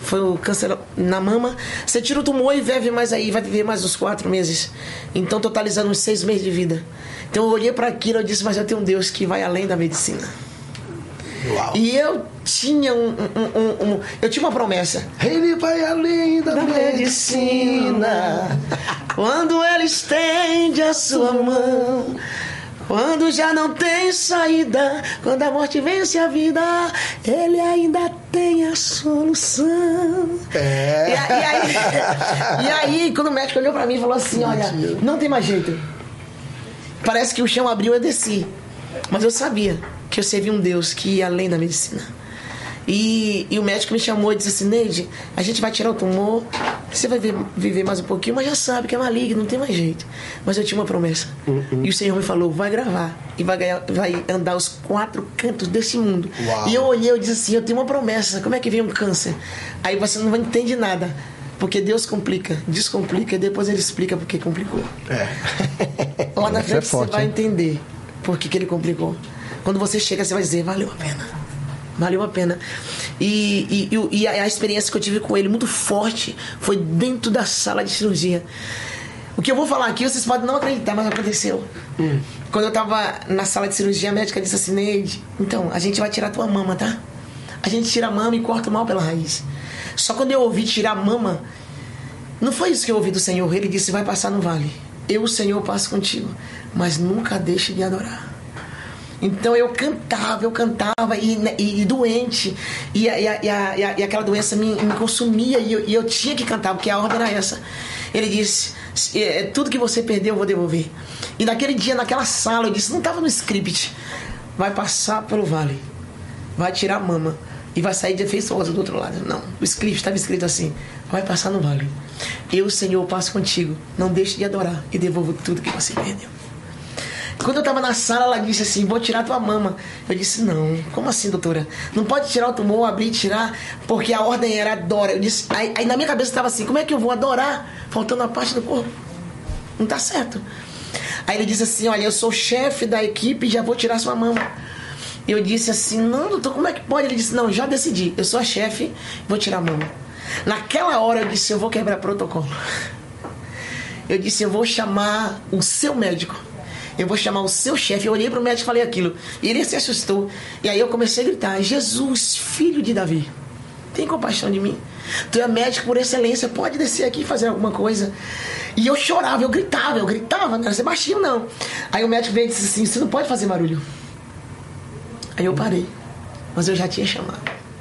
foi o câncer na mama. Você tira o tumor e vive mais aí, vai viver mais uns quatro meses. Então, totalizando uns seis meses de vida. Então, eu olhei para aquilo e disse, mas eu tenho um Deus que vai além da medicina. Uau. E eu tinha um, um, um, um eu tinha uma promessa. Ele vai além da, Da medicina. Quando ele estende a sua mão, quando já não tem saída, quando a morte vence a vida, ele ainda tem a solução. É. E, a- e aí, e aí, quando o médico olhou pra mim e falou assim, olha, não tem mais jeito. Parece que o chão abriu e eu desci. Mas eu sabia que eu servia um Deus que ia além da medicina. E, e o médico me chamou e disse assim, Neide, a gente vai tirar o tumor, você vai viver, viver mais um pouquinho, mas já sabe que é maligno, não tem mais jeito. Mas eu tinha uma promessa. Uhum. E o Senhor me falou, vai gravar e vai, ganhar, vai andar os quatro cantos desse mundo. Uau. E eu olhei e disse assim, eu tenho uma promessa, como é que vem um câncer? Aí você não entende nada, porque Deus complica, descomplica e depois Ele explica porque complicou. É. Lá na Isso frente é forte, você vai hein? entender por que, que Ele complicou. Quando você chega, você vai dizer, valeu a pena. Valeu a pena. E, e, e a, a experiência que eu tive com ele, muito forte, foi dentro da sala de cirurgia. O que eu vou falar aqui, vocês podem não acreditar, mas aconteceu. Hum. Quando eu tava na sala de cirurgia, a médica disse assim, Neide, então, a gente vai tirar tua mama, tá? A gente tira a mama e corta o mal pela raiz. Só quando eu ouvi tirar a mama, não foi isso que eu ouvi do Senhor. Ele disse, vai passar no vale. Eu, o Senhor, passo contigo. Mas nunca deixe de adorar. Então eu cantava, eu cantava e, e, e doente, e, a, e, a, e, a, e aquela doença me, me consumia e eu, e eu tinha que cantar, porque a ordem era essa. Ele disse, tudo que você perdeu eu vou devolver. E naquele dia, naquela sala, eu disse, não estava no script, vai passar pelo vale, vai tirar a mama e vai sair defeituosa do outro lado. Não, o script estava escrito assim, vai passar no vale. Eu, Senhor, passo contigo, não deixe de adorar e devolvo tudo que você perdeu. Quando eu tava na sala, ela disse assim, vou tirar tua mama. Eu disse, não, como assim, doutora? Não pode tirar o tumor, abrir e tirar, porque a ordem era adora. Eu disse, aí, aí na minha cabeça estava assim, como é que eu vou adorar faltando a parte do corpo? Não tá certo. Aí ele disse assim, olha, eu sou chefe da equipe e já vou tirar sua mama. Eu disse assim, não, doutor, como é que pode? Ele disse, não, já decidi, eu sou a chefe, vou tirar a mama. Naquela hora eu disse, eu vou quebrar protocolo. Eu disse, eu vou chamar o seu médico. Eu vou chamar o seu chefe. Eu olhei para o médico e falei aquilo. E ele se assustou. E aí eu comecei a gritar, Jesus, filho de Davi, tem compaixão de mim. Tu é médico por excelência, pode descer aqui e fazer alguma coisa. E eu chorava, eu gritava, eu gritava, não era ser baixinho não. Aí o médico veio e disse assim, você não pode fazer barulho. Aí eu parei, mas eu já tinha chamado.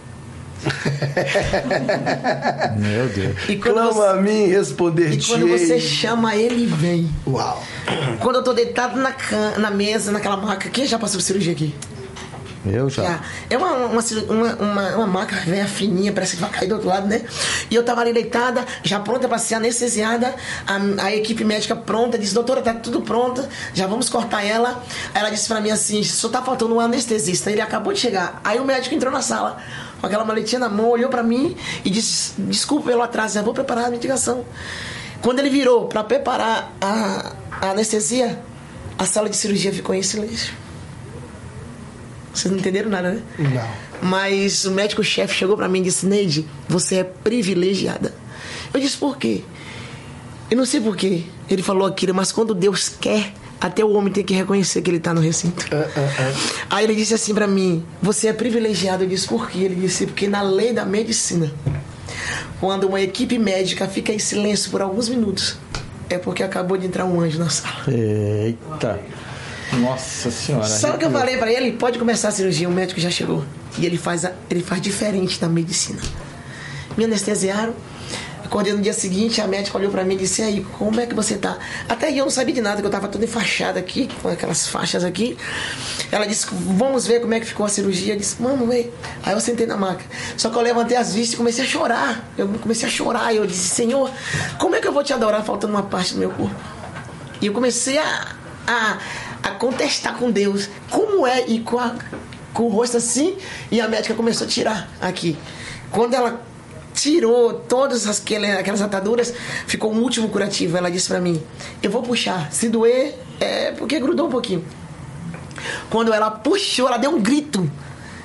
Meu Deus. E quando Clama você, a mim, responder-te. e quando você chama, ele vem. Uau. Quando eu tô deitado na, can, na mesa, naquela maca, quem já passou por cirurgia aqui? Eu já. É uma, uma, uma, uma, uma maca velha fininha, parece que vai cair do outro lado, né? E eu tava ali deitada, já pronta pra ser anestesiada. A, a equipe médica pronta, disse, doutora, tá tudo pronto, já vamos cortar ela. Aí ela disse pra mim assim, só tá faltando um anestesista, ele acabou de chegar. Aí o médico entrou na sala, com aquela maletinha na mão, olhou pra mim e disse, desculpa pelo atraso, já vou preparar a mitigação. Quando ele virou pra preparar a, a anestesia, a sala de cirurgia ficou em silêncio. Vocês não entenderam nada, né? Não. Mas o médico-chefe chegou pra mim e disse, Neide, você é privilegiada. Eu disse, por quê? Eu não sei por quê. Ele falou aquilo, mas quando Deus quer, até o homem tem que reconhecer que ele tá no recinto. Uh, uh, uh. Aí ele disse assim pra mim, você é privilegiado. Eu disse, por quê? Ele disse, porque na lei da medicina, quando uma equipe médica fica em silêncio por alguns minutos, é porque acabou de entrar um anjo na sala. Eita. Nossa senhora. Sabe o que eu falei pra ele? Pode começar a cirurgia, o médico já chegou. E ele faz, a, ele faz diferente da medicina. Me anestesiaram. Acordei no dia seguinte, a médica olhou pra mim e disse, e aí, como é que você tá? Até aí eu não sabia de nada, que eu tava toda enfaixada aqui, com aquelas faixas aqui. Ela disse, vamos ver como é que ficou a cirurgia. Eu disse, vamos ver. Aí eu sentei na maca. Só que eu levantei as vistas e comecei a chorar. Eu comecei a chorar e eu disse, Senhor, como é que eu vou te adorar faltando uma parte do meu corpo? E eu comecei a... a a contestar com Deus, como é, e com, a, com o rosto assim, e a médica começou a tirar aqui. Quando ela tirou todas as, aquelas ataduras, ficou um último curativo. Ela disse pra mim, eu vou puxar, se doer, é porque grudou um pouquinho. Quando ela puxou, ela deu um grito,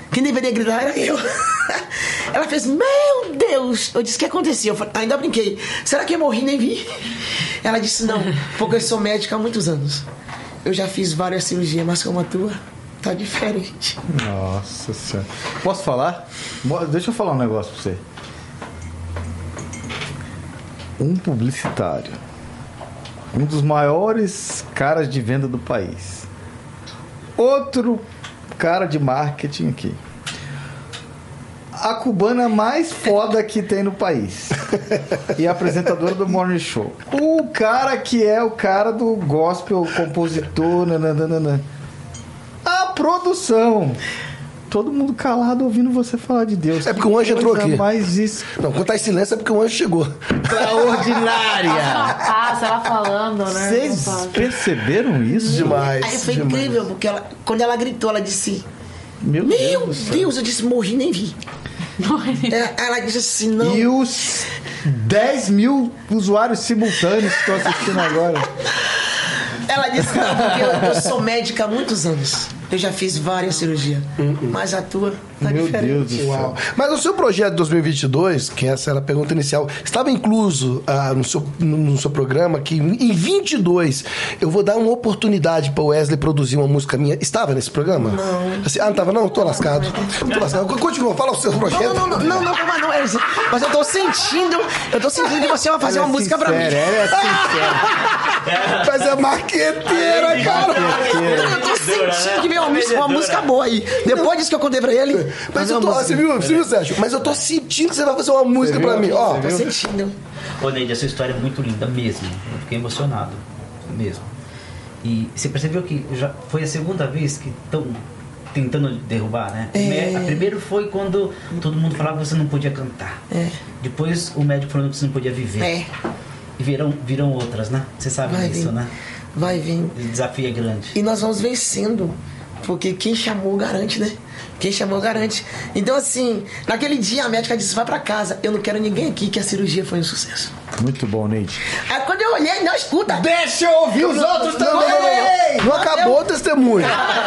Quem deveria gritar era eu. Ela fez, meu Deus. Eu disse, o que aconteceu? Eu falei, ainda brinquei. Será que eu morri nem vi? Ela disse, não, porque eu sou médica há muitos anos. Eu já fiz várias cirurgias, mas como a tua, tá diferente. Nossa Senhora. Posso falar? Deixa eu falar um negócio pra você. Um publicitário, um dos maiores caras de venda do país, outro cara de marketing aqui, a cubana mais foda que tem no país e apresentadora do Morning Show, o cara que é o cara do gospel, compositor, nananana. A produção, todo mundo calado ouvindo você falar de Deus. É porque o anjo entrou aqui. Mais isso. Não, quando tá em silêncio é porque o anjo chegou. Extraordinária. Passa ela falando, né? Vocês perceberam isso? Demais. Aí foi demais. incrível, porque ela, quando ela gritou, ela disse, Meu, meu Deus, Deus, do céu. eu disse, morri nem vi. Ela, ela disse assim, não. E os dez mil usuários simultâneos que estão assistindo agora. Ela disse, não, porque eu, eu sou médica há muitos anos. Eu já fiz várias cirurgias. Mas a tua tá Meu diferente. Deus do céu. Uau. Mas o seu projeto de dois mil e vinte e dois, que essa era a pergunta inicial, estava incluso ah, no, seu, no, no seu programa que em vinte e dois eu vou dar uma oportunidade para o Wesley produzir uma música minha. Estava nesse programa? Não. Assim, ah, não estava não? Tô lascado. Tô lascado. Continua, fala o seu projeto. Não, não, não, não, não, não, não, é assim. Mas eu tô sentindo, eu tô sentindo que você vai fazer Ela uma é música pra mim. sincera, ela é sincera. Mas é marqueteira, cara. Eu tô sentindo que vem uma música, uma música boa aí. Depois disso que eu contei pra ele. Mas eu tô, você viu, você viu, Sérgio? Mas eu tô sentindo que você vai fazer uma música viu? pra mim. Ó, Tô sentindo. Ô, Neide, a sua história é muito linda mesmo. Eu fiquei emocionado mesmo. E você percebeu que já foi a segunda vez que estão tentando derrubar, né? É. A primeiro foi quando todo mundo falava que você não podia cantar. É. Depois o médico falando que você não podia viver. É. E viram, viram outras, né? Você sabe Vai disso, vir. né? Vai vir. O desafio é grande. E nós vamos vencendo. Porque quem chamou garante, né? Quem chamou garante. Então, assim, naquele dia a médica disse, vai pra casa. Eu não quero ninguém aqui, que a cirurgia foi um sucesso. Muito bom, Neide. Aí quando eu olhei, não, escuta. Deixa eu ouvir os outros não, não, não, não. Não acabou o testemunho.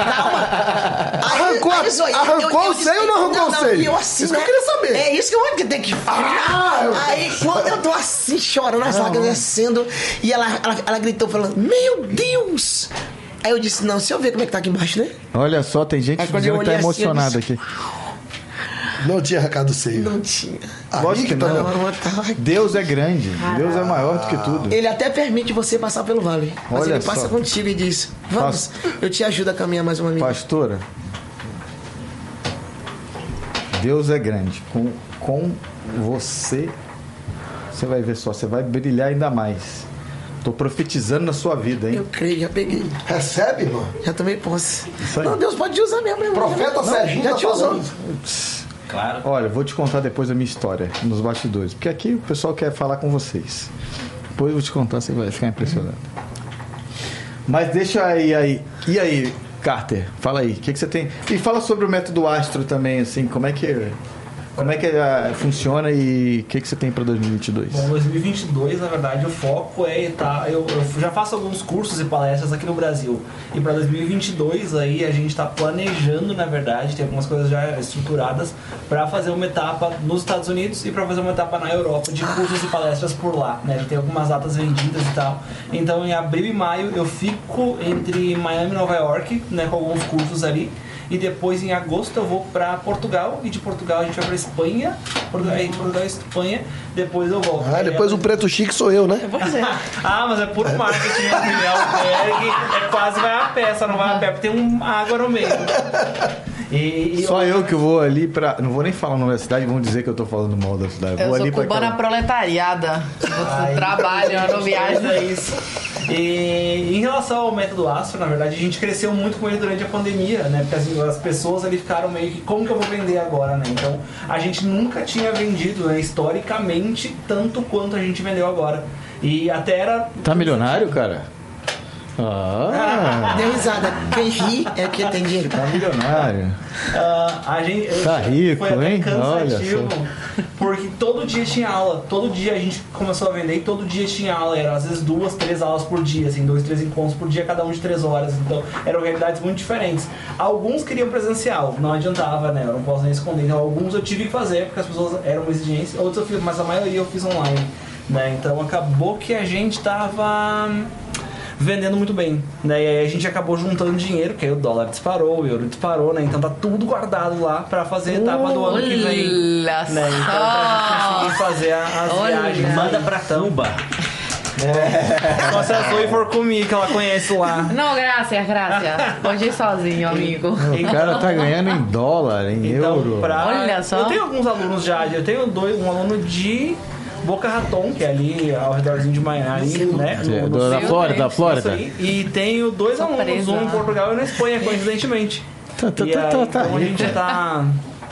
Arrancou, Aí, aí, arrancou o seio ou não arrancou o seio? e eu assim, Isso né? que eu queria saber. É isso que eu tenho que falar. Aí quando eu tô assim, chorando, as lágrimas descendo, e ela, ela, ela gritou falando, meu Deus! Aí eu disse, não, se eu ver como é que tá aqui embaixo, né? Olha só, tem gente Aí quando dizendo eu que tá olhei assim, eu emocionado disse, aqui. Não tinha arrancado o seio. Não tinha. Lógico que Aí tá não. vendo? Não, tava- Deus é grande. Deus é maior do que tudo. Ele até permite você passar pelo vale. Mas Olha ele passa só. contigo e diz, vamos, eu te ajudo a caminhar mais uma milha. Pastora, Deus é grande. Com, com você, você vai ver só, você vai brilhar ainda mais. Tô profetizando na sua vida, hein? Eu creio, já peguei. Recebe, irmão. Já tomei posse. aí. Não, Deus pode te usar mesmo. irmão. Profeta Não, Serginho já tá te usou. falando. Claro. Olha, vou te contar depois a minha história nos bastidores, porque aqui o pessoal quer falar com vocês. Depois eu vou te contar, você vai ficar impressionado. Mas deixa aí, aí. E aí, Carter? Fala aí, o que, que você tem? E fala sobre o método Astro também, assim, como é que, como é que ah, funciona e o que, que você tem para dois mil e vinte e dois? Bom, dois mil e vinte e dois, na verdade, o foco é tá, eu, eu já faço alguns cursos e palestras aqui no Brasil. E para dois mil e vinte e dois aí a gente está planejando, na verdade, tem algumas coisas já estruturadas para fazer uma etapa nos Estados Unidos e para fazer uma etapa na Europa de cursos e palestras por lá, né? Já tem algumas datas vendidas e tal. Então, em abril e maio eu fico entre Miami e Nova York, né, com alguns cursos ali. E depois, em agosto, eu vou para Portugal. E de Portugal a gente vai para Espanha. Portugal, aí, Portugal e Espanha. Depois eu volto. Ah, depois o preto chique sou eu, né? Pois é. Ah, mas é puro marketing. É albergue. É quase vai a pé. Só não vai a pé porque tem um água no meio. E, e Só eu que vou ali pra. Não vou nem falar o nome da cidade, vão dizer que eu tô falando mal da cidade. Eu vou sou ali pra cubana aquela- proletariada. Eu trabalho, eu não viajo. É isso. E em relação ao método Astro, na verdade, a gente cresceu muito com ele durante a pandemia, né? Porque as, as pessoas ali ficaram meio que, como que eu vou vender agora, né? Então, a gente nunca tinha vendido, né, historicamente, tanto quanto a gente vendeu agora. E até era... Tá milionário, cara? Ah, Deu risada. Quem ri é que tem dinheiro. tá milionário. Ah, a gente, Tá rico, foi até hein? cansativo, Olha porque todo dia tinha aula. Todo dia a gente começou a vender e todo dia tinha aula. Era às vezes duas, três aulas por dia, assim, dois, três encontros por dia, cada um de três horas. Então eram realidades muito diferentes. Alguns queriam presencial, não adiantava, né? Eu não posso nem esconder. Então alguns eu tive que fazer porque as pessoas eram exigentes, outros eu fiz, mas a maioria eu fiz online, né? Então acabou que a gente tava vendendo muito bem, né? E aí a gente acabou juntando dinheiro, porque aí o dólar disparou, o euro disparou, né? Então tá tudo guardado lá pra fazer a etapa do ano que vem, Olha né? Então pra gente conseguir fazer a- as Olha. viagens. Manda pra Cuba. Só se a Zoe for comigo, que ela conhece lá. Não, graças, graças. Pode ir sozinho, amigo. O cara tá ganhando em dólar, em Então, euro. pra... Olha só. Eu tenho alguns alunos já, eu tenho dois, um aluno de Boca Raton, que é ali ao redorzinho de Miami, né? É, No- no do- da sul. Flórida, da Isso Flórida. aí. E tenho dois Tô alunos, presa. um em Portugal e um na Espanha, coincidentemente. Tá, tá, E tá, aí, tá, tá então a rico. gente tá...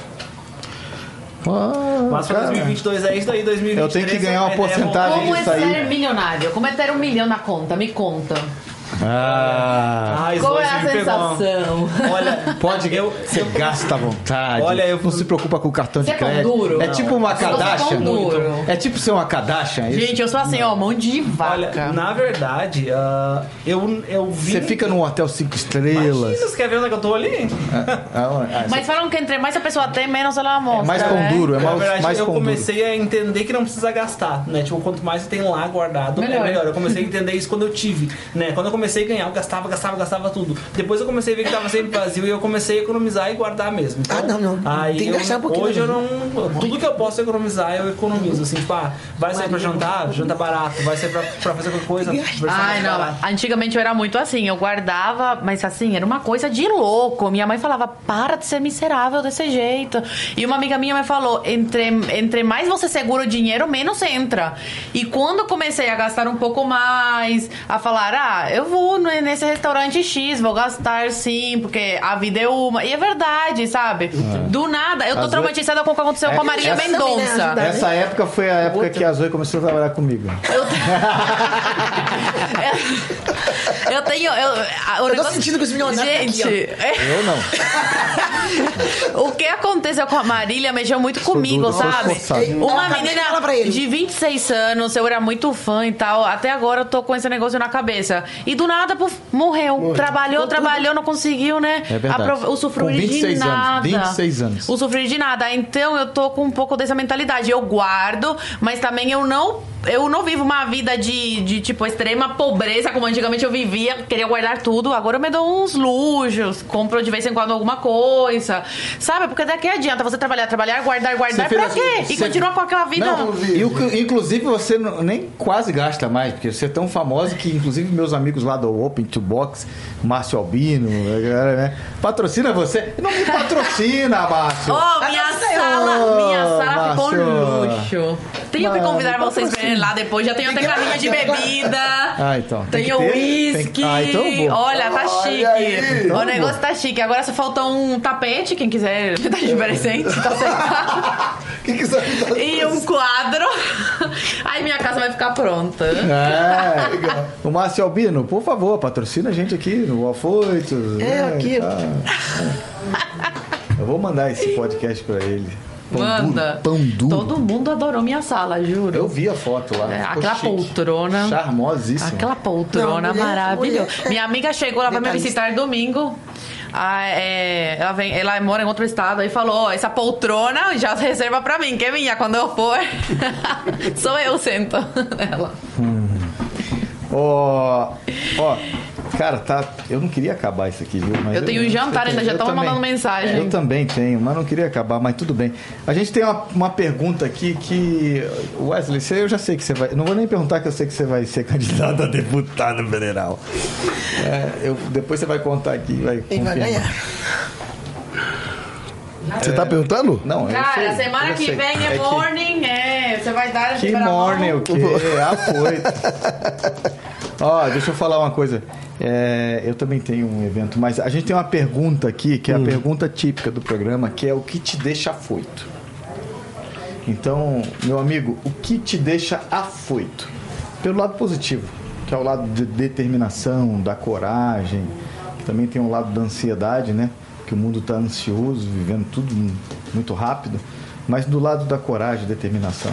Ah, Mas pra cara. dois mil e vinte e dois é isso daí, dois mil e vinte e três... Eu tenho que ganhar uma a ideia é porcentagem Como é disso aí. ser milionário? Como é ter um milhão na conta? Me conta. Ah, Ai, Qual Zoe, é a você me pegou. sensação? Olha, pode, eu, você gasta à vontade. Olha, eu- não se preocupa com o cartão Você de é pão crédito. duro? É tipo uma Você é pão Kardashian. duro. É tipo ser uma Kardashian. isso? Gente, eu sou assim, ó, mão de olha, vaca. na verdade, ah, eu, eu vi... Você fica num hotel cinco estrelas. Imagina, você quer ver onde é que eu tô ali? Ah, ah, Mas falam que entre mais a pessoa tem, menos ela mostra. é mais pão né? duro, é Na mais, verdade, mais eu pão duro. comecei a entender que não precisa gastar, né? Tipo, quanto mais você tem lá guardado, Melhor. é melhor. Eu comecei a entender isso quando eu tive, né? Quando eu comecei a ganhar, eu gastava, gastava, gastava tudo. Depois eu comecei a ver que tava sempre vazio e eu comecei a economizar e guardar mesmo. Então, Ah, não, não. Aí Tem que eu, gastar um pouquinho hoje eu também. não... Tudo que eu posso economizar, eu economizo. Assim, tipo, ah, vai sair pra jantar, janta barato. Vai sair pra, pra fazer qualquer coisa, versão Ai, mais não. barata. Antigamente eu era muito assim, eu guardava, mas assim, era uma coisa de louco. Minha mãe falava, para de ser miserável desse jeito. E uma amiga minha me falou, entre, entre mais você segura o dinheiro, menos entra. E quando eu comecei a gastar um pouco mais, a falar, ah, eu vou nesse restaurante X, vou gastar sim, porque a vida é uma. E é verdade, sabe? Do nada, eu tô Às traumatizada com o que aconteceu É, com a Marília essa- Mendonça. também, né? Essa época foi a época que a Zoe começou a trabalhar comigo. Eu, eu tenho. Eu, a- o Eu tô negócio- sentindo que os milionários Gente, aqui, é- Eu não. o que aconteceu com a Marília mexeu muito comigo, duro, sou sabe? esforçado. Uma Acabei de menina falar pra ele. de vinte e seis anos, eu era muito fã e tal. Até agora eu tô com esse negócio na cabeça. E do nada, puf, morreu. Trabalhou, trabalhou, não conseguiu, né? É verdade. Aprov- usufruir Com vinte e seis de anos, nada. vinte e seis anos. Usufruir de nada. Então eu tô com um pouco dessa mentalidade. Eu guardo, mas também eu não. Eu não vivo uma vida de, de, tipo, extrema pobreza, como antigamente eu vivia, queria guardar tudo. Agora eu me dou uns luxos, compro de vez em quando alguma coisa. Sabe? Porque daqui adianta você trabalhar, trabalhar, guardar, guardar. Você fez Pra assim, quê? E você- continuar com aquela vida. Não, e o- inclusive você não- nem quase gasta mais, porque você é tão famosa que, inclusive, meus amigos lá do Open to Box, Márcio Albino, a galera, né? Patrocina você. Não me patrocina, Márcio. Oh, minha não sei, sala, ô, minha sala ficou Márcio. um luxo. Tenho que Mano, convidar vocês pra patrocina. irem lá depois. Já tenho até carrinho de bebida. Ah, então. Tem Tenho que ter, uísque. tem- Ah, então eu vou. Olha, tá Olha chique. aí. Então o eu negócio vou. tá chique. Agora só faltou um tapete, quem quiser me dar de presente, tá certo. Quem quiser me dar- E um quadro. Aí minha casa vai ficar pronta. É, o Márcio Albino, por favor, patrocina a gente aqui no Afoito. É, né, aqui. tá. É. Eu vou mandar esse podcast pra ele. Pão Manda. duro, pão duro. Todo mundo adorou minha sala, juro. Eu vi a foto lá. É, ficou aquela chique. poltrona. Charmosíssima. Aquela poltrona Não, mulher- maravilhosa. mulher- Minha amiga chegou lá pra me Detalhista. visitar domingo. Ah, é, ela, vem, ela mora em outro estado e falou: ó, essa poltrona já reserva pra mim, que é minha quando eu for. Sou eu sento nela. Ó, ó, cara, tá. Eu não queria acabar isso aqui, viu? Mas Eu tenho um jantar ainda, já eu tava também- mandando mensagem. Eu também tenho, mas não queria acabar, mas tudo bem. A gente tem uma, uma pergunta aqui que. Wesley, você, eu já sei que você vai. Não vou nem perguntar, que eu sei que você vai ser candidato a deputado federal. É, eu, depois você vai contar aqui. Vai Quem vai confirmar. ganhar? Você tá perguntando? Não, eu Cara, sei, semana eu que sei. vem é, É que- morning, é. Você vai dar. Que primeira morning, mão. o quê? Ah, foi. Ó, deixa eu falar uma coisa. É, eu também tenho um evento, mas a gente tem uma pergunta aqui, que é a pergunta típica do programa, que é o que te deixa afoito. Então, meu amigo, o que te deixa afoito? Pelo lado positivo, que é o lado de determinação, da coragem, que também tem um lado da ansiedade, né? Que o mundo está ansioso, vivendo tudo muito rápido. mas do lado da coragem e determinação.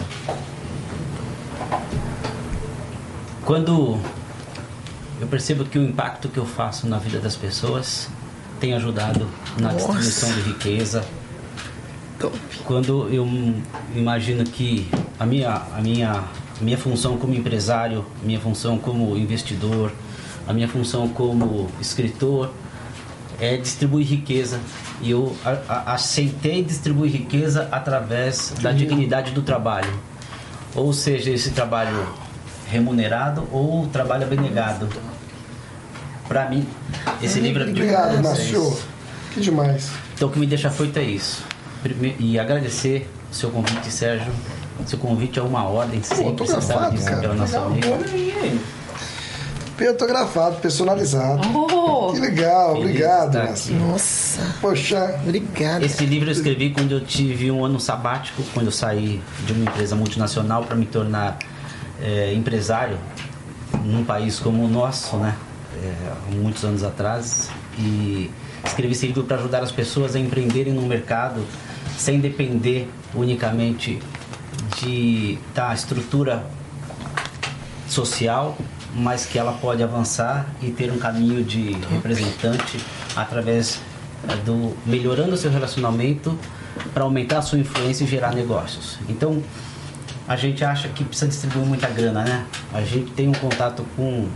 Quando eu percebo que o impacto que eu faço na vida das pessoas tem ajudado na Nossa. distribuição de riqueza. Top. Quando eu imagino que a minha, a minha, a minha função como empresário, a minha função como investidor, a minha função como escritor é distribuir riqueza. E eu a, a, aceitei distribuir riqueza através da dignidade do trabalho. Ou seja, esse trabalho remunerado ou trabalho abnegado. Para mim, esse livro é Obrigado, Márcio. Que demais. Então, o que me deixa afoito é isso. Primeiro, e agradecer o seu convite, Sérgio. Seu convite é uma ordem sempre, você sabe disso pela nossa amiga. Autografado, personalizado. Oh, Que legal, Feliz obrigado, de estar Márcio. Nossa, Poxa, obrigada. Esse livro eu escrevi quando eu tive um ano sabático, quando eu saí de uma empresa multinacional para me tornar é, empresário num país como o nosso, né? É, há muitos anos atrás. E escrevi esse livro para ajudar as pessoas a empreenderem no mercado sem depender unicamente de da estrutura social, mas que ela pode avançar e ter um caminho de representante através é, do melhorando o seu relacionamento para aumentar a sua influência e gerar negócios. Então, a gente acha que precisa distribuir muita grana, né? A gente tem um contato com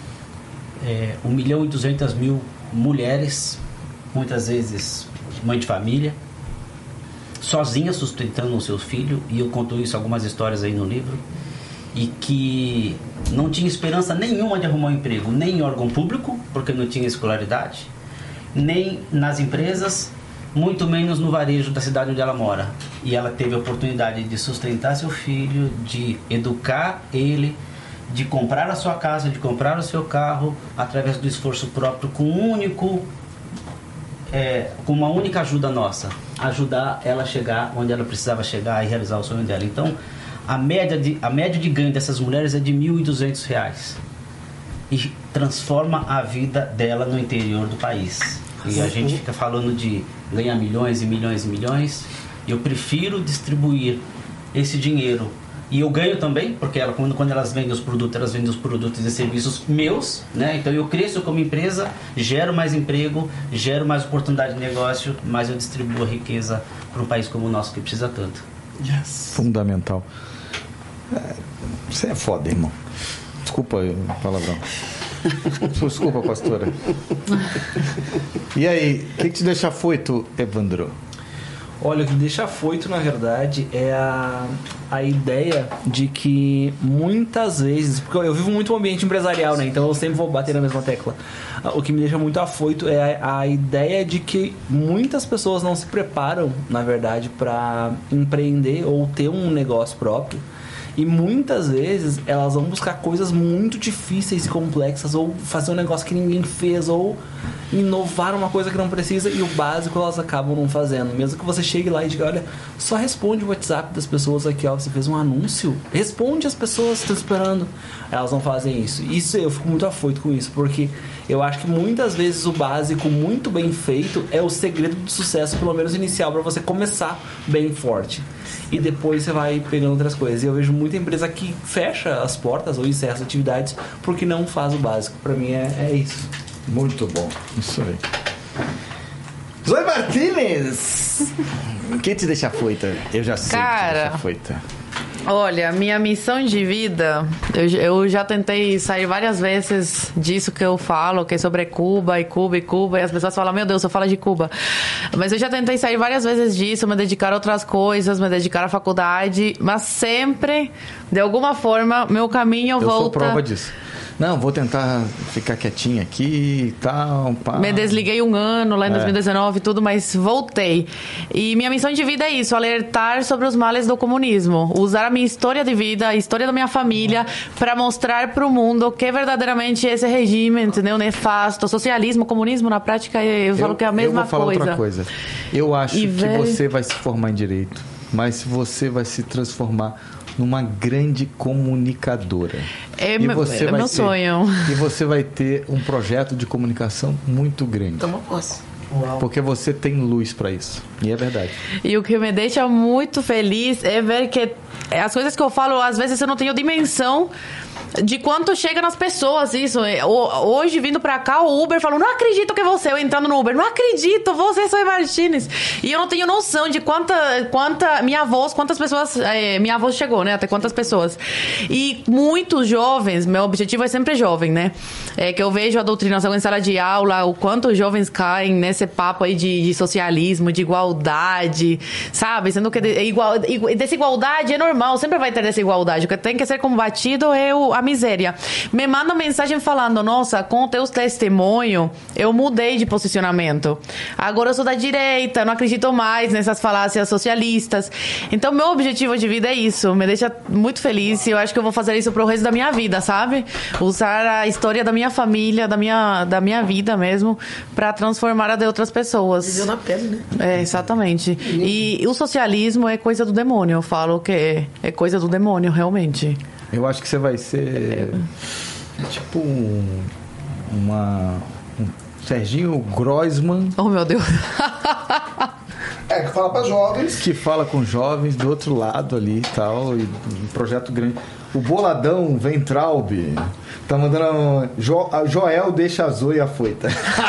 é, um milhão e duzentas mil mulheres, muitas vezes mãe de família, sozinha sustentando o seu filho, e eu conto isso, algumas histórias aí no livro, e que não tinha esperança nenhuma de arrumar um emprego, nem em órgão público, porque não tinha escolaridade, nem nas empresas, muito menos no varejo da cidade onde ela mora. E ela teve a oportunidade de sustentar seu filho, de educar ele, de comprar a sua casa, de comprar o seu carro, através do esforço próprio, com um único, é, com uma única ajuda nossa, ajudar ela a chegar onde ela precisava chegar e realizar o sonho dela. Então, a média de, a média de ganho dessas mulheres é de mil e duzentos reais e transforma a vida dela no interior do país. E a gente fica falando de ganhar milhões e milhões e milhões. Eu prefiro distribuir esse dinheiro. E eu ganho também, porque ela, quando, quando elas vendem os produtos, elas vendem os produtos e serviços meus, né? Então eu cresço como empresa, gero mais emprego, gero mais oportunidade de negócio, mas eu distribuo a riqueza para um país como o nosso que precisa tanto. Yes. Fundamental. É, você é foda, irmão. Desculpa o palavrão. Desculpa, pastora. E aí, o que, que te deixa afoito, Evandro? Olha, o que me deixa afoito, na verdade, é a, a ideia de que muitas vezes... Porque eu vivo muito um ambiente empresarial, né? Então eu sempre vou bater na mesma tecla. O que me deixa muito afoito é a, a ideia de que muitas pessoas não se preparam, na verdade, para empreender ou ter um negócio próprio. E muitas vezes elas vão buscar coisas muito difíceis e complexas, ou fazer um negócio que ninguém fez, ou inovar uma coisa que não precisa, e o básico elas acabam não fazendo. Mesmo que você chegue lá e diga, olha, só responde o WhatsApp das pessoas aqui, ó, você fez um anúncio, responde as pessoas que estão esperando. Elas não fazem isso. Isso eu fico muito afoito com isso, porque eu acho que muitas vezes o básico muito bem feito é o segredo do sucesso, pelo menos inicial, para você começar bem forte. E depois você vai pegando outras coisas. E eu vejo muita empresa que fecha as portas ou encerra as atividades porque não faz o básico. Pra mim é, é isso. Muito bom. Isso aí. Zoe Martínez! Quem te deixa afoita? Eu já sei Cara, que te deixa afoita. Olha, minha missão de vida, eu, eu já tentei sair várias vezes disso que eu falo, que é sobre Cuba e Cuba e Cuba, e as pessoas falam, meu Deus, eu falo de Cuba. Mas eu já tentei sair várias vezes disso, me dedicar a outras coisas, me dedicar à faculdade, mas sempre, de alguma forma, meu caminho eu volta... Eu sou prova disso. Não, vou tentar ficar quietinha aqui e tal. Pá. Me desliguei um ano lá em é. dois mil e dezenove e tudo, mas voltei. E minha missão de vida é isso, alertar sobre os males do comunismo. Usar a minha história de vida, a história da minha família, para mostrar para o mundo que verdadeiramente esse regime, entendeu? Nefasto, socialismo, comunismo, na prática, eu, eu falo que é a mesma coisa. Eu vou falar coisa. outra coisa. Eu acho e que ver... você vai se formar em Direito, mas você vai se transformar numa grande comunicadora. É, e meu, você é vai meu ter, sonho. E você vai ter um projeto de comunicação muito grande. Toma posse. Uau. Porque você tem luz pra isso. E é verdade. E o que me deixa muito feliz é ver que as coisas que eu falo, às vezes eu não tenho dimensão de quanto chega nas pessoas isso. Hoje, vindo pra cá, o Uber falou, não acredito que é você, eu entrando no Uber, não acredito, você, Zoe Martins. E eu não tenho noção de quanta, quanta minha voz, quantas pessoas, é, minha voz chegou, né, até quantas pessoas. E muitos jovens, meu objetivo é sempre jovem, né, é que eu vejo a doutrinação em sala de aula, o quanto os jovens caem nesse papo aí de, de socialismo, de igualdade, sabe, sendo que de, igual, desigualdade é normal, sempre vai ter desigualdade, o que tem que ser combatido é o, a miséria. Me manda mensagem falando, nossa, com o teu testemunho, eu mudei de posicionamento. Agora eu sou da direita, não acredito mais nessas falácias socialistas. Então, meu objetivo de vida é isso. Me deixa muito feliz e eu acho que eu vou fazer isso pro resto da minha vida, sabe? Usar a história da minha família, da minha, da minha vida mesmo, pra transformar a de outras pessoas. Viveu na pele, né? É, exatamente. E, e o socialismo é coisa do demônio. Eu falo que é, é coisa do demônio, realmente. Eu acho que você vai ser tipo um, uma, um Serginho Groisman. Oh, meu Deus. É, que fala para jovens. Que fala com jovens do outro lado ali e tal. E um projeto grande. O Boladão Ventralb tá mandando... Jo, Joel deixa a Zoe afoita.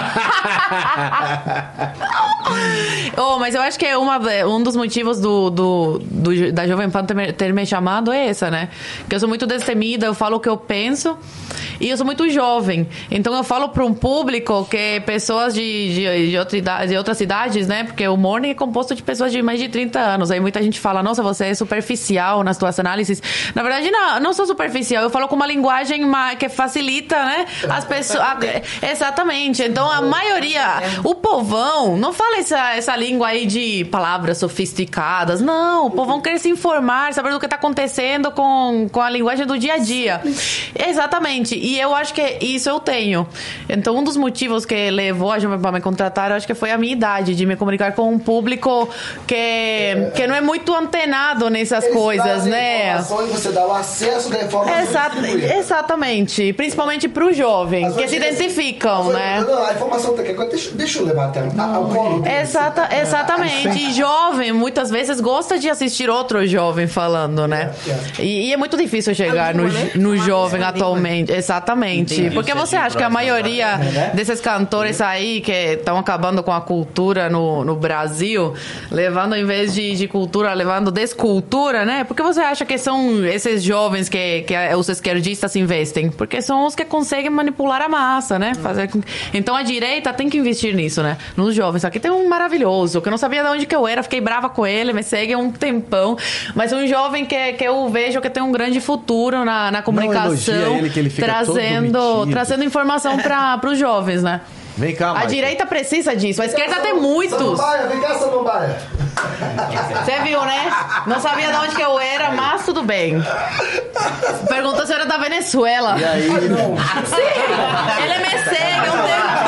Oh, mas eu acho que é uma, um dos motivos do, do, do, da Jovem Pan ter, ter me chamado é essa, né? Que eu sou muito destemida, eu falo o que eu penso e eu sou muito jovem. Então eu falo para um público que é pessoas de, de, de, outra idade, de outras idades, né? Porque o Morning é composto de pessoas de mais de trinta anos. Aí muita gente fala, nossa, você é superficial nas suas análises. Na verdade, não, não sou superficial. Eu falo com uma linguagem que facilita, né? As pessoas... Exatamente. Então a maioria... O povão não fala essa, essa língua aí de palavras sofisticadas. Não, o povão quer se informar, saber do que está acontecendo com, com a linguagem do dia a dia. Exatamente. E eu acho que isso eu tenho. Então, um dos motivos que levou a Jovem Pan me contratar, eu acho que foi a minha idade, de me comunicar com um público que, que não é muito antenado nessas Eles coisas, né? E você dá o acesso da informação. Exato, exatamente. Principalmente para os jovens, que se identificam, mas, né? Não, a informação tá aqui. Deixa, deixa eu levar até o colo. Exata, exatamente. E jovem, muitas vezes, gosta de assistir outro jovem falando, né? E, e é muito difícil chegar no, no jovem atualmente. Exatamente. Entendi. Porque você acha que a maioria desses cantores aí que estão acabando com a cultura no, no Brasil, levando, em vez de, de cultura, levando descultura, né? Porque você acha que são esses jovens que, que os esquerdistas investem? Porque são os que conseguem manipular a massa, né? Fazer... Então a direita tem que investir nisso, né? Nos jovens. Aqui tem um maravilhoso, que eu não sabia de onde que eu era, fiquei brava com ele, me segue há um tempão. Mas um jovem que, que eu vejo que tem um grande futuro na, na comunicação, ele, que ele fica trazendo, trazendo informação para os jovens, né? Vem cá, A Michael. direita precisa disso, a esquerda tem muitos. Samambaia, vem cá, Samambaia. Você viu, né? Não sabia de onde que eu era, mas tudo bem. Perguntou se eu era da Venezuela. E aí? Sim, ele me segue um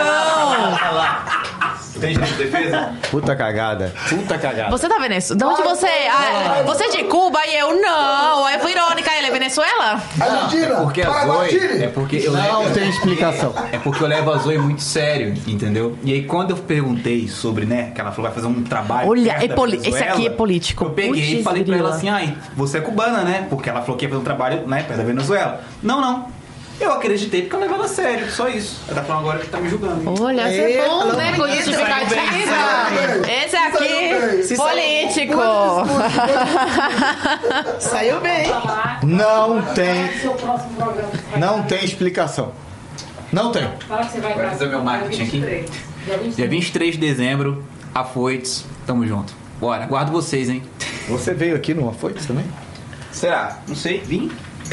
tempão. Tem gente de defesa? Puta cagada. Puta cagada. Você tá Venezuela? De onde você é? Ah, você é de Cuba e eu não. É irônica, ele é Venezuela? Argentina. Porque a Paraguai, Zoe... Chile. É porque eu Não levo, tem explicação. É porque eu levo a Zoe muito sério, entendeu? E aí quando eu perguntei sobre, né, que ela falou vai fazer um trabalho... Olha, perto é da poli- Venezuela, esse aqui é político. Eu peguei Putz, e falei pra ela grila. assim, ai, você é cubana, né? Porque ela falou que ia fazer um trabalho, né, perto da Venezuela. Não, não. Eu acreditei porque eu levo ela a sério, só isso. Ela tá falando agora que tá me julgando. Olha, você Ei, é bom, alô, né? Com esse justificativa. Esse aqui, Se político. Saiu bem. Não tem. Não tem explicação. Não tem. Fala que você vai Vai fazer meu marketing aqui. Dia vinte e três de dezembro, Afoites, tamo junto. Bora, aguardo vocês, hein? Você veio aqui no Afoites também? Será? Não sei, vim.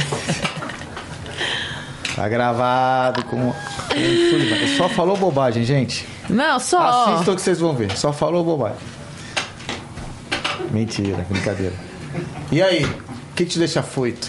Tá gravado com... Só falou bobagem, gente. Não, só. Assistam que vocês vão ver. Só falou bobagem. Mentira, brincadeira. E aí? O que, que te deixa afoito?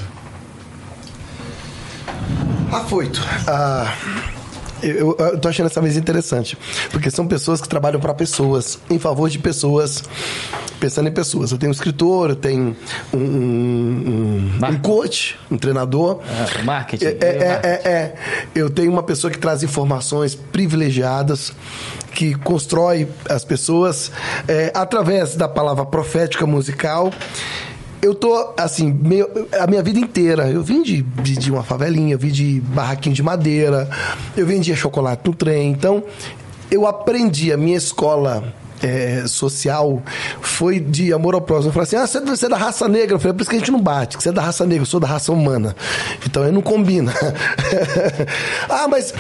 Afoito. Ah, eu, eu tô achando essa mesa interessante. Porque são pessoas que trabalham para pessoas, em favor de pessoas, pensando em pessoas. Eu tenho um escritor, eu tenho um, um, um coach, um treinador. É, marketing. É, é, é, é. Eu tenho uma pessoa que traz informações privilegiadas, que constrói as pessoas é, através da palavra profética musical. Eu tô, assim, meio, a minha vida inteira, eu vim de, de, de uma favelinha, eu vim de barraquinho de madeira, eu vendia chocolate no trem, então eu aprendi, a minha escola é, social foi de amor ao próximo. Eu falei assim, ah, você, você é da raça negra. Eu falei, por isso que a gente não bate, que você é da raça negra, eu sou da raça humana. Então aí não combina. Ah, mas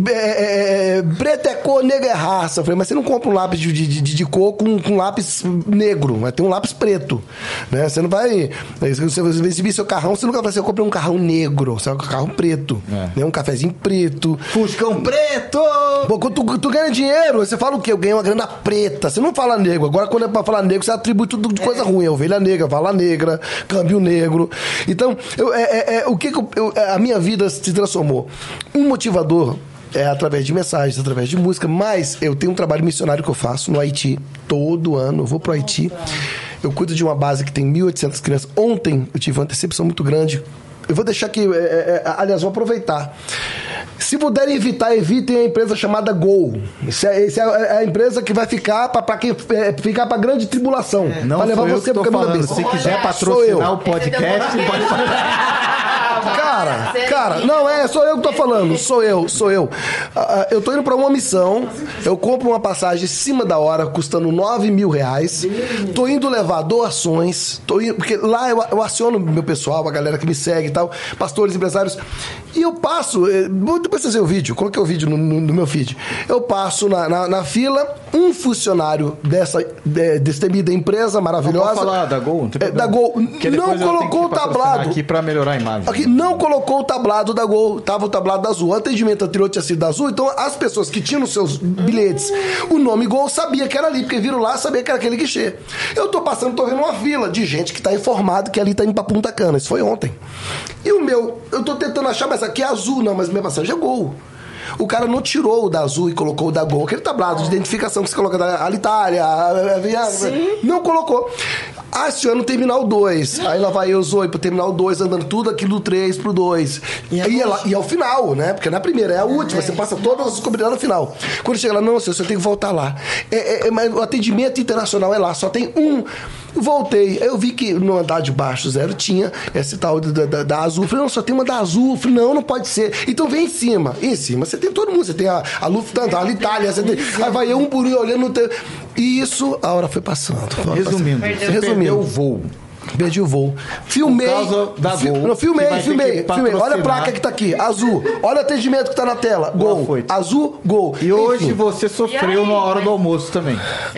é, é, preto é cor, negro é raça. Eu falei, mas você não compra um lápis de, de, de, de cor com, com lápis negro, vai ter um lápis preto, né? Você não vai, você vai exibir seu carrão, você nunca vai dizer, eu comprei um carrão negro, você vai com um carrão preto, é. né? Um cafezinho preto. Fuscão preto! Pô, quando tu, tu ganha dinheiro, você fala o quê? Eu ganhei uma grana preta. Você não fala negro. Agora, quando é pra falar negro, você atribui tudo de coisa ruim. Ovelha negra, vala negra, câmbio negro. Então, eu, é, é, é, o que, que eu, eu, a minha vida se transformou? Um motivador é através de mensagens, através de música, mas eu tenho um trabalho missionário que eu faço no Haiti. Todo ano eu vou pro Haiti. Eu cuido de uma base que tem mil e oitocentas crianças. Ontem eu tive uma decepção muito grande. Eu vou deixar aqui, é, é, aliás, vou aproveitar. Se puderem evitar, evitem a empresa chamada Gol. Isso é, isso é a empresa que vai ficar para quem é, ficar para grande tribulação. É, não, para levar você pro caminho da bênção. Se quiser patrocinar o podcast, pode fazer. Cara, cara, não é, sou eu que tô falando, sou eu, sou eu. Uh, eu tô indo pra uma missão, eu compro uma passagem em cima da hora, custando nove mil reais. Tô indo levar doações, tô indo, porque lá eu, eu aciono meu pessoal, a galera que me segue e tal, pastores, empresários, e eu passo, depois vocês verem o vídeo, coloquei o vídeo no, no, no meu feed, eu passo na, na, na fila, um funcionário dessa de, destemida empresa maravilhosa. Não pode falar da Gol? Não tem é, da Gol, não colocou o tablado. Aqui pra melhorar a imagem. Aqui, não colocou o tablado da Gol, tava o tablado azul. O atendimento anterior tinha sido azul, então as pessoas que tinham nos seus bilhetes o nome Gol sabia que era ali, porque viram lá, sabia que era aquele guichê. Eu tô passando, tô vendo uma fila de gente que tá informado que ali tá indo pra Punta Cana. Isso foi ontem. E o meu, eu tô tentando achar, mas aqui é azul, não, mas minha passagem é Gol. O cara não tirou o da azul e colocou o da Gol, aquele tablado de identificação que você coloca da Alitalia, não colocou. Ah, esse ano terminal dois. Aí lá vai eu, Zoe, pro terminal dois, andando tudo aquilo do três pro dois. E, e, ela, e é o final, né? Porque não é a primeira, é a última. É. Você passa todas as combinadas no final. Quando chega lá, não, senhor, você tem que voltar lá. É, é, mas o atendimento internacional é lá, só tem um. Voltei, eu vi que no andar de baixo zero tinha esse tal da, da, da azul. Falei, não, só tem uma da azul. Falei, não, não pode ser. Então vem em cima. Em cima você tem todo mundo. Você tem a, a Lufthansa, a Itália. Você tem, aí vai eu um por um olhando no teu. E isso, a hora foi passando. Resumindo, você resumindo o voo. Perdi o voo. Filmei. Por causa da fi, Gol, não, filmei, filmei, filmei. Olha a placa que tá aqui, azul. Olha o atendimento que tá na tela. Gol. Foi. Azul, Gol. E enfim. Hoje você sofreu na hora do almoço também.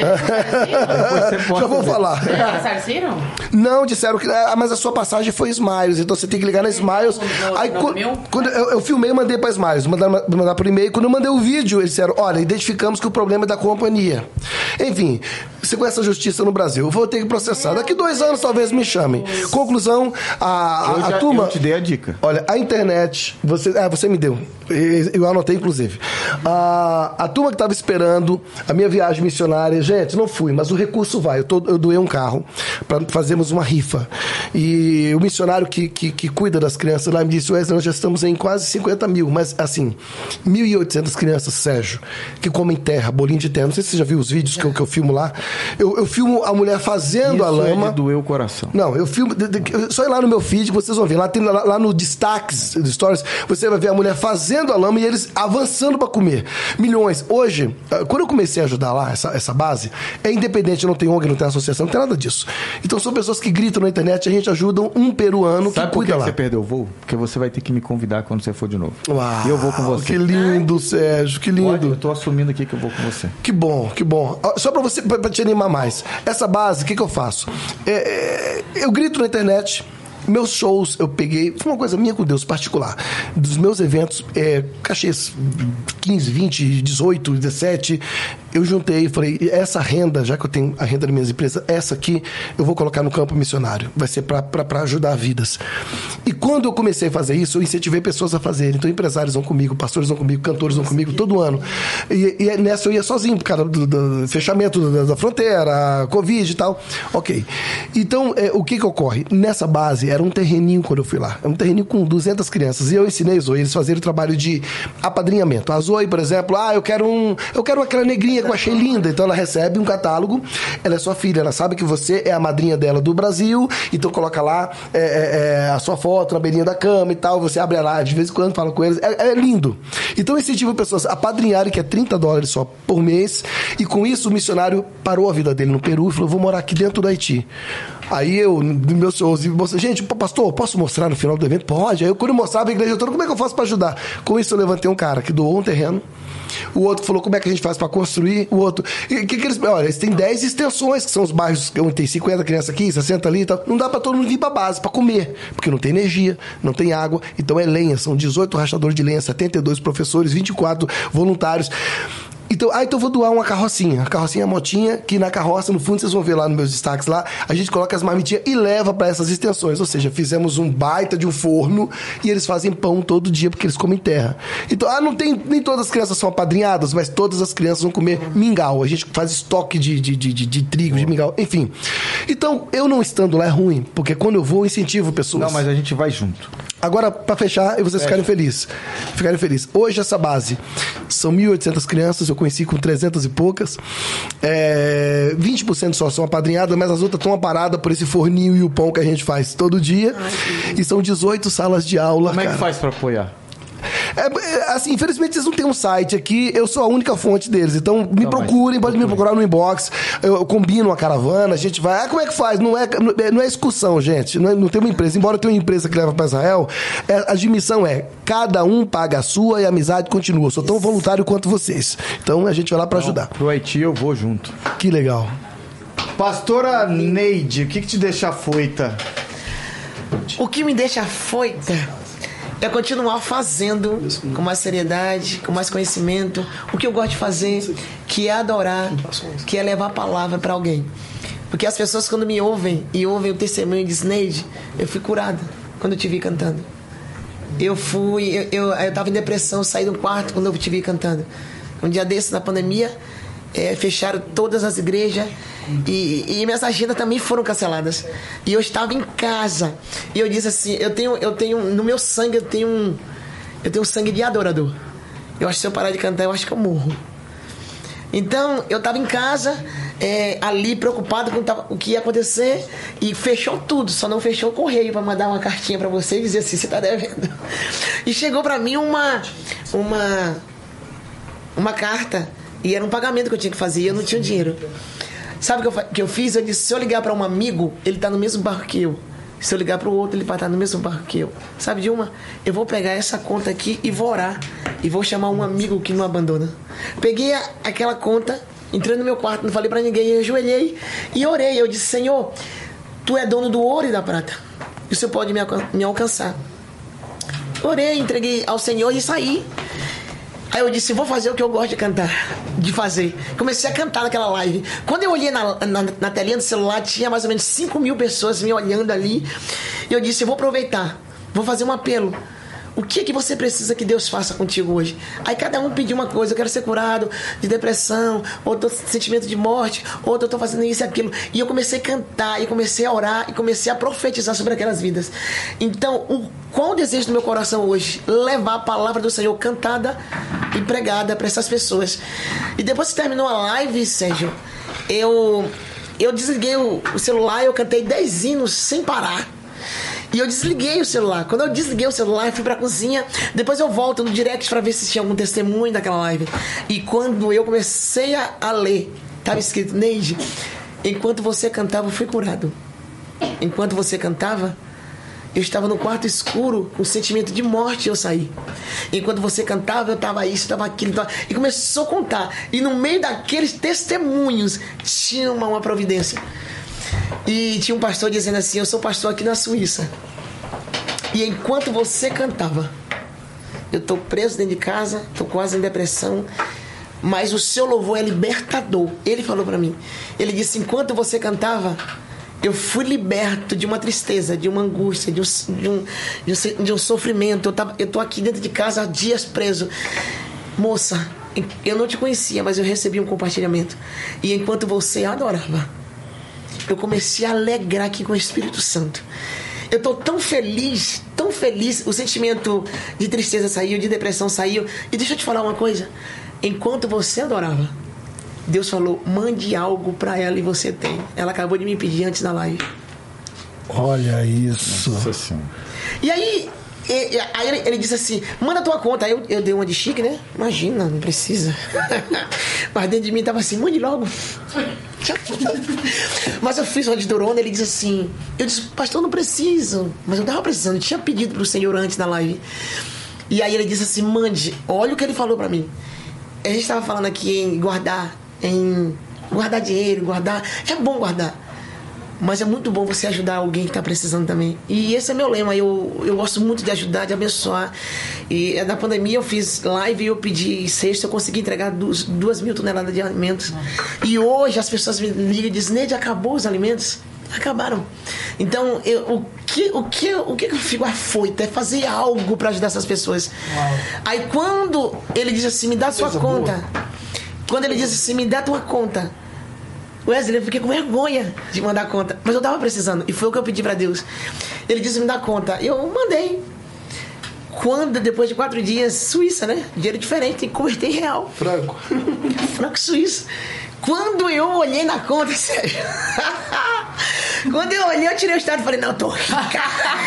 Você pode Já vou ver. falar. Ressarciram? Não, disseram que. Ah, mas a sua passagem foi Smiles, então você tem que ligar na Smiles. No, Aí, no quando, quando eu, eu filmei e mandei pra Smiles, mandar, mandar por e-mail. Quando eu mandei o vídeo, eles disseram: olha, identificamos que o problema é da companhia. Enfim, você conhece a justiça no Brasil. Eu vou ter que processar. Daqui dois anos talvez me chamem. Conclusão, a, a, eu já, a turma... Eu te dei a dica. Olha, a internet... Você, ah, você me deu. Eu anotei, inclusive. A, a turma que estava esperando a minha viagem missionária... Gente, não fui, mas o recurso vai. Eu, tô, eu doei um carro para fazermos uma rifa. E o missionário que, que, que cuida das crianças lá me disse: Wesley, nós já estamos em quase cinquenta mil. Mas, assim, mil e oitocentas crianças, Sérgio, que comem terra, bolinho de terra. Não sei se você já viu os vídeos que eu, que eu filmo lá. Eu, eu filmo a mulher fazendo Isso a lama. É de doer o coração. Não, eu filmo... Só ir lá no meu feed que vocês vão ver. Lá, tem, lá, lá no destaques do Stories, você vai ver a mulher fazendo a lama e eles avançando pra comer. Milhões. Hoje, quando eu comecei a ajudar lá, essa, essa base, é independente, não tem O N G, não tem associação, não tem nada disso. Então são pessoas que gritam na internet, a gente ajuda um peruano Sabe que cuida por que lá. Você perdeu o voo? Porque você vai ter que me convidar quando você for de novo. Uau, e eu vou com você. Que lindo, Sérgio, que lindo. Pode, eu tô assumindo aqui que eu vou com você. Que bom, que bom. Só pra você, pra, pra te animar mais. Essa base, o que que eu faço? É, é, eu grito na internet. Meus shows, eu peguei... Foi uma coisa minha com Deus, particular. Dos meus eventos, é, cachês quinze, vinte, dezoito, dezessete... eu juntei e falei, essa renda, já que eu tenho a renda das minhas empresas, essa aqui eu vou colocar no campo missionário. Vai ser para ajudar vidas. E quando eu comecei a fazer isso, eu incentivei pessoas a fazerem. Então, empresários vão comigo, pastores vão comigo, cantores vão comigo, todo ano. E, e nessa eu ia sozinho, por causa do, do fechamento da, da fronteira, Covid e tal. Ok. Então, é, o que que ocorre? Nessa base, era um terreninho quando eu fui lá. É um terreninho com duzentas crianças. E eu ensinei a Zoe, eles fazerem o trabalho de apadrinhamento. A Zoe, por exemplo, ah, eu quero um... Eu quero aquela negrinha que eu achei linda. Então, ela recebe um catálogo. Ela é sua filha. Ela sabe que você é a madrinha dela do Brasil. Então, coloca lá é, é, a sua foto na beirinha da cama e tal. Você abre lá, de vez em quando, fala com eles. É, é lindo. Então, eu incentivo pessoas a apadrinharem, que é trinta dólares só por mês. E com isso, o missionário parou a vida dele no Peru e falou, vou morar aqui dentro do Haiti. Aí eu, meus shows, gente, pastor, posso mostrar no final do evento? Pode. Aí eu, quando eu mostrava a igreja toda, como é que eu faço para ajudar? Com isso, eu levantei um cara que doou um terreno. O outro falou, como é que a gente faz para construir? O outro... E, que que eles, olha, eles têm dez extensões, que são os bairros onde tem cinquenta crianças aqui, sessenta ali e tal. Não dá para todo mundo vir para base, para comer, porque não tem energia, não tem água. Então é lenha, são dezoito rachadores de lenha, setenta e dois professores, vinte e quatro voluntários. Então, ah, então eu vou doar uma carrocinha. A carrocinha é a motinha, que na carroça, no fundo, vocês vão ver lá nos meus destaques lá, a gente coloca as marmitinhas e leva para essas extensões. Ou seja, fizemos um baita de um forno e eles fazem pão todo dia porque eles comem terra. Então, ah, não tem, nem todas as crianças são apadrinhadas, mas todas as crianças vão comer mingau. A gente faz estoque de, de, de, de, de trigo, de mingau, enfim. Então, eu não estando lá é ruim, porque quando eu vou, eu incentivo pessoas. Não, mas a gente vai junto. Agora, para fechar, e vocês ficarem felizes. Ficarem felizes. Hoje, essa base são mil e oitocentas crianças, eu conheci com trezentas e poucas. É, vinte por cento só são apadrinhadas, mas as outras estão aparadas por esse forninho e o pão que a gente faz todo dia. Ai, e são dezoito salas de aula. Como cara. é que faz para apoiar? É, assim, infelizmente eles não têm um site aqui, eu sou a única fonte deles, então me então, procurem, pode me procurar no inbox, eu, eu combino uma caravana, a gente vai, ah, como é que faz? Não é, não é excursão, gente, não, é, não tem uma empresa, embora eu tenha uma empresa que leva para Israel, é, a admissão é, cada um paga a sua e a amizade continua, eu sou tão voluntário quanto vocês, então a gente vai lá para ajudar. Pro Haiti eu vou junto. Que legal. Pastora Neide, o que, que te deixa afoita? O que me deixa afoita é continuar fazendo com mais seriedade, com mais conhecimento, o que eu gosto de fazer, que é adorar, que é levar a palavra para alguém. Porque as pessoas quando me ouvem e ouvem o testemunho de Neide, eu fui curada quando eu te vi cantando. Eu fui, eu, eu, eu tava em depressão, saí do quarto quando eu te vi cantando. Um dia desse, na pandemia, é, fecharam todas as igrejas e, e minhas agendas também foram canceladas. E eu estava em casa e eu disse assim, eu tenho, eu tenho no meu sangue eu tenho um, eu tenho um sangue de adorador. Eu acho que se eu parar de cantar, eu acho que eu morro. Então, eu estava em casa, é, ali preocupado com o que ia acontecer, e fechou tudo, só não fechou o correio para mandar uma cartinha para você e dizer assim, você está devendo. E chegou para mim uma, uma, uma carta, e era um pagamento que eu tinha que fazer, e eu não tinha dinheiro. Sabe o que eu, que eu fiz? Eu disse, se eu ligar para um amigo, ele está no mesmo barco que eu. Se eu ligar para o outro, ele vai estar no mesmo barco que eu. Sabe de uma? Eu vou pegar essa conta aqui e vou orar. E vou chamar um amigo que não abandona. Peguei a, aquela conta, entrei no meu quarto, não falei para ninguém, eu ajoelhei e orei. Eu disse, Senhor, Tu é dono do ouro e da prata. E o Senhor pode me, me alcançar. Orei, entreguei ao Senhor e saí. Aí eu disse, vou fazer o que eu gosto de cantar, de fazer. Comecei a cantar naquela live. Quando eu olhei na, na, na telinha do celular, tinha mais ou menos cinco mil pessoas me olhando ali. E eu disse, eu vou aproveitar, vou fazer um apelo. O que é que você precisa que Deus faça contigo hoje? Aí cada um pediu uma coisa, eu quero ser curado de depressão, outro sentimento de morte, outro eu estou fazendo isso e aquilo. E eu comecei a cantar, e comecei a orar, e comecei a profetizar sobre aquelas vidas. Então, o, qual o desejo do meu coração hoje? Levar a palavra do Senhor cantada e pregada para essas pessoas. E depois que terminou a live, Sérgio, eu, eu desliguei o, o celular e eu cantei dez hinos sem parar. E eu desliguei o celular. Quando eu desliguei o celular, eu fui pra cozinha. Depois eu volto no direct pra ver se tinha algum testemunho daquela live. E quando eu comecei a, a ler, tava escrito, Neide, enquanto você cantava, eu fui curado. Enquanto você cantava, eu estava no quarto escuro, com sentimento de morte, eu saí. Enquanto você cantava, eu estava isso, eu estava aquilo. Tava... E começou a contar. E no meio daqueles testemunhos, tinha uma, uma providência. E tinha um pastor dizendo assim, eu sou pastor aqui na Suíça. E enquanto você cantava, eu estou preso dentro de casa, estou quase em depressão, mas o seu louvor é libertador. Ele falou pra mim. Ele disse, enquanto você cantava, eu fui liberto de uma tristeza, de uma angústia, de um, de um, de um, de um sofrimento. Eu, tava, eu tô aqui dentro de casa há dias preso. Moça, eu não te conhecia, mas eu recebi um compartilhamento. E enquanto você adorava, eu comecei a alegrar aqui com o Espírito Santo. Eu tô tão feliz, tão feliz. O sentimento de tristeza saiu, de depressão saiu. E deixa eu te falar uma coisa. Enquanto você adorava, Deus falou, mande algo pra ela e você tem. Ela acabou de me pedir antes da live. Olha isso. Nossa Senhora. E aí, e- e- aí ele, ele disse assim, manda a tua conta. Aí eu, eu dei uma de chique, né? Imagina, não precisa. Mas dentro de mim tava assim, mande logo. Mas eu fiz uma de Dorona, ele disse assim, eu disse, pastor, não preciso. Mas eu tava precisando, eu tinha pedido pro Senhor antes da live. E aí ele disse assim, mande, olha o que ele falou pra mim. A gente tava falando aqui em guardar, em guardar dinheiro, guardar. É bom guardar. Mas é muito bom você ajudar alguém que está precisando também. E esse é meu lema. Eu, eu gosto muito de ajudar, de abençoar. E na pandemia eu fiz live e eu pedi sexta, eu consegui entregar duas, duas mil toneladas de alimentos. E hoje as pessoas me ligam e dizem, Neide, acabou os alimentos? Acabaram. Então, eu, o, que, o, que, o que eu fico afoito é fazer algo para ajudar essas pessoas. Uau. Aí quando ele diz assim, me dá a sua Coisa conta. Boa. Quando ele diz assim, me dá a tua conta. Wesley, eu fiquei com vergonha de mandar a conta. Mas eu tava precisando. E foi o que eu pedi pra Deus. Ele disse, me dá a conta. Eu mandei. Quando, depois de quatro dias, Suíça, né? Dinheiro diferente, tem que converter em real. Franco. Franco suíço. Quando eu olhei na conta, Sérgio. Quando eu olhei, eu tirei o estado e falei, não, eu tô rica.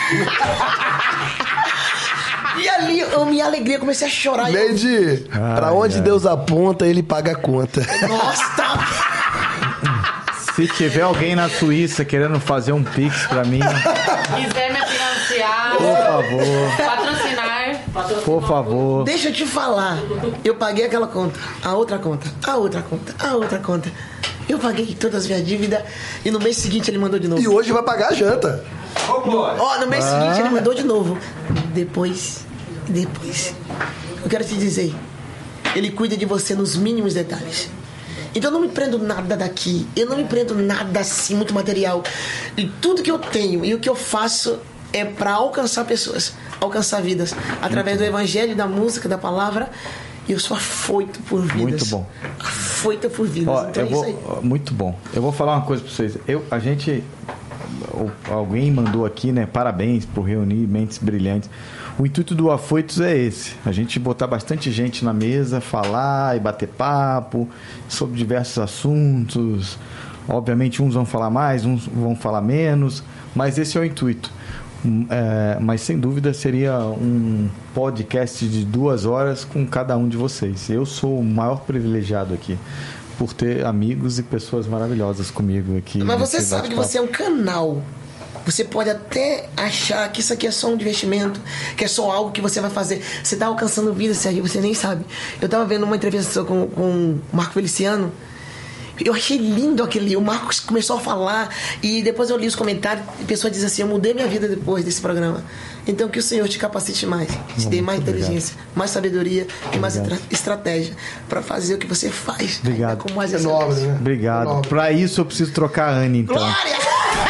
E ali, eu, minha alegria, comecei a chorar. Neide, eu... pra onde ai. Deus aponta, ele paga a conta. Nossa, tá... Se tiver alguém na Suíça querendo fazer um pix pra mim... Quiser me financiar... Por favor. Patrocinar. patrocinar. Por favor. Deixa eu te falar. Eu paguei aquela conta, a outra conta, a outra conta, a outra conta. Eu paguei todas as minhas dívidas e no mês seguinte ele mandou de novo. E hoje vai pagar a janta. Ó, oh, no mês ah. seguinte ele mandou de novo. Depois, depois. Eu quero te dizer, ele cuida de você nos mínimos detalhes. Então eu não me prendo nada daqui. Eu não me prendo nada assim, muito material. E tudo que eu tenho e o que eu faço é para alcançar pessoas, alcançar vidas. Através do evangelho, da música, da palavra. E eu sou afoito por vidas. Muito bom. Afoito por vidas. Ó, então eu é vou, isso aí. Muito bom. Eu vou falar uma coisa para vocês. Eu, a gente... Alguém mandou aqui, né? Parabéns por reunir mentes brilhantes. O intuito do Afoitos é esse: a gente botar bastante gente na mesa, falar e bater papo sobre diversos assuntos. Obviamente, uns vão falar mais, uns vão falar menos, mas esse é o intuito. É, mas sem dúvida seria um podcast de duas horas com cada um de vocês. Eu sou o maior privilegiado aqui por ter amigos e pessoas maravilhosas comigo aqui. Mas você sabe que você é um canal. Você pode até achar que isso aqui é só um divertimento, que é só algo que você vai fazer. Você está alcançando vida, Sérgio, você nem sabe. Eu estava vendo uma entrevista com, com o Marco Feliciano. Eu achei lindo aquele. O Marcos começou a falar e depois eu li os comentários e a pessoa diz assim, eu mudei minha vida depois desse programa. Então que o Senhor te capacite mais, te dê mais inteligência, obrigado. Mais sabedoria e mais estra- estratégia para fazer o que você faz. Obrigado. Com mais é nobre, né? Obrigado. Para isso eu preciso trocar a Anne, então. Glória!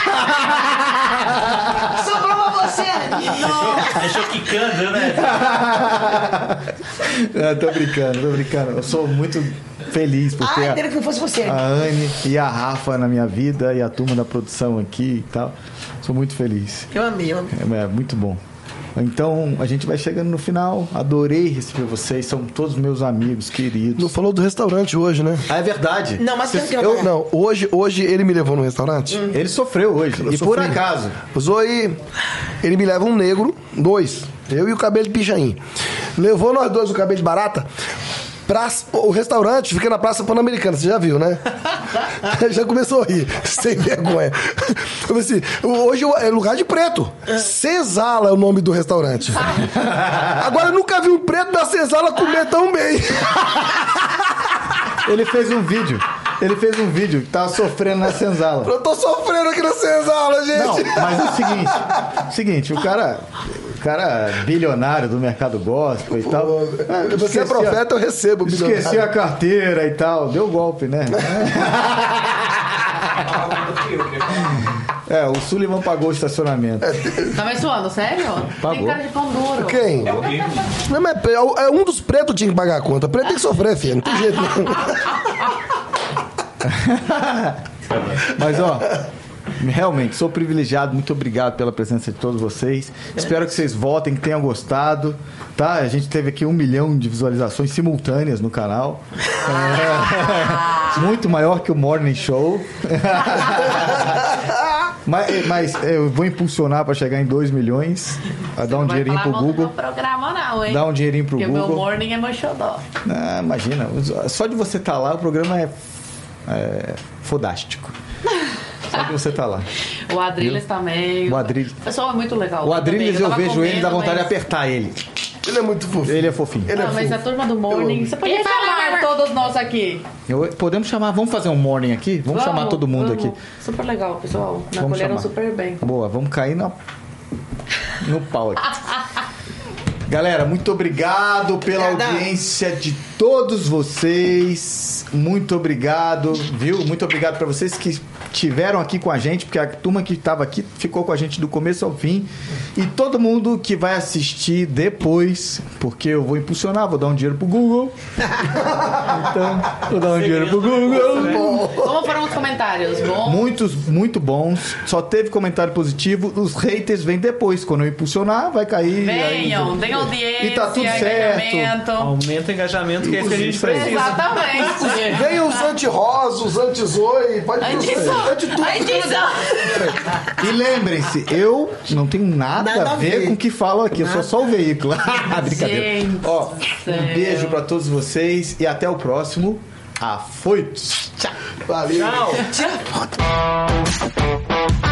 Sobrou pra você, Anne! Deixou quicando, né? Não, tô brincando, tô brincando. Eu sou muito feliz por ter ah, a, que não fosse você. a Anne e a Rafa na minha vida e a turma da produção aqui e tal. Sou muito feliz. Eu amei, eu amei. É, é muito bom. Então, a gente vai chegando no final. Adorei receber vocês. São todos meus amigos, queridos. Não falou do restaurante hoje, né? Ah, é verdade. Não, mas Cês, que eu, eu Não, hoje, hoje ele me levou no restaurante. Hum. Ele sofreu hoje. Eu e sofri. por acaso. Zoe, ele me leva um negro, dois. Eu e o cabelo de pichain. Levou nós dois o cabelo de barata. Praça, o restaurante fica na Praça Pan-Americana, você já viu, né? Já começou a rir, sem vergonha. Eu falei assim, hoje é lugar de preto. Senzala é o nome do restaurante. Agora eu nunca vi um preto da Senzala comer tão bem. Ele fez um vídeo. Ele fez um vídeo que tava sofrendo na Senzala. Eu tô sofrendo aqui na Senzala, gente. Não, mas é o seguinte. Seguinte, o cara cara bilionário do mercado gospel e tal. Ah, Você esqueci é profeta, a, eu recebo. bilionário. Esqueci a carteira e tal. Deu golpe, né? É, o Sullivan pagou o estacionamento. Tá me suando, sério? Pagou. Tem cara de pão duro. Quem? É o quê? Não, mas é, é um dos pretos que tinha que pagar a conta. Preto tem que sofrer, filho. Não tem jeito não. Mas, ó, realmente, sou privilegiado. Muito obrigado pela presença de todos vocês. Espero que vocês voltem, que tenham gostado. Tá? A gente teve aqui um milhão de visualizações simultâneas no canal. É, muito maior que o Morning Show. mas, mas eu vou impulsionar para chegar em dois milhões. Vai dar um Vai dinheirinho falar pro mal do Google. meu programa não, hein? Dá um dinheirinho pro Porque Google. meu morning é meu xodó. Ah, imagina, só de você estar lá, o programa é, é fodástico. Só de você estar lá. O Adrilles também. O Adrilles. O pessoal é muito legal. O Adrilles, eu, tava vejo ele, dá comendo, vontade de mas- apertar ele. Ele é muito fofinho. Ele é fofinho. Ele é Não, mas fofo. a turma do morning, você podia chamar todos nós aqui. Eu- podemos chamar, vamos fazer um morning aqui? Vamos, chamar todo mundo vamos. aqui. Super legal, pessoal. Me Vamos acolheram chamar. super bem. Boa, vamos cair no, no pau aqui. Galera, muito obrigado pela Obrigada. audiência de todos vocês. Muito obrigado, viu? Muito obrigado para vocês que estiveram aqui com a gente, porque a turma que estava aqui ficou com a gente do começo ao fim. E todo mundo que vai assistir depois, porque eu vou impulsionar, vou dar um dinheiro pro Google. Então, vou dar um dinheiro pro Google. Como foram os comentários? Bom? Muitos, muito bons. Só teve comentário positivo. Os haters vêm depois. Quando eu impulsionar, vai cair. Venham, aí- deem audiência, E tá tudo certo. engajamento. Aumenta o engajamento, que é isso que a gente Isso aí. precisa. Exatamente. Vem os anti-rosa, os anti-zoe, pode Anti-zoe. anti-tudo. Anti-zoe. E lembrem-se, eu não tenho nada, Nada a ver com o que falam aqui. Eu sou só o veículo. Brincadeira. Gente Ó, do um céu. beijo pra todos vocês e até o próximo. Afoitos. Tchau. Valeu. Tchau. Tira a foto.